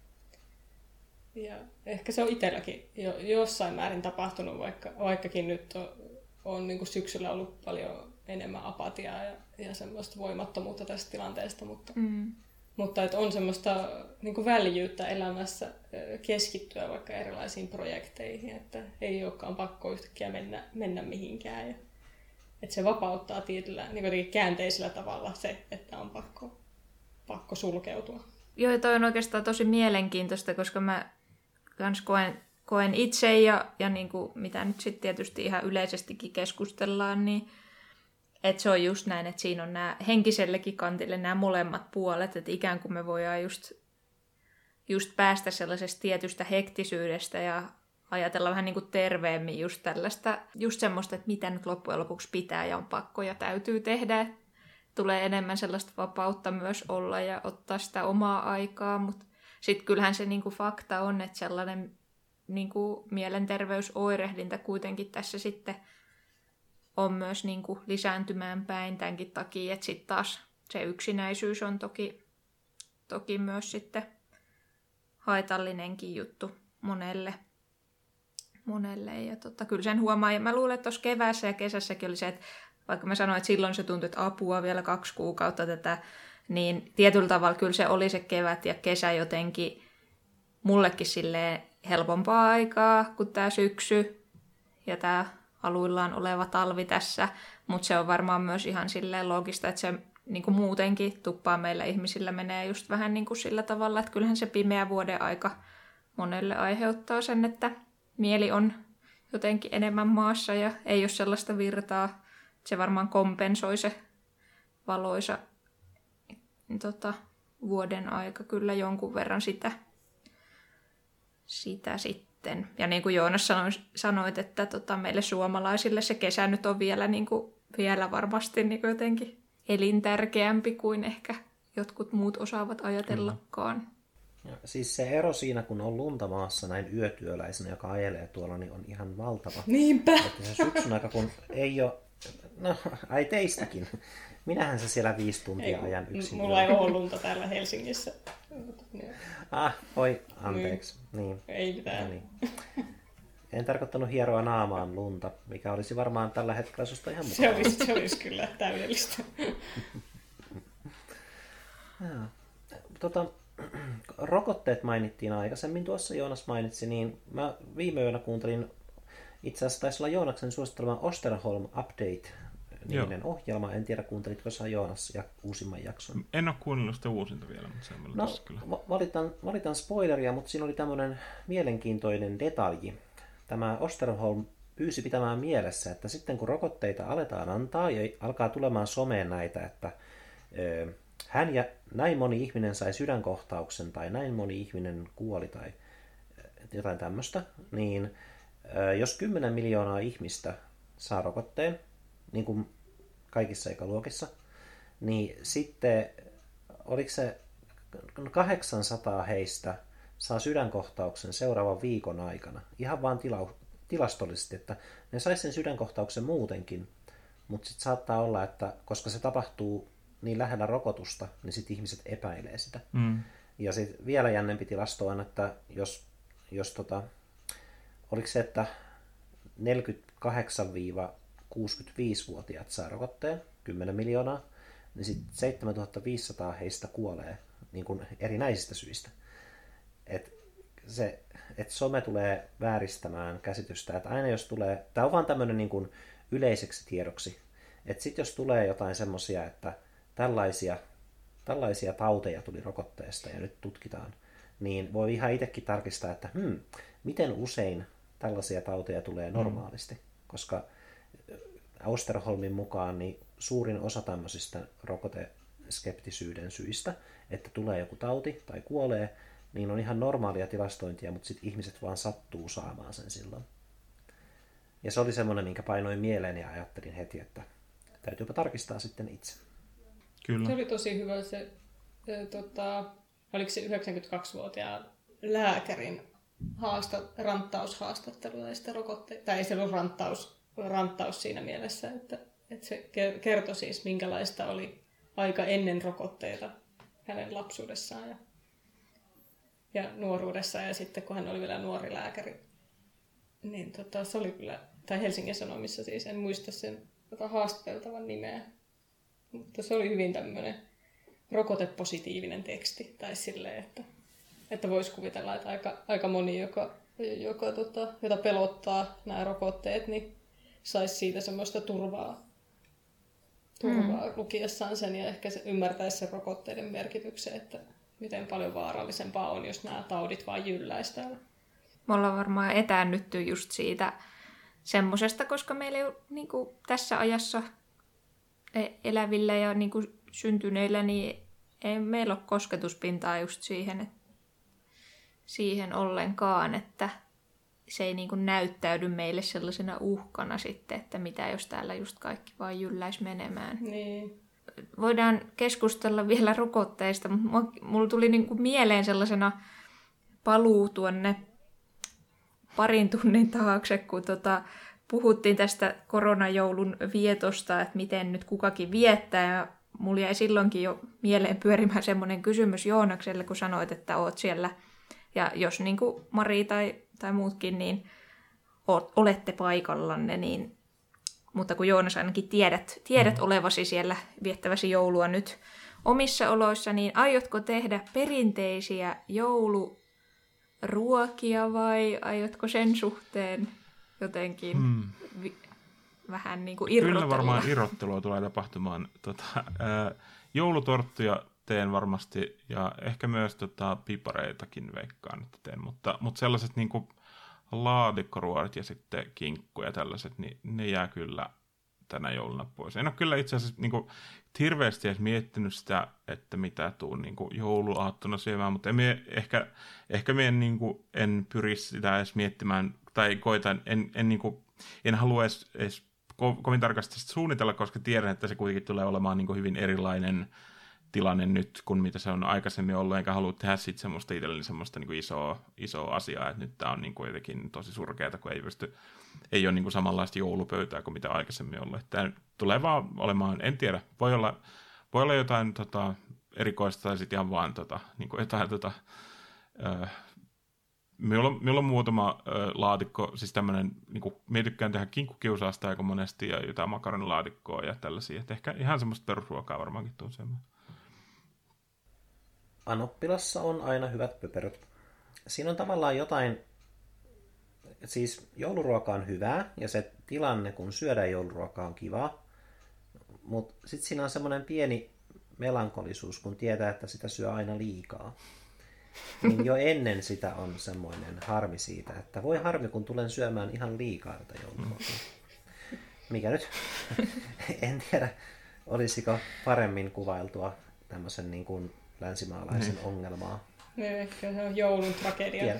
S4: Ja ehkä se on itselläkin jo, jossain määrin tapahtunut, vaikka, vaikkakin nyt on, on niin kuin syksyllä ollut paljon enemmän apatiaa ja, ja semmoista voimattomuutta tästä tilanteesta, mutta, mm. mutta että on semmoista niin kuin väljyyttä elämässä keskittyä vaikka erilaisiin projekteihin, että ei olekaan pakko yhtäkkiä mennä, mennä mihinkään. Ja, että se vapauttaa tietyllä niin käänteisellä tavalla se, että on pakko, pakko sulkeutua.
S1: Joo, toi on oikeastaan tosi mielenkiintoista, koska mä kans koen, koen itse ja, ja niin kuin, mitä nyt sitten tietysti ihan yleisestikin keskustellaan, niin että se on just näin, että siinä on nämä henkisellekin kantille nämä molemmat puolet, että ikään kuin me voidaan just just päästä sellaisesta tietystä hektisyydestä ja ajatella vähän niin kuin terveemmin just tällaista, just semmoista, että mitä nyt loppujen lopuksi pitää ja on pakko ja täytyy tehdä. Tulee enemmän sellaista vapautta myös olla ja ottaa sitä omaa aikaa, mutta sitten kyllähän se niin kuin fakta on, että sellainen niin kuin mielenterveysoirehdinta kuitenkin tässä sitten on myös niin kuin lisääntymään päin tämänkin takia, että sitten taas se yksinäisyys on toki, toki myös sitten haitallinenkin juttu monelle. monelle. Ja tota, kyllä sen huomaa, ja mä luulen, että tuossa keväässä ja kesässäkin oli se, että vaikka mä sanoin, että silloin se tuntui, että apua vielä kaksi kuukautta tätä, niin tietyllä tavalla kyllä se oli se kevät ja kesä jotenkin mullekin silleen helpompaa aikaa kuin tämä syksy ja tämä aluillaan oleva talvi tässä, mutta se on varmaan myös ihan silleen loogista, että se niin kuin muutenkin tuppaa meillä ihmisillä menee just vähän niin kuin sillä tavalla, että kyllähän se pimeä vuoden aika monelle aiheuttaa sen, että mieli on jotenkin enemmän maassa ja ei ole sellaista virtaa. Se varmaan kompensoi se valoisa tota, vuoden aika kyllä jonkun verran sitä, sitä sitten. Ja niin kuin Joonas sanoi, sanoit, että tota, meille suomalaisille se kesä nyt on vielä, niin kuin, vielä varmasti niin kuin jotenkin elintärkeämpi kuin ehkä jotkut muut osaavat ajatellakaan.
S2: Ja siis se ero siinä, kun on lunta maassa näin yötyöläisenä, joka ajelee tuolla, niin on ihan valtava.
S4: Niinpä!
S2: Että se syksyn aika, kun ei ole... No, ai teistäkin. Minähän se siellä viisi tuntia
S4: ei,
S2: ajan yksin.
S4: Mulla ei ole lunta täällä Helsingissä.
S2: Ah, oi, anteeksi. Niin.
S4: Ei mitään.
S2: No niin. En tarkoittanut hieroa naamaan lunta, mikä olisi varmaan tällä hetkellä susta ihan mukavaa.
S4: Se olisi, se olisi kyllä täydellistä.
S2: Ja, tota, rokotteet mainittiin aikaisemmin, tuossa Joonas mainitsi, niin mä viime yönä kuuntelin, itse asiassa taisi olla Joonaksen suosittelema Osterholm Update-niminen ohjelma. En tiedä, kuuntelitko sä Joonas ja uusimman jakson?
S3: En ole kuunnellut sitä uusinta vielä, mutta se on
S2: no,
S3: tässä kyllä.
S2: Valitan, valitan spoileria, mutta siinä oli tämmöinen mielenkiintoinen detalji. Tämä Osterholm pyysi pitämään mielessä, että sitten kun rokotteita aletaan antaa ja alkaa tulemaan someen näitä, että ö, hän ja näin moni ihminen sai sydänkohtauksen tai näin moni ihminen kuoli tai jotain tämmöistä, niin ö, jos kymmenen miljoonaa ihmistä saa rokotteen, niin kuin kaikissa ikäluokissa, niin sitten oliko se kahdeksansataa heistä saa sydänkohtauksen seuraavan viikon aikana. Ihan vaan tila- tilastollisesti, että ne sais sen sydänkohtauksen muutenkin, mutta sitten saattaa olla, että koska se tapahtuu niin lähellä rokotusta, niin sitten ihmiset epäilee sitä.
S3: Mm.
S2: Ja sitten vielä jännempi tilasto on, että jos, jos tota, oliko se, että neljäkymmentäkahdeksan kuusikymmentäviisi-vuotiaat saa rokotteen, kymmenen miljoonaa, niin sitten seitsemäntuhattaviisisataa heistä kuolee niin kuin erinäisistä syistä. Et se, et some tulee vääristämään käsitystä, että aina jos tulee, tämä on vaan tämmöinen niin kuin yleiseksi tiedoksi, että sitten jos tulee jotain semmoisia, että tällaisia, tällaisia tauteja tuli rokotteesta ja nyt tutkitaan, niin voi ihan itsekin tarkistaa, että hmm, miten usein tällaisia tauteja tulee normaalisti, koska Osterholmin mukaan niin suurin osa tämmöisistä rokoteskeptisyyden syistä, että tulee joku tauti tai kuolee, niin on ihan normaalia tilastointia, mutta sitten ihmiset vaan sattuu saamaan sen silloin. Ja se oli semmoinen, minkä painoin mieleen ja ajattelin heti, että täytyypä tarkistaa sitten itse.
S3: Kyllä.
S4: Se oli tosi hyvä se, se tota, oliko se yhdeksänkymmentäkaksivuotiaan lääkärin haasta, ranttaushaastattelu näistä rokotteista. Tai ei se ollut ranttaus, ranttaus siinä mielessä, että, että se kertoi siis, minkälaista oli aika ennen rokotteita hänen lapsuudessaan ja, ja nuoruudessa. Ja sitten kun hän oli vielä nuori lääkäri, niin tota, se oli kyllä, tai Helsingin Sanomissa siis, en muista sen tota haastateltavan nimeä. Mutta se oli hyvin tämmöinen rokotepositiivinen teksti. Tai silleen, että, että voisi kuvitella, että aika, aika moni, joka, joka, tota, jota pelottaa nämä rokotteet, niin saisi siitä semmoista turvaa, turvaa mm. lukiessaan sen ja ehkä se ymmärtäisi sen rokotteiden merkityksen, että miten paljon vaarallisempaa on, jos nämä taudit vaan jylläisi täällä.
S1: Me ollaan varmaan etäännytty just siitä semmosesta, koska meillä ei ole niin kuin tässä ajassa elävillä ja niin kuin syntyneillä, niin ei meillä ole kosketuspintaa just siihen. siihen ollenkaan, että se ei niin kuin näyttäydy meille sellaisena uhkana sitten, että mitä jos täällä just kaikki vaan jylläisi menemään.
S4: Niin.
S1: Voidaan keskustella vielä rokotteista, mutta mulla tuli niin kuin mieleen sellaisena paluu tuonne parin tunnin taakse, kun tota, puhuttiin tästä koronajoulun vietosta, että miten nyt kukakin viettää. Ja mulla jäi silloinkin jo mieleen pyörimään semmoinen kysymys Joonakselle, kun sanoit, että oot siellä. Ja jos niin kuin Mari tai, tai muutkin, niin oot, olette paikallanne, niin, mutta kun Joonas ainakin tiedät, tiedät olevasi siellä viettäväsi joulua nyt omissa oloissa, niin aiotko tehdä perinteisiä jouluruokia vai aiotko sen suhteen jotenkin hmm. vi- vähän niin kuin irrotella?
S3: Kyllä varmaan irrottelua tulee tapahtumaan. Tota, ää, joulutorttuja teen varmasti ja ehkä myös tota, pipareitakin veikkaan, että teen, mutta, mutta sellaiset niin kuin laatikkoruoat ja sitten kinkku ja tällaiset, niin ne jää kyllä tänä jouluna pois. En ole kyllä itse asiassa niin kuin, hirveästi edes miettinyt sitä, että mitä tuun niin kuin jouluaattona syömään, mutta en mie, ehkä, ehkä mie en, niin kuin, en pyri sitä edes miettimään, tai koitan, en, en, niin kuin, en halua edes, edes ko- kovin tarkasti suunnitella, koska tiedän, että se kuitenkin tulee olemaan niin kuin hyvin erilainen tilanne nyt, kuin mitä se on aikaisemmin ollut, enkä halua tehdä sitten semmoista itselleni semmoista niin kuin isoa, isoa asiaa, että nyt tämä on niin kuin jotenkin tosi surkeata, kun ei pysty, ei ole niin kuin samanlaista joulupöytää kuin mitä aikaisemmin ollut. Tämä tulee vaan olemaan, en tiedä, voi olla, voi olla jotain tota, erikoista tai sitten ihan vaan tota, niin kuin jotain, tota, äh, minulla, on, minulla on muutama äh, laatikko, siis tämmöinen, niin kuin, minä tykkään tehdä kinkkukiusausta aika monesti ja jotain makaronilaatikkoa ja tällaisia, että ehkä ihan semmoista perusruokaa varmaankin tuun syömään.
S2: Anoppilassa on aina hyvät pöperöt. Siinä on tavallaan jotain, siis jouluruoka on hyvää ja se tilanne, kun syödään jouluruokaa, on kiva, mutta sitten siinä on semmoinen pieni melankolisuus, kun tietää, että sitä syö aina liikaa. Niin jo ennen sitä on semmoinen harmi siitä, että voi harmi, kun tulen syömään ihan liikaa tätä jouluruokaa. Mikä nyt? En tiedä, olisiko paremmin kuvailtua tämmöisen niin kuin länsimaalaisen mm. ongelmaa.
S4: No, ehkä se on joulun tragedia.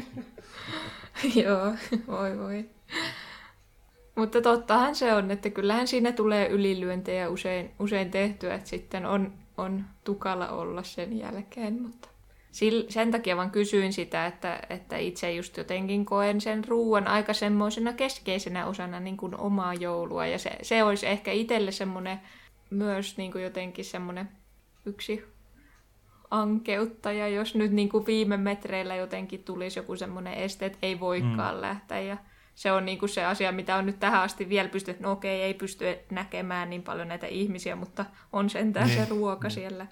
S1: Joo, voi voi. Mutta tottahan se on, että kyllähän siinä tulee ylilyöntejä usein, usein tehtyä, että sitten on, on tukala olla sen jälkeen. Mutta sen takia vaan kysyin sitä, että, että itse just jotenkin koen sen ruuan aika semmoisena keskeisenä osana niin kuin omaa joulua. Ja se, se olisi ehkä itselle semmoinen myös niin kuin jotenkin semmoinen yksi ankeuttaja, jos nyt niin kuin viime metreillä jotenkin tulisi joku semmoinen este, että ei voikaan mm. lähteä. Ja se on niin kuin se asia, mitä on nyt tähän asti vielä pystynyt, no okei, ei pysty näkemään niin paljon näitä ihmisiä, mutta on sentään ne. Se ruoka ne. Siellä.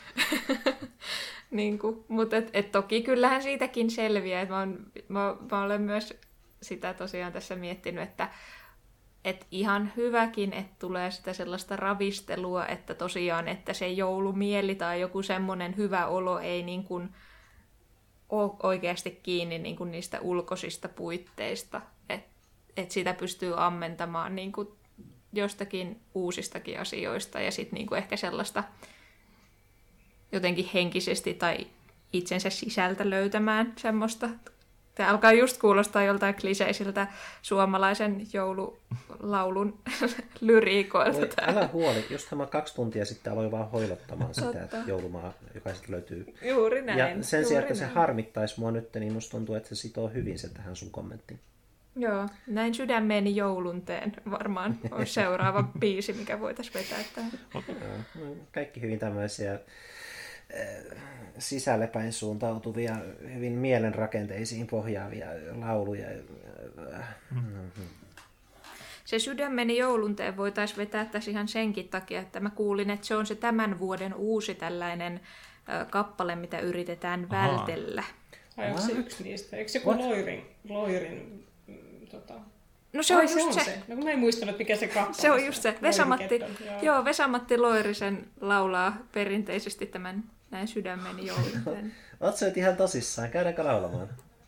S1: niin kuin, mutta et, et toki kyllähän siitäkin selviää. Mä, on, mä, mä olen myös sitä tosiaan tässä miettinyt, että et ihan hyväkin, että tulee sitä sellaista ravistelua, että tosiaan, että se joulumieli tai joku semmoinen hyvä olo ei niin kuin ole oikeasti kiinni niin kuin niistä ulkoisista puitteista. Että et sitä pystyy ammentamaan niin kuin jostakin uusistakin asioista ja sitten niin kuin ehkä sellaista jotenkin henkisesti tai itsensä sisältä löytämään semmoista. Tämä alkaa just kuulostaa joltain kliseisiltä suomalaisen joululaulun lyriikoilta.
S2: Oi, älä huoli, just tämä kaksi tuntia sitten aloin vaan hoilottamaan sitä,
S1: Totta.
S2: Että joulumaa jokaisesti löytyy.
S1: Juuri näin.
S2: Ja sen sijaan, että
S1: näin.
S2: Se harmittaisi mua nyt, niin musta tuntuu, että se sitoo hyvin se tähän sun kommenttiin.
S1: Joo, näin sydämeeni joulun teen. Varmaan olisi seuraava biisi, mikä voitaisiin vetää tähän.
S2: Kaikki hyvin tämmöisiä sisällepäin suuntautuvia, hyvin mielenrakenteisiin pohjaavia lauluja. Mm-hmm.
S1: Se sydämeni joulunteen voitaisiin vetää tässä ihan senkin takia, että mä kuulin, että se on se tämän vuoden uusi tällainen ö, kappale, mitä yritetään Ahaa. vältellä.
S4: Ai onko se yksi niistä? Eikö se joku Loirin, Loirin mm, tota...
S1: No se on
S4: Ai,
S1: just
S4: se. On
S1: se.
S4: se. No kun mä en muistanut, mikä se kappale
S1: se on. just se. Vesamatti,
S4: joo.
S1: joo, Vesamatti Loirisen laulaa perinteisesti tämän näin sydämeni joulunteen.
S2: Oot sä nyt ihan tosissaan? Käydäänkö laulamaan?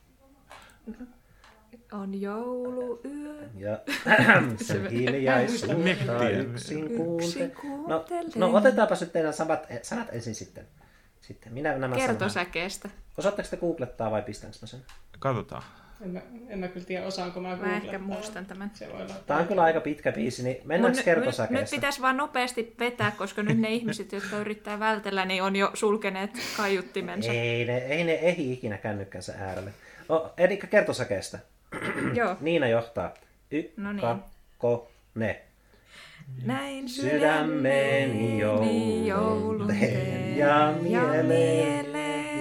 S1: On jouluyö.
S2: Ja sen hiljaisuutta yksin kuunte. No, no otetaanpa nyt teidän sanat, sanat ensin sitten. sitten. Minä nämä
S1: Kertosäkeestä.
S2: Osaatteko te googlettaa vai pistänkö mä sen?
S3: Katsotaan.
S4: En mä, en mä kyllä tiedä, osaanko mä
S1: Mä
S4: googlettaa.
S1: ehkä muistan tämän.
S4: Se voi olla.
S2: Tää on kyllä aika pitkä biisi, niin mennäänkö
S1: Nyt,
S2: kertosäkeessä?
S1: nyt pitäisi vaan nopeasti vetää, koska nyt ne ihmiset, jotka yrittää vältellä, niin on jo sulkeneet kaiuttimensa.
S2: Ei ne, ei ne ehdi ikinä kännykkänsä äärelle. O, eli kertosäkeestä.
S1: Joo.
S2: Niina johtaa. Y,
S1: No niin.
S2: ka, ko, ne.
S1: Näin
S2: Sydämeni joulun teen ja mieleen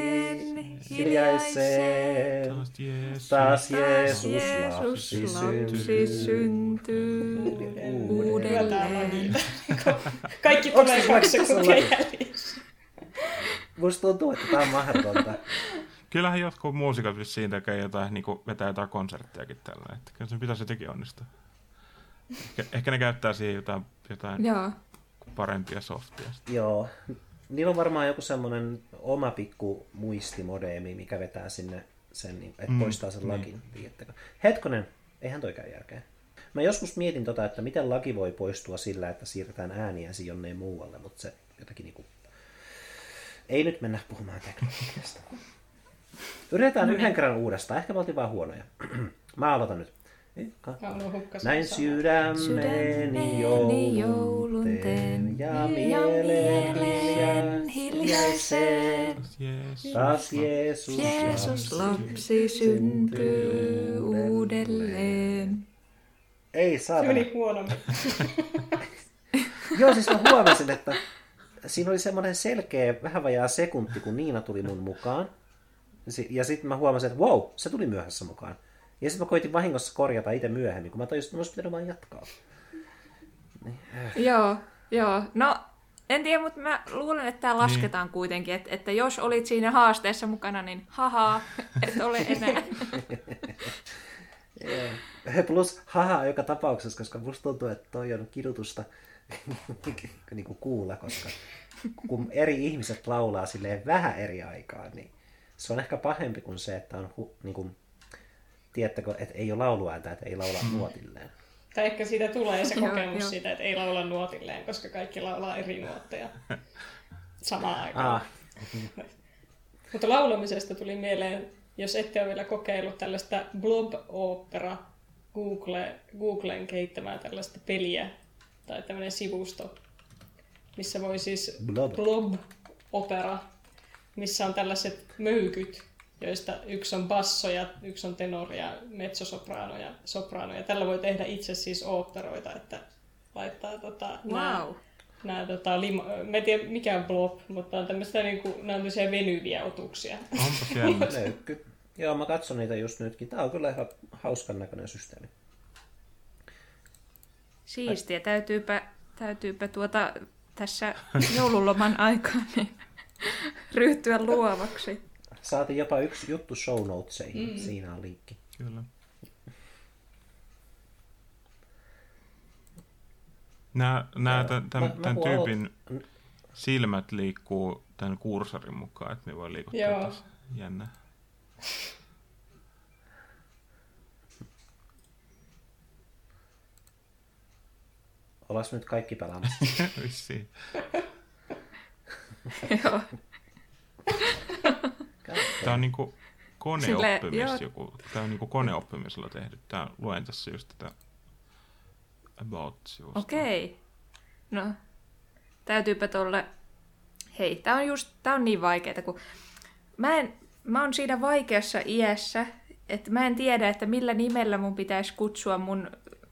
S2: hiljaiseen.
S3: Taas Jeesus.
S2: Taas Jeesus
S1: Jeesus
S2: lapsi
S1: lapsi
S2: syntyy
S1: syntyy
S4: Uudelleen.
S1: uudelleen.
S4: Kaikki
S2: Onks
S4: tulee
S2: se
S4: kaksi
S2: vaikka
S4: sekuntia
S2: sellainen?
S4: jäljessä.
S2: Musta tuntuu, että tää on mahdotonta.
S3: Kyllähän jotkut muusikat vissiin tekee jotain, niin kuin vetää jotain konserttejakin tällä. Että kyllä sen pitäisi jotenkin onnistua. Ehkä, ehkä ne käyttää siihen jotain, jotain
S1: Joo.
S3: parempia softia.
S2: Joo. Niillä on varmaan joku semmonen oma pikku muistimodeemi, mikä vetää sinne sen, että
S3: Mm,
S2: poistaa sen
S3: niin.
S2: lagin. Tiedättekö? Hetkonen, eihän toi käy järkeä. Mä joskus mietin tota, että miten lagi voi poistua sillä, että siirretään ääniäsi jonneen muualle, mutta se jotenkin niinku... Ei nyt mennä puhumaan teknologiasta. Yritetään
S1: No
S2: yhden
S1: niin.
S2: kerran uudestaan. Ehkä me oltiin vaan huonoja. Mä aloitan nyt. Eka.
S4: Mä haluan hukkasen
S2: Näin
S4: sanaa.
S2: sydämeni
S1: Sydämeni
S2: joulun
S1: joulun
S2: teen
S1: teen
S2: ja
S1: ja
S2: mieleen
S1: mieleen
S2: hiljaiseen.
S3: Taas Jeesus.
S2: Taas Jeesus,
S1: Jeesus lapsi syntyy uudelleen.
S2: Ei
S4: Se
S2: saatana.
S4: meni huonommin.
S2: Joo, siis mä huomasin, että siinä oli semmoinen selkeä vähän vajaa sekunti, kun Niina tuli mun mukaan. Si- Ja sitten mä huomasin, että wow, se tuli myöhässä mukaan. Ja sitten mä koitin vahingossa korjata itse myöhemmin, kun mä tajusin, että mä olisi pitänyt vaan jatkaa.
S1: Joo, joo. No, en tiedä, mutta mä luulen, että tämä lasketaan
S3: Niin.
S1: kuitenkin. Että, että jos olit siinä haasteessa mukana, niin haha, et ole enää.
S2: Joo. Plus haha joka tapauksessa, koska musta tuntuu, että toi on kidutusta niin kuin kuulla, koska kun eri ihmiset laulaa silleen vähän eri aikaa, niin se on ehkä pahempi kuin se, että on, hu, niin kuin, tiedättekö, että ei ole lauluääntä, että ei laula nuotilleen.
S4: Tai ehkä siitä tulee se
S1: Joo,
S4: kokemus
S1: joo.
S4: siitä, että ei laula nuotilleen, koska kaikki laulaa eri nuotteja samaan aikaan.
S2: Ah,
S4: Mutta laulamisesta tuli mieleen, jos ette ole vielä kokeillut tällaista blob-opera, Google, Googlen kehittämää tällaista peliä, tai tämmöinen sivusto, missä voi siis
S2: Blob.
S4: blob-opera, missä on tällaiset möykyt, joista yksi on basso ja yksi on tenori ja mezzosoprano ja soprano. Ja tällä voi tehdä itse siis oopperoita, että laittaa tota, nämä,
S1: Wow.
S4: nämä tota, lima, mä en tiedä mikä on blob, mutta on tämmöistä niinku, nämä on tämmöisiä venyviä otuksia.
S3: Onpa siellä.
S2: löykky. Joo, mä katson niitä just nytkin. Tää on kyllä ihan hauskan näköinen systeemi.
S1: Siistiä. Täytyypä, täytyypä tuota, tässä joululoman aikaan niin ryhtyä luovaksi.
S2: Saatiin jopa yksi juttu show notesihin. Mm. Siinä on linkki.
S3: Kyllä. Nää, nää, tämän,
S2: Mä-
S3: tämän,
S2: mä
S3: tämän
S2: voin
S3: tyypin silmät liikkuu tämän kursorin mukaan, että me voi liikuttaa
S4: Joo.
S3: tässä. Jännä.
S2: Olas nyt kaikki pelaamassa.
S3: Vissiin.
S1: Joo.
S3: Tämä on niinku koneoppimis
S1: Sille- joo.
S3: joku. Tämä on niinku koneoppimisella tehty. Tää luen tässä just tätä about-sivusta.
S1: Okei. No, täytyypä tolle... Hei, tää on just, tää on niin vaikeeta, kun mä, en, mä oon siinä vaikeassa iässä, että mä en tiedä, että millä nimellä mun pitäisi kutsua mun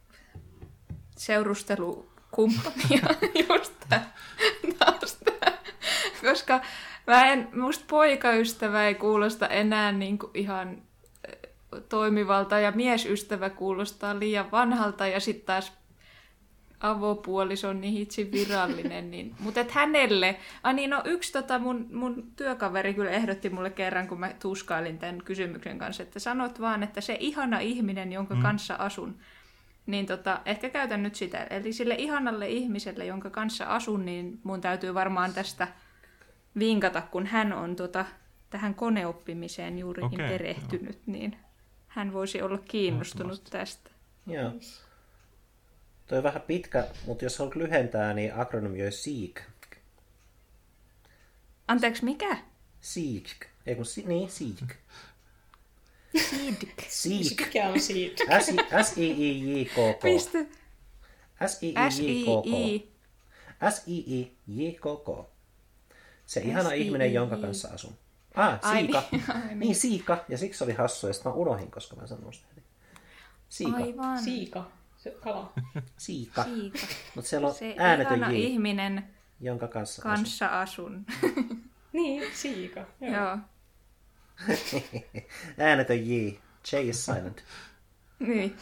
S1: seurustelukumppania just tää, taas tää. Koska mä en, musta poikaystävä ei kuulosta enää niinku ihan toimivalta ja miesystävä kuulostaa liian vanhalta ja sitten taas avopuoliso on niin hitsin virallinen. Niin. Mutta et hänelle, ai niin, no yksi tota mun, mun työkaveri kyllä ehdotti mulle kerran, kun mä tuskailin tämän kysymyksen kanssa, että sanot vaan, että se ihana ihminen, jonka mm. kanssa asun, niin tota, ehkä käytän nyt sitä. Eli sille ihanalle ihmiselle, jonka kanssa asun, niin mun täytyy varmaan tästä vinkata, kun hän on tota, tähän koneoppimiseen juurikin
S3: Okei,
S1: perehtynyt, niin hän voisi olla kiinnostunut
S3: Ehdottomasti.
S1: tästä.
S2: Joo. Toi on vähän pitkä, mutta jos haluat lyhentää, niin akronymi on SEEK.
S1: Anteeksi, mikä?
S2: Siik. Ei kun, si- niin, Siik.
S1: Siidk.
S2: Siik.
S4: Mikä on siitä?
S2: S-I-I-J-K-K.
S1: Piste.
S2: S-I-I-J-K-K.
S1: S-I-I.
S2: S-I-I-J-K-K. Se ihana
S1: S I I J.
S2: ihminen, jonka kanssa asun. Ah,
S1: Ai
S2: Siika.
S1: niin, ai niin.
S2: Niin, Siika. Ja siksi oli hassu, ja sitten mä unohin, koska mä sanoin sitä. Siika.
S1: Aivan.
S4: Siika. Se kala.
S2: Siika.
S1: Siika.
S2: Mutta siellä on
S1: Se
S2: äänetön
S1: ihana
S2: J,
S1: ihminen
S2: jonka kanssa,
S1: kanssa asun.
S4: Niin, siika. Joo.
S1: Joo.
S2: asun. Äänetön J. J is silent.
S1: Niin.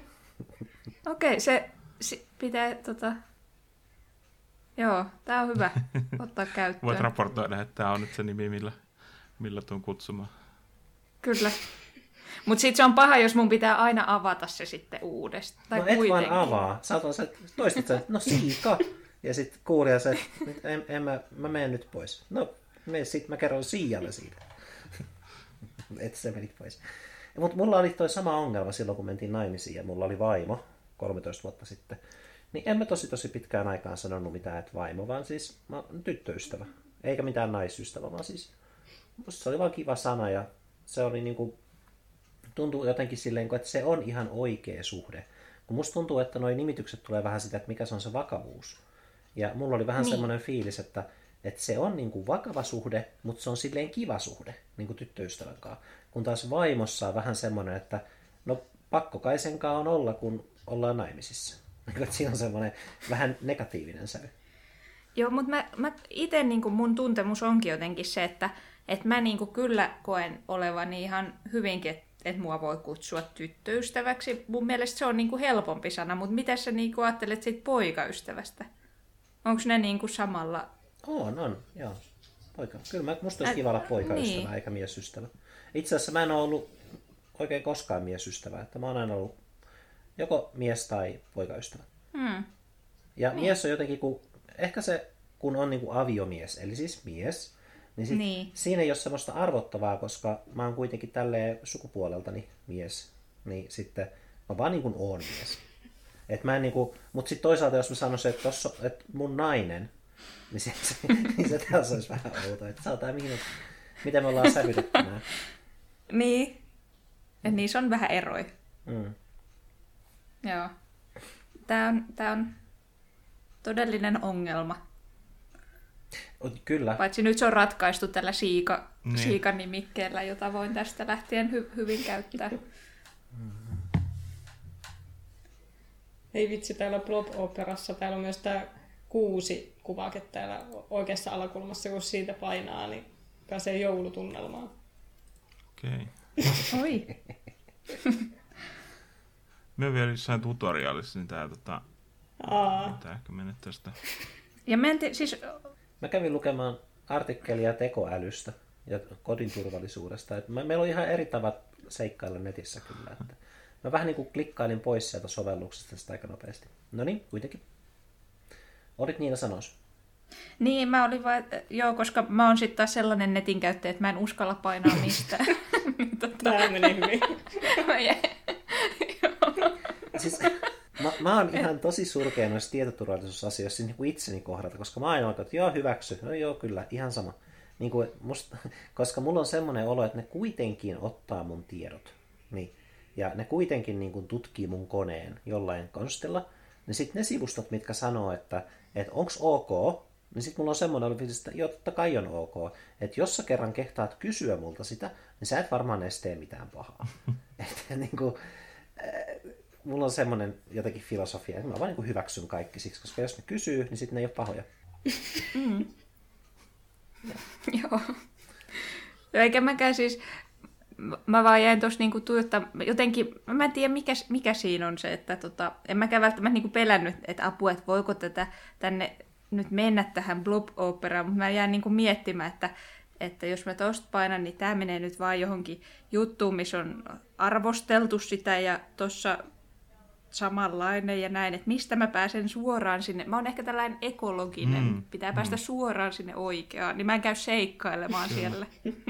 S1: Okei, se si, pitää tota... Joo, tää on hyvä ottaa käyttöön.
S3: Voit raportoida, että tämä on nyt se nimi, millä, millä tuon kutsumaan.
S1: Kyllä. Mutta sitten se on paha, jos mun pitää aina avata se sitten uudestaan. Tai
S2: No et
S1: kuitenkin.
S2: vaan avaa. Sä oot, sä toistat sen, no Siika. Ja sitten kuulija se, että en, en mä, mä menen nyt pois. No, sitten mä kerron Siialle siitä. Että se menit pois. Mutta mulla oli toi sama ongelma silloin, kun mentiin naimisiin ja mulla oli vaimo kolmetoista vuotta sitten. Niin en mä tosi tosi pitkään aikaan sanonut mitään, että vaimo, vaan siis mä oon tyttöystävä. Eikä mitään naisystävä, vaan siis musta se oli vaan kiva sana ja se oli niinku, tuntuu jotenkin silleen, että se on ihan oikea suhde. Kun musta tuntuu, että noi nimitykset tulee vähän sitä, että mikä se on se vakavuus. Ja mulla oli vähän niin. semmoinen fiilis, että, että se on niinku vakava suhde, mutta se on silleen kiva suhde, niin kuin tyttöystävän kanssa. Kun taas vaimossa on vähän semmoinen, että no pakko kai senkaan on olla, kun ollaan naimisissa. Siinä on semmoinen vähän negatiivinen sävy.
S1: Joo, mutta mä, mä itse niin mun tuntemus onkin jotenkin se, että et mä niin kyllä koen olevani ihan hyvinkin, että et mua voi kutsua tyttöystäväksi. Mun mielestä se on niin helpompi sana, mutta mitä sä niin ajattelet siitä poikaystävästä? Onko ne niin samalla?
S2: On, on, joo. Poika. Kyllä mä, musta olisi
S1: Ä,
S2: kiva olla poikaystävä
S1: niin.
S2: eikä miesystävä. Itse asiassa mä en ole ollut oikein koskaan miesystävä. Että mä oon aina ollut joko mies tai poikaystävä.
S1: Hmm.
S2: Ja niin. mies on jotenkin, kun, ehkä se kun on niin kuin aviomies, eli siis mies, niin, sit
S1: Niin.
S2: siinä ei ole semmoista arvottavaa, koska mä oon kuitenkin tälleen sukupuoleltani mies, niin sitten mä vaan niin kuin oon mies. Et mä en niin kuin, mutta sitten toisaalta jos mä sanoisin, että, tossa, että mun nainen, niin se, se, niin se taas olisi vähän outo, että sanotaan mihin, miten me ollaan sävytetty nämä.
S1: Niin. Et niissä on vähän eroja.
S2: Mm.
S1: Joo. Tää on, tää on todellinen ongelma.
S2: Kyllä.
S1: Paitsi nyt se on ratkaistu tällä siika,
S3: Niin.
S1: siikanimikkeellä, jota voin tästä lähtien hy- hyvin käyttää.
S4: Ei vitsi, täällä Blob-operassa, täällä on myös tämä kuusi kuvake täällä oikeassa alakulmassa, kun siitä painaa, niin pääsee joulutunnelmaan.
S3: Okei.
S1: Oi.
S3: Me vielä jossain tutoriaalissa, niin tää tota...
S4: Aa.
S3: Tää ehkä mennä tästä.
S1: Ja menti, siis,
S2: Mä kävin lukemaan artikkelia tekoälystä ja kodin turvallisuudesta. Et mä, meillä on ihan eri tavat seikkailla netissä kyllä. Että mä vähän niin kuin klikkailin pois sieltä sovelluksesta sitä aika nopeasti. No niin, kuitenkin. Olit Niina sanois.
S1: niin mä olin vaan, joo, koska mä oon sitten taas sellainen netin käyttäjä, että mä en uskalla painaa mistään. tota,
S4: Tämä menee hyvin.
S2: Siis, mä, mä oon ihan tosi surkea noissa tietoturvallisuusasioissa niin kuin itseni kohdalta, koska mä aina että joo, hyväksy. No joo, kyllä, ihan sama. Niin kuin, musta, koska mulla on semmoinen olo, että ne kuitenkin ottaa mun tiedot. Niin, ja ne kuitenkin niin kuin tutkii mun koneen jollain konstilla. Niin sitten ne sivustot, mitkä sanoo, että, että onks ok, niin sitten mulla on semmoinen olo, että joo, totta kai on ok. Että jos sä kerran kehtaat kysyä multa sitä, niin sä et varmaan edes tee mitään pahaa. Että niin kuin, mulla on semmoinen jotenkin filosofia, että mä vaan niin kuin hyväksyn kaikki siksi, koska jos ne kysyy, niin sitten ne ei ole pahoja.
S1: Mm. Joo. Eikä mäkään siis, mä vaan jäin tuossa niinku tuijottaa, jotenkin, mä en tiedä mikä, mikä siinä on se, että tota, en mäkään välttämättä niinku pelännyt, että apua, että voiko tätä tänne nyt mennä tähän blob-operaan, mutta mä jään niinku miettimään, että, että jos mä tosta painan, niin tää menee nyt vaan johonkin juttuun, missä on arvosteltu sitä ja tossa samanlainen ja näin, että mistä mä pääsen suoraan sinne. Mä oon ehkä tällainen ekologinen,
S3: Mm,
S1: pitää päästä
S3: mm.
S1: suoraan sinne oikeaan, niin mä en käy seikkailemaan siellä.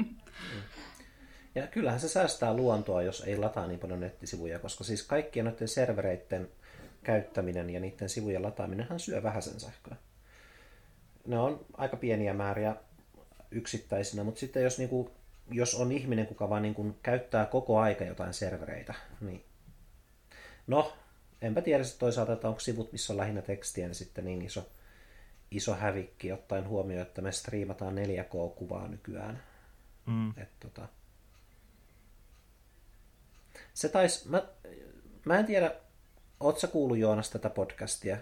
S2: Ja kyllähän se säästää luontoa, jos ei lataa niin paljon nettisivuja, koska siis kaikkien noiden servereiden käyttäminen ja niiden sivujen lataaminenhan syö vähäsen sähköä. Ne on aika pieniä määriä yksittäisinä, mutta sitten jos, niin kuin, jos on ihminen, kuka vaan niin kuin, käyttää koko aika jotain servereitä, niin no, enpä tiedä toisaalta, että onko sivut, missä on lähinnä tekstiä, niin sitten niin iso, iso hävikki, ottaen huomioon, että me striimataan neljä K-kuvaa nykyään.
S3: Mm.
S2: Et, tota, se tais, mä, mä en tiedä, oot sä kuullut Joonas tätä podcastia,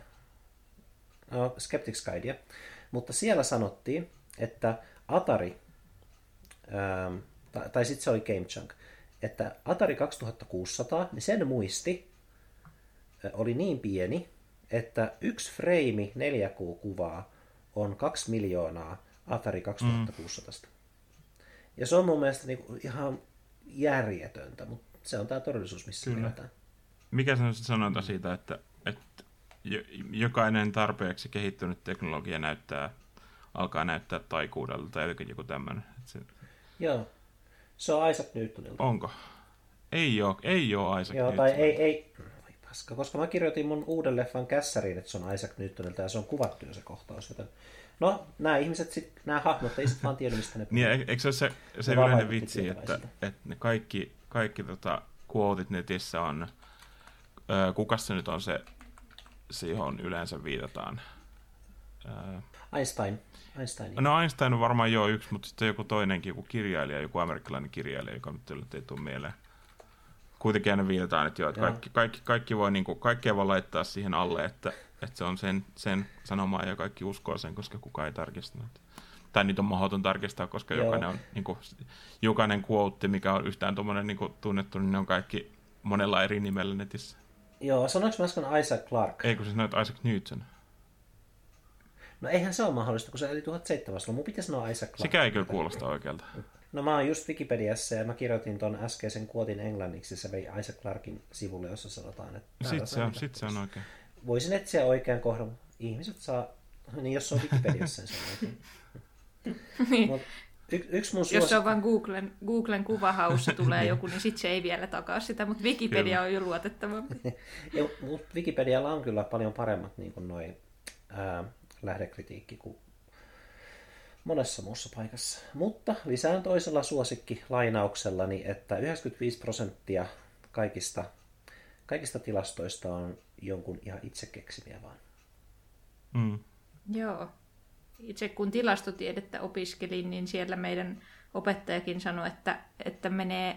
S2: no, Skeptics Guidea, mutta siellä sanottiin, että Atari, ähm, tai, tai sitten se oli Game Chunk, että Atari kaksituhattakuusisataa, niin sen muisti äh, oli niin pieni, että yksi freimi neljä K-kuvaa on kaksi miljoonaa Atari kaksituhattakuusisataa. Mm. Ja se on mun mielestä niinku ihan järjetöntä, mutta se on tämä todellisuus, missä eletään.
S3: Mikä se on sanonta siitä, että, että jokainen tarpeeksi kehittynyt teknologia näyttää, alkaa näyttää taikuudelta tai joku tämmöinen? Se...
S2: Joo, se on Isaac Newtonilta.
S3: Onko? Ei ole, ei ole Isaac
S2: Joo,
S3: Newtonilta.
S2: tai ei, ei, voi paska, koska mä kirjoitin mun uuden leffan kässäriin, että se on Isaac Newtonilta ja se on kuvattu jo se kohtaus, joten no, nämä ihmiset, sit, nämä hahmot ei sitten vaan tiedä, mistä ne puhuu.
S3: Niin, eikö se ole se, se yleinen vitsi, että, että ne kaikki, kaikki tota, quotit netissä on, öö, kukas se nyt on se, se johon yleensä viitataan? Öö,
S2: Einstein. Einstein.
S3: No Einstein on varmaan jo yksi, mutta sitten joku toinenkin, joku kirjailija, joku amerikkalainen kirjailija, joka nyt ei tule mieleen. Kuitenkin aina viitataan, että, joo, että kaikki, kaikki, kaikki voi, niin kuin, kaikkea voi laittaa siihen alle, että, että se on sen, sen sanomaa ja kaikki uskoo sen, koska kukaan ei tarkistanut. Tai niitä on mahdoton tarkistaa, koska jokainen, on, niin kuin, jokainen quote, mikä on yhtään tuommoinen niin kuin tunnettu, niin ne on kaikki monella eri nimellä netissä.
S2: Joo, sanoinko mä äsken Isaac Clarke?
S3: Ei, kun sä sanoit Isaac Newton.
S2: No eihän se ole mahdollista, kun se eli tuhatseitsemänsataa. Mun pitäisi sanoa Isaac Clarke.
S3: Sekä ei kyllä kuulosta oikealta.
S2: No mä oon just Wikipediassa ja mä kirjoitin ton äskeisen kuotin englanniksi, se vei Isaac Clarkin sivulle, jossa sanotaan, että...
S3: Sitten se, on, sit se on oikein.
S2: Voisin etsiä oikean kohdan. Ihmiset saa... Niin jos se on Wikipediassa, niin se on oikein.
S1: Niin.
S2: Mut y- yksi mun
S1: Jos
S2: suosikki...
S1: se on vaan Googlen, Googlen kuvahaussa tulee joku, niin sit se ei vielä takaa sitä, mutta Wikipedia on jo luotettavampi.
S2: Ja, mutta Wikipedialla on kyllä paljon paremmat niin kuin noi, ää, lähdekritiikki kuin monessa muussa paikassa. Mutta lisään toisella suosikki lainauksellani, että yhdeksänkymmentäviisi prosenttia kaikista, kaikista tilastoista on jonkun ihan itse keksimiä vaan.
S3: Mm.
S1: Joo. Itse kun tilastotiedettä opiskelin, niin siellä meidän opettajakin sanoi, että, että menee,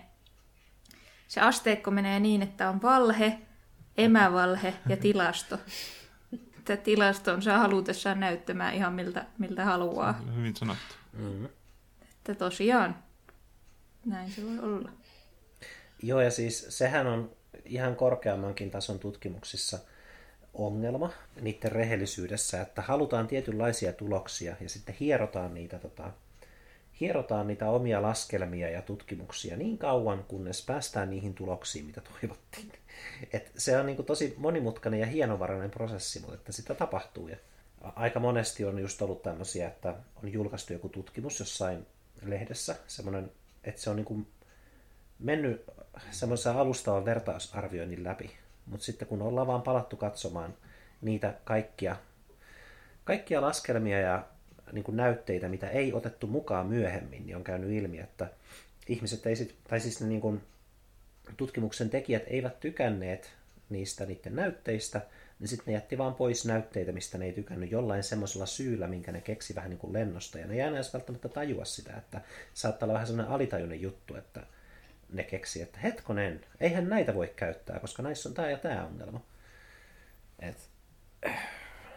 S1: se asteikko menee niin, että on valhe, emävalhe ja tilasto. Että tilaston saa halutessaan näyttämään ihan miltä, miltä haluaa.
S3: Hyvin sanottu.
S2: Mm-hmm.
S1: Että tosiaan, näin se voi olla.
S2: Joo, ja siis sehän on ihan korkeammankin tason tutkimuksissa ongelma niiden rehellisyydessä, että halutaan tietynlaisia tuloksia ja sitten hierotaan niitä, tota, hierotaan niitä omia laskelmia ja tutkimuksia niin kauan, kunnes päästään niihin tuloksiin, mitä toivottiin. Et se on niin kuin tosi monimutkainen ja hienovarainen prosessi, mutta että sitä tapahtuu. Ja aika monesti on just ollut tämmöisiä, että on julkaistu joku tutkimus jossain lehdessä, semmoinen, että se on niin kuin mennyt semmoisen alustavan vertausarvioinnin läpi. Mutta sitten kun ollaan vaan palattu katsomaan niitä kaikkia, kaikkia laskelmia ja niin kuin näytteitä, mitä ei otettu mukaan myöhemmin, niin on käynyt ilmi, että ihmiset ei sit, tai siis ne niin kuin tutkimuksen tekijät eivät tykänneet niistä niiden näytteistä, niin sitten ne jätti vaan pois näytteitä, mistä ne ei tykännyt jollain semmoisella syyllä, minkä ne keksi vähän niin kuin lennosta. Ja ne ei aina edes välttämättä tajua sitä, että saattaa olla vähän semmoinen alitajuinen juttu, että ne keksi, että hetkonen, eihän näitä voi käyttää, koska näissä on tämä ja tämä ongelma. Et, äh,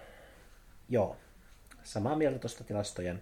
S2: joo, samaa mieltä tuosta tilastojen.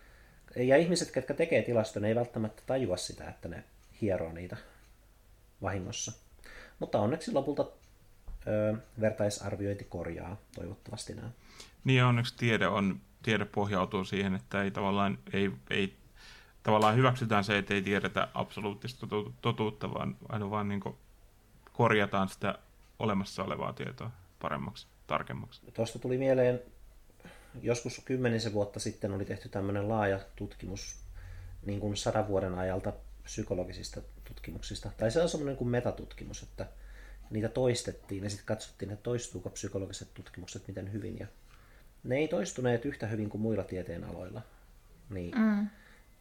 S2: Ja ihmiset, ketkä tekee tilastoja, ne ei välttämättä tajua sitä, että ne hieroo niitä vahingossa. Mutta onneksi lopulta ö, vertaisarviointi korjaa toivottavasti nämä.
S3: Niin ja onneksi tiede, on, tiede pohjautuu siihen, että ei tavallaan, ei, ei, tavallaan hyväksytään se, että ei tiedetä absoluuttista totuutta, vaan aina vaan niin kuin korjataan sitä olemassa olevaa tietoa paremmaksi, tarkemmaksi.
S2: Tuosta tuli mieleen, joskus kymmenisen vuotta sitten oli tehty tämmöinen laaja tutkimus niin kuin sadan vuoden ajalta psykologisista tutkimuksista. Tai se on semmoinen kuin metatutkimus, että niitä toistettiin ja sitten katsottiin, että toistuuko psykologiset tutkimukset miten hyvin. Ja ne ei toistuneet yhtä hyvin kuin muilla tieteenaloilla. Niin,
S1: mm.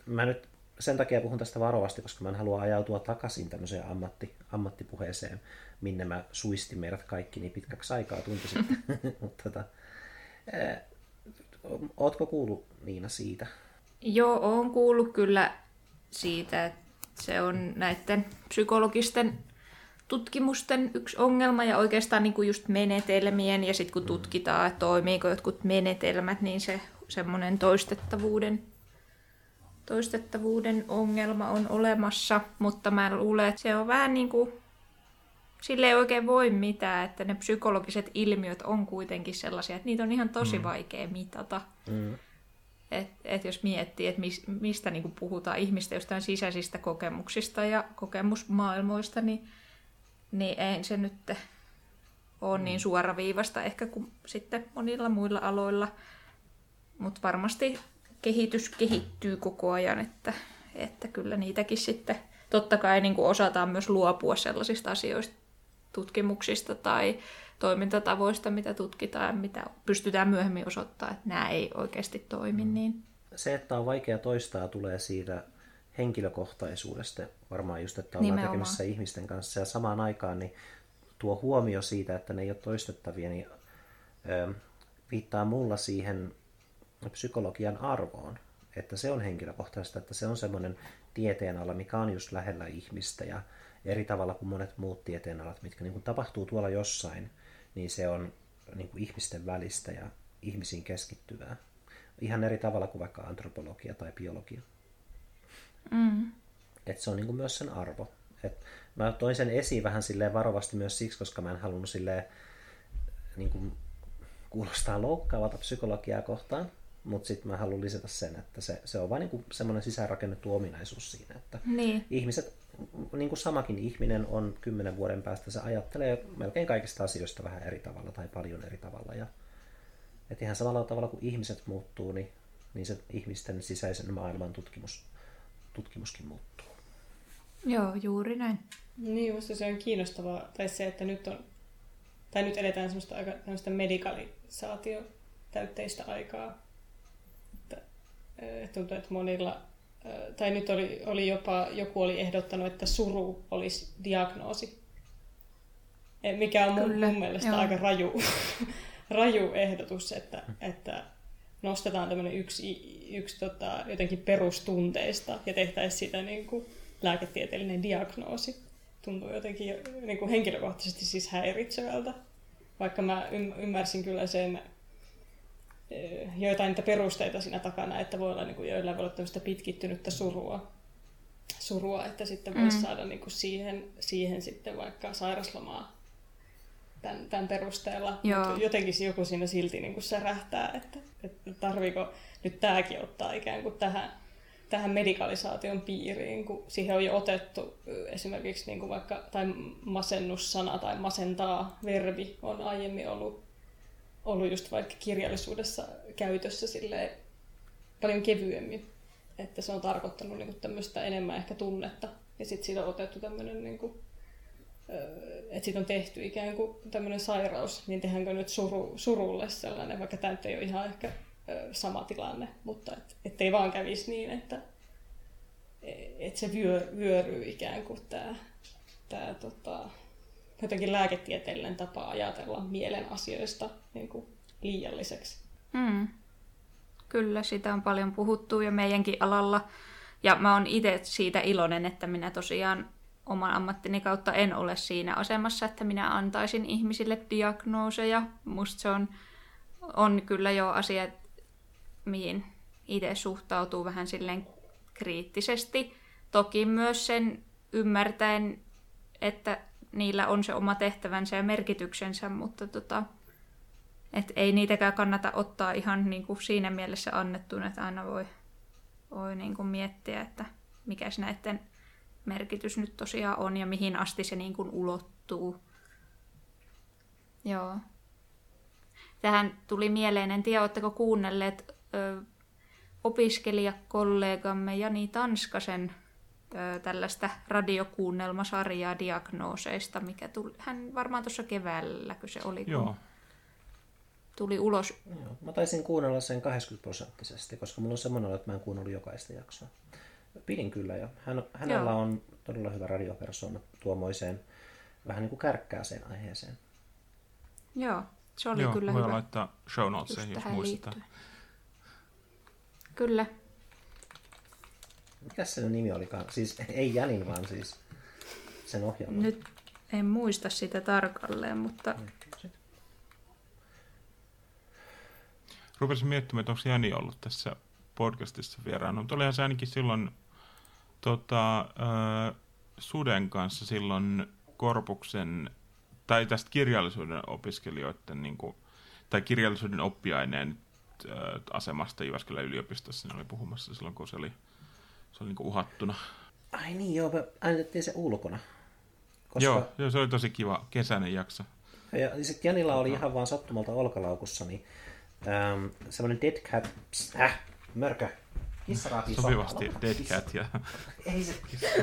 S2: mä nyt sen takia puhun tästä varovasti, koska mä en halua ajautua takaisin tämmöiseen ammatti, ammattipuheeseen, minne mä suistin meidät kaikki niin pitkäksi aikaa tunti sitten. Mutta tota, ää, ootko kuullut, Niina, siitä?
S1: Joo, oon kuullut kyllä siitä, että se on näiden psykologisten tutkimusten yksi ongelma ja oikeastaan niin kuin just menetelmien ja sitten kun tutkitaan, että toimiiko jotkut menetelmät, niin se semmoinen toistettavuuden, toistettavuuden ongelma on olemassa, mutta mä luulen, että se on vähän niin kuin, sille ei oikein voi mitään, että ne psykologiset ilmiöt on kuitenkin sellaisia, että niitä on ihan tosi vaikea mitata. Mm. Että et jos miettii, että mis, mistä niin kuin puhutaan ihmistä jostain sisäisistä kokemuksista ja kokemusmaailmoista, niin niin ei se nyt ole niin suoraviivasta ehkä kuin sitten monilla muilla aloilla. Mutta varmasti kehitys kehittyy koko ajan, että, että kyllä niitäkin sitten totta kai niin kuin osataan myös luopua sellaisista asioista, tutkimuksista tai toimintatavoista, mitä tutkitaan ja mitä pystytään myöhemmin osoittamaan, että nämä ei oikeasti toimi. Niin.
S2: Se, että on vaikea toistaa, tulee siitä henkilökohtaisuudesta varmaan just, että ollaan
S1: Nimenomaan.
S2: tekemisissä ihmisten kanssa ja samaan aikaan niin tuo huomio siitä, että ne ei ole toistettavia, niin ö, viittaa mulla siihen psykologian arvoon, että se on henkilökohtaista, että se on semmoinen tieteenala, mikä on just lähellä ihmistä ja eri tavalla kuin monet muut tieteenalat, mitkä niin kuin tapahtuu tuolla jossain, niin se on niin kuin ihmisten välistä ja ihmisiin keskittyvää. Ihan eri tavalla kuin vaikka antropologia tai biologia.
S1: Mm.
S2: Että se on niinku myös sen arvo. Et mä toin sen esiin vähän silleen varovasti myös siksi, koska mä en halunnut silleen niinku kuulostaa loukkaavalta psykologiaa kohtaan, mutta sitten mä haluan lisätä sen, että se, se on vain niinku semmoinen sisäänrakennettu ominaisuus siinä, että
S1: Niin.
S2: ihmiset, niin kuin samakin ihminen on kymmenen vuoden päästä, se ajattelee melkein kaikista asioista vähän eri tavalla tai paljon eri tavalla. Ja, et ihan samalla tavalla kuin ihmiset muuttuu, niin, niin se ihmisten sisäisen maailman tutkimus tutkimuskin muuttuu.
S1: Joo, juuri näin.
S4: Niin, musta se on kiinnostavaa, tai se, että nyt on, tai nyt eletään semmoista aika tämmöistä medikalisaatio-täytteistä aikaa. Että, että tuntuu, että monilla, tai nyt oli, oli jopa, joku oli ehdottanut, että suru olisi diagnoosi. Mikä on mun, mun mielestä joo. aika raju, raju ehdotus, että, että nostetaan tämmöinen yksi, yksi tota, jotenkin perustunteista ja tehtäisiin sitä niin kuin lääketieteellinen diagnoosi. Tuntuu jotenkin niin kuin henkilökohtaisesti siis häiritsevältä. Vaikka mä ymmärsin kyllä sen joitain niitä perusteita siinä takana, että voi olla, niin kuin, joilla voi olla tämmöistä pitkittynyttä surua, surua että sitten voisi mm. saada niin kuin siihen, siihen sitten vaikka sairaslomaa Tämän, tämän perusteella. Jotenkin joku siinä silti niin kuin särähtää, että, että tarviiko nyt tämäkin ottaa ikään kuin tähän, tähän medikalisaation piiriin, kun siihen on jo otettu esimerkiksi niin kuin vaikka, tai masennussana tai masentaa verbi on aiemmin ollut, ollut just vaikka kirjallisuudessa käytössä silleen paljon kevyemmin, että se on tarkoittanut niin kuin tämmöistä enemmän ehkä tunnetta ja sitten siitä on otettu tämmöinen niin kuin että siitä on tehty ikään kuin tämmöinen sairaus, niin tehdäänkö nyt suru, surulle sellainen, vaikka tämä ei ole ihan ehkä sama tilanne, mutta et, ettei vaan kävisi niin, että et se vyö, vyöryy ikään kuin tämä, tämä tota, jotenkin lääketieteellinen tapa ajatella mielen asioista niin kuin liialliseksi.
S1: Mm. Kyllä, sitä on paljon puhuttu ja meidänkin alalla. Ja mä oon itse siitä iloinen, että minä tosiaan oman ammattini kautta en ole siinä asemassa, että minä antaisin ihmisille diagnooseja. Musta se on, on kyllä jo asia, mihin itse suhtautuu vähän silleen kriittisesti. Toki myös sen ymmärtäen, että niillä on se oma tehtävänsä ja merkityksensä, mutta tota, et ei niitäkään kannata ottaa ihan niin kuin siinä mielessä annettuna, että aina voi, voi niin kuin miettiä, että mikä näiden merkitys nyt tosiaan on ja mihin asti se niin kuin ulottuu. Joo. Tähän tuli mieleen, en tiedä, oletteko kuunnelleet ö, opiskelijakollegamme Jani Tanskasen ö, tällaista tuli ulos.
S2: Joo, mä taisin kuunnella sen kahdeksankymmentä prosenttisesti, koska mulla on semmoinen olo, että mä en kuunnellut jokaista jaksoa. Pidin kyllä ja hän, hänellä Joo. on todella hyvä radiopersona tuommoiseen vähän niin kuin kärkkääseen aiheeseen.
S1: Joo, se oli
S3: Joo,
S1: kyllä
S3: voi
S1: hyvä.
S3: laittaa show notesiin, jos muistetaan.
S1: Liittyen. Kyllä.
S2: Mikäs sen nimi olikaan? Siis ei Jänin, vaan siis sen ohjelman.
S1: Nyt en muista sitä tarkalleen, mutta...
S3: Rupesin miettimään, että onko Jani ollut tässä podcastissa vieraana, mutta olihan se ainakin silloin tota, äh, Suden kanssa silloin Korpuksen, tai tästä kirjallisuuden opiskelijoiden, niin kuin, tai kirjallisuuden oppiaineen äh, asemasta Jyväskylän yliopistossa, ne oli puhumassa silloin, kun se oli, se oli niin kuin uhattuna.
S2: Ai niin, joo, me äänitettiin se ulkona. Koska...
S3: Joo, joo, se oli tosi kiva kesäinen jakso.
S2: Ja sitten Janilla oli ihan vaan sattumalta olkalaukussa, niin ähm, semmoinen dead cat, pst, äh, mörkö, kissa raapii
S3: sopivasti sohvalla. Dead cat ja...
S2: Ei se...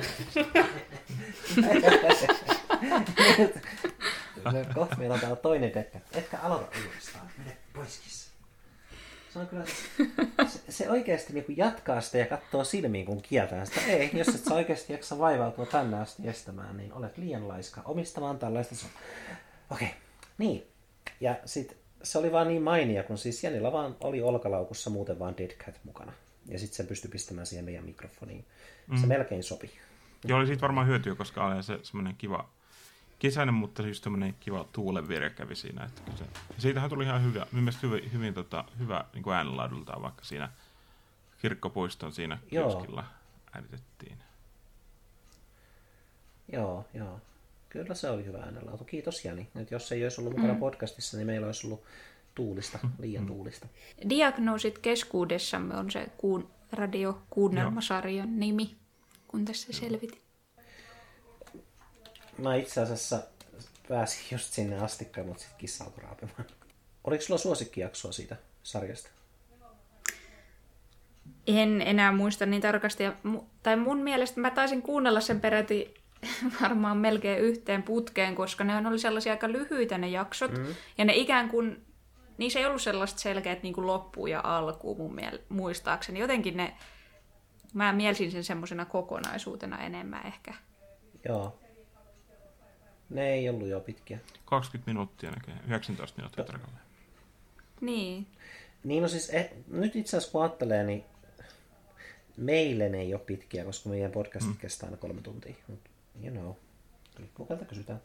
S2: Kohta meillä on täällä toinen dead cat. Etkä aloita uudestaan. Mene pois, kissa. Se on kyllä... Se, se oikeasti niinku jatkaa sitä ja katsoo silmiin, kun kieltää sitä. Ei, jos et sä oikeasti jaksa vaivautua tänne asti estämään, niin olet liian laiska omistamaan tällaista... So- Okei, okay. Niin. Ja sit se oli vaan niin mainia, kun siis Janilla vaan oli olkalaukussa muuten vaan Dead Cat mukana. Ja sitten sen pystyi pistämään siihen meidän mikrofoniin. Se mm. melkein sopi.
S3: Ja oli siitä varmaan hyötyä, koska oli se semmoinen kiva kesäinen, mutta just semmoinen kiva tuulenvirja kävi siinä. Että se, ja siitähän tuli ihan hyvä, mielestäni hyvin, hyvin tota, hyvä niin kuin äänenlaadultaan, vaikka siinä Kirkkopuiston siinä kioskilla äänitettiin.
S2: Joo, joo. Kyllä se oli hyvä äänenlaatu. Kiitos Jani. Nyt jos ei olisi ollut mukana mm. podcastissa, niin meillä olisi ollut tuulista, liian mm. tuulista.
S1: Diagnoosit keskuudessamme on se kuun, radiokuunnelmasarjan nimi, kun tässä selvitin.
S2: Mä itse asiassa pääsin just sinne astikkaan, mutta sitten kissa alkoi raapimaan. Oliko sulla suosikkijaksoa siitä sarjasta?
S1: En enää muista niin tarkasti. Tai mun mielestä mä taisin kuunnella sen peräti varmaan melkein yhteen putkeen, koska ne oli sellaisia aika lyhyitä ne jaksot. Mm. Ja ne ikään kuin, niissä ei ollut sellaista selkeät niin kuin loppuun ja alkuun mun miel- muistaakseni. Jotenkin ne, mä mielsin sen semmoisena kokonaisuutena enemmän ehkä.
S2: Joo. Ne ei ollut jo pitkiä.
S3: kaksikymmentä minuuttia näkee, yhdeksäntoista minuuttia tarkalleen.
S1: Niin.
S2: Niin no siis, eh, nyt itse asiassa kun ajattelee, niin meille ne ei ole pitkiä, koska meidän podcastit mm. kestää aina kolme tuntia. You know, kukalta kysytään.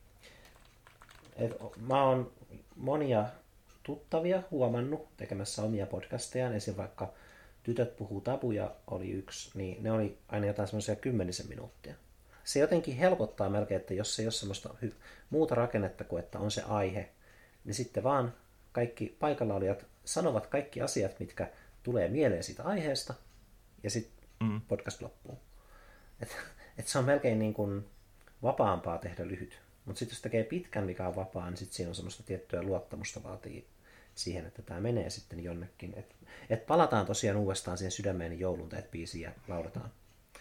S2: Et mä oon monia tuttavia huomannut tekemässä omia podcastejaan. Esim. Vaikka Tytöt puhuu tabuja oli yksi, niin ne oli aina jotain semmoisia kymmenisen minuuttia. Se jotenkin helpottaa melkein, että jos ei ole semmoista hy- muuta rakennetta kuin että on se aihe, niin sitten vaan kaikki paikallaolijat sanovat kaikki asiat, mitkä tulee mieleen siitä aiheesta, ja sitten mm. podcast loppuu. Et, et se on melkein niin kuin vapaampaa tehdä lyhyt. Mutta sitten jos tekee pitkän, mikä on vapaa, niin sitten siinä on semmoista tiettyä luottamusta vaatii siihen, että tämä menee sitten jonnekin. Että et palataan tosiaan uudestaan siihen Sydämeeni joulun teet biisiin ja lauletaan.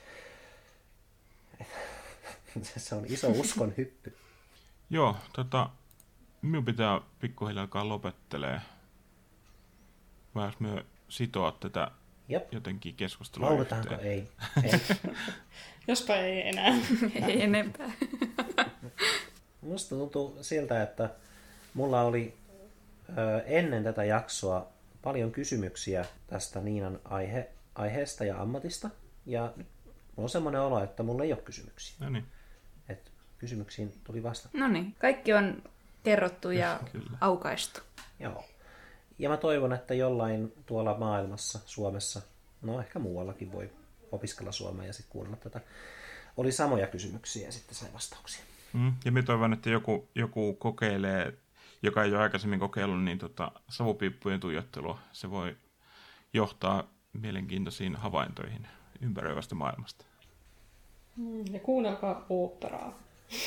S2: Et, se on iso uskon hyppy.
S3: Joo, tota, minun pitää pikkuhiljaa alkaa lopettelee. Vai jos me sitoa tätä Jep. jotenkin keskustelua
S2: lauletaanko? Yhteen. Ei. ei.
S4: Jospa ei enää.
S1: Ei enempää.
S2: Musta tuntuu siltä, että mulla oli ö, ennen tätä jaksoa paljon kysymyksiä tästä Niinan aihe, aiheesta ja ammatista. Ja nyt mulla on semmoinen olo, että mulla ei ole kysymyksiä.
S3: No niin.
S2: Et kysymyksiin tuli vastata.
S1: No niin, kaikki on kerrottu ja aukaistu.
S2: Joo. Ja mä toivon, että jollain tuolla maailmassa, Suomessa, no ehkä muuallakin voi opiskella suomea ja sitten kuunnella tätä. Oli samoja kysymyksiä ja sitten sai vastauksia.
S3: Mm, ja mä toivon, että joku, joku kokeilee, joka ei ole aikaisemmin kokeillut, niin tota, savupiippujen tuijottelua. Se voi johtaa mielenkiintoisiin havaintoihin ympäröivästä maailmasta.
S4: Mm, ja kuunnelkaa oopperaa.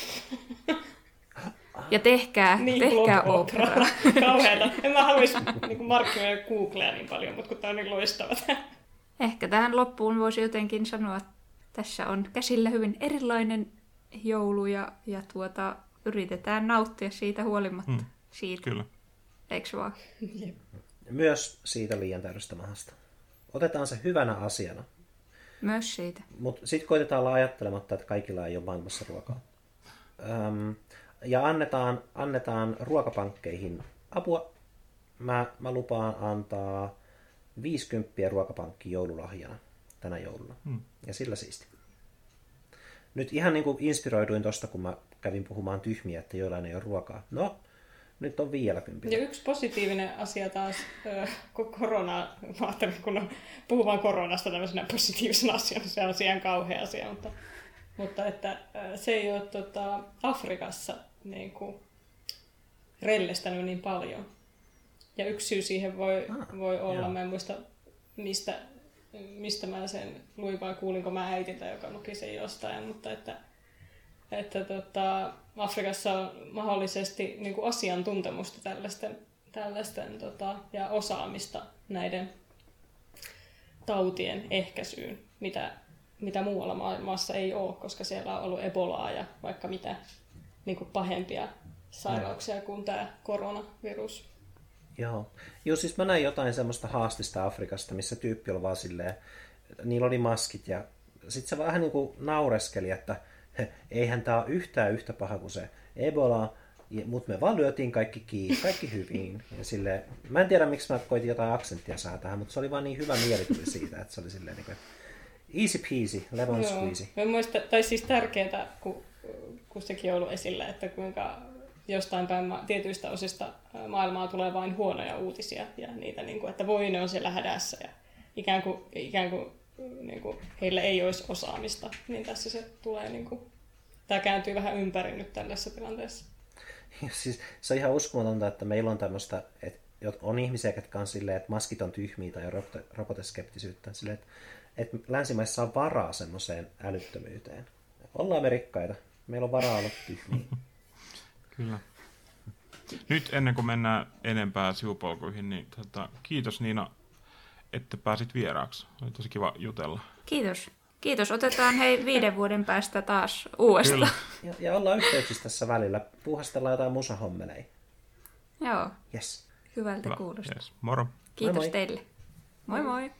S1: Ja tehkää,
S4: niin,
S1: tehkää oopperaa.
S4: Kauheeta. En mä haluaisi niin markkinoida Googlea niin paljon, mutta kun tää on niin loistava.
S1: Ehkä tähän loppuun voisi jotenkin sanoa, että tässä on käsillä hyvin erilainen joulu ja, ja tuota, yritetään nauttia siitä huolimatta. Mm, siitä.
S3: Kyllä.
S1: Eiks vaan?
S4: Jep.
S2: Myös siitä liian täydestä mahasta. Otetaan se hyvänä asiana.
S1: Myös siitä.
S2: Mutta sitten koitetaan olla ajattelematta, että kaikilla ei ole maailmassa ruokaa. Öm, ja annetaan, annetaan ruokapankkeihin apua. Mä, mä lupaan antaa viisikymppiä ruokapankkiin joululahjana tänä jouluna. Hmm. Ja sillä siisti. Nyt ihan niin kuin inspiroiduin tosta, kun mä kävin puhumaan tyhmiä, että joillain ei ole ruokaa. No, nyt on vielä kympillä.
S4: Ja yksi positiivinen asia taas, kun korona, mä ajattelin, kun puhumaan koronasta tämmöisenä positiivisena asiana, se on ihan kauhea asia, mutta, mutta että se ei ole tota, Afrikassa niin kuin, rellestänyt niin paljon. Ja yksi syy siihen voi, ah, voi olla, joo. Mä en muista mistä, mistä mä sen luin vai kuulinko mä äitiltä, joka luki sen jostain, mutta että, että tota, Afrikassa on mahdollisesti niin kuin asiantuntemusta tällaisten, tällaisten tota, ja osaamista näiden tautien ehkäisyyn, mitä, mitä muualla maailmassa ei ole, koska siellä on ollut ebolaa ja vaikka mitä niin kuin pahempia sairauksia no. kuin tämä koronavirus.
S2: Joo. Joo, siis mä näin jotain semmoista haastista Afrikasta, missä tyyppi oli vaan silleen, niillä oli maskit ja sit se vähän niin kuin naureskeli, että eihän tää ole yhtään yhtä paha kuin se Ebola, mutta me vaan lyötiin kaikki kiinni, kaikki hyvin. Ja silleen, mä en tiedä miksi mä koitin jotain aksenttia saa tähän, mutta se oli vaan niin hyvä mielikuva siitä, että se oli silleen niin kuin, easy peasy, lemon squeezy.
S4: Mä muistan, tai siis tärkeää, kun, kun sekin on ollut esillä, että kuinka jostain päin tietyistä osista maailmaa tulee vain huonoja uutisia ja niitä, niin kuin, että voi ne on siellä hädässä ja ikään kuin, ikään kuin, niin kuin heillä ei olisi osaamista, niin tässä se tulee, niin kuin, tämä kääntyy vähän ympäri nyt tällaisessa tilanteessa.
S2: Ja siis, se on ihan uskomatonta, että meillä on tämmöistä, että on ihmisiä, jotka on silleen, että maskit on tyhmiä tai rokoteskeptisyyttä, silleen, että, että länsimaissa on varaa semmoiseen älyttömyyteen. Ollaan me rikkaita, meillä on varaa olla tyhmiä.
S3: Kyllä. Nyt ennen kuin mennään enempää sivupolkuihin, niin tota, kiitos Niina, että pääsit vieraaksi. Oli tosi kiva jutella.
S1: Kiitos. Kiitos. Otetaan hei viiden vuoden päästä taas uudestaan.
S2: Ja, ja ollaan yhteyksissä tässä välillä. Puuhastellaan jotain musahommelei.
S1: Joo.
S2: Yes.
S1: Hyvältä
S3: Hyvä.
S1: kuulostaa.
S3: Yes. Moro.
S1: Kiitos
S2: moi moi.
S1: teille. Moi moi.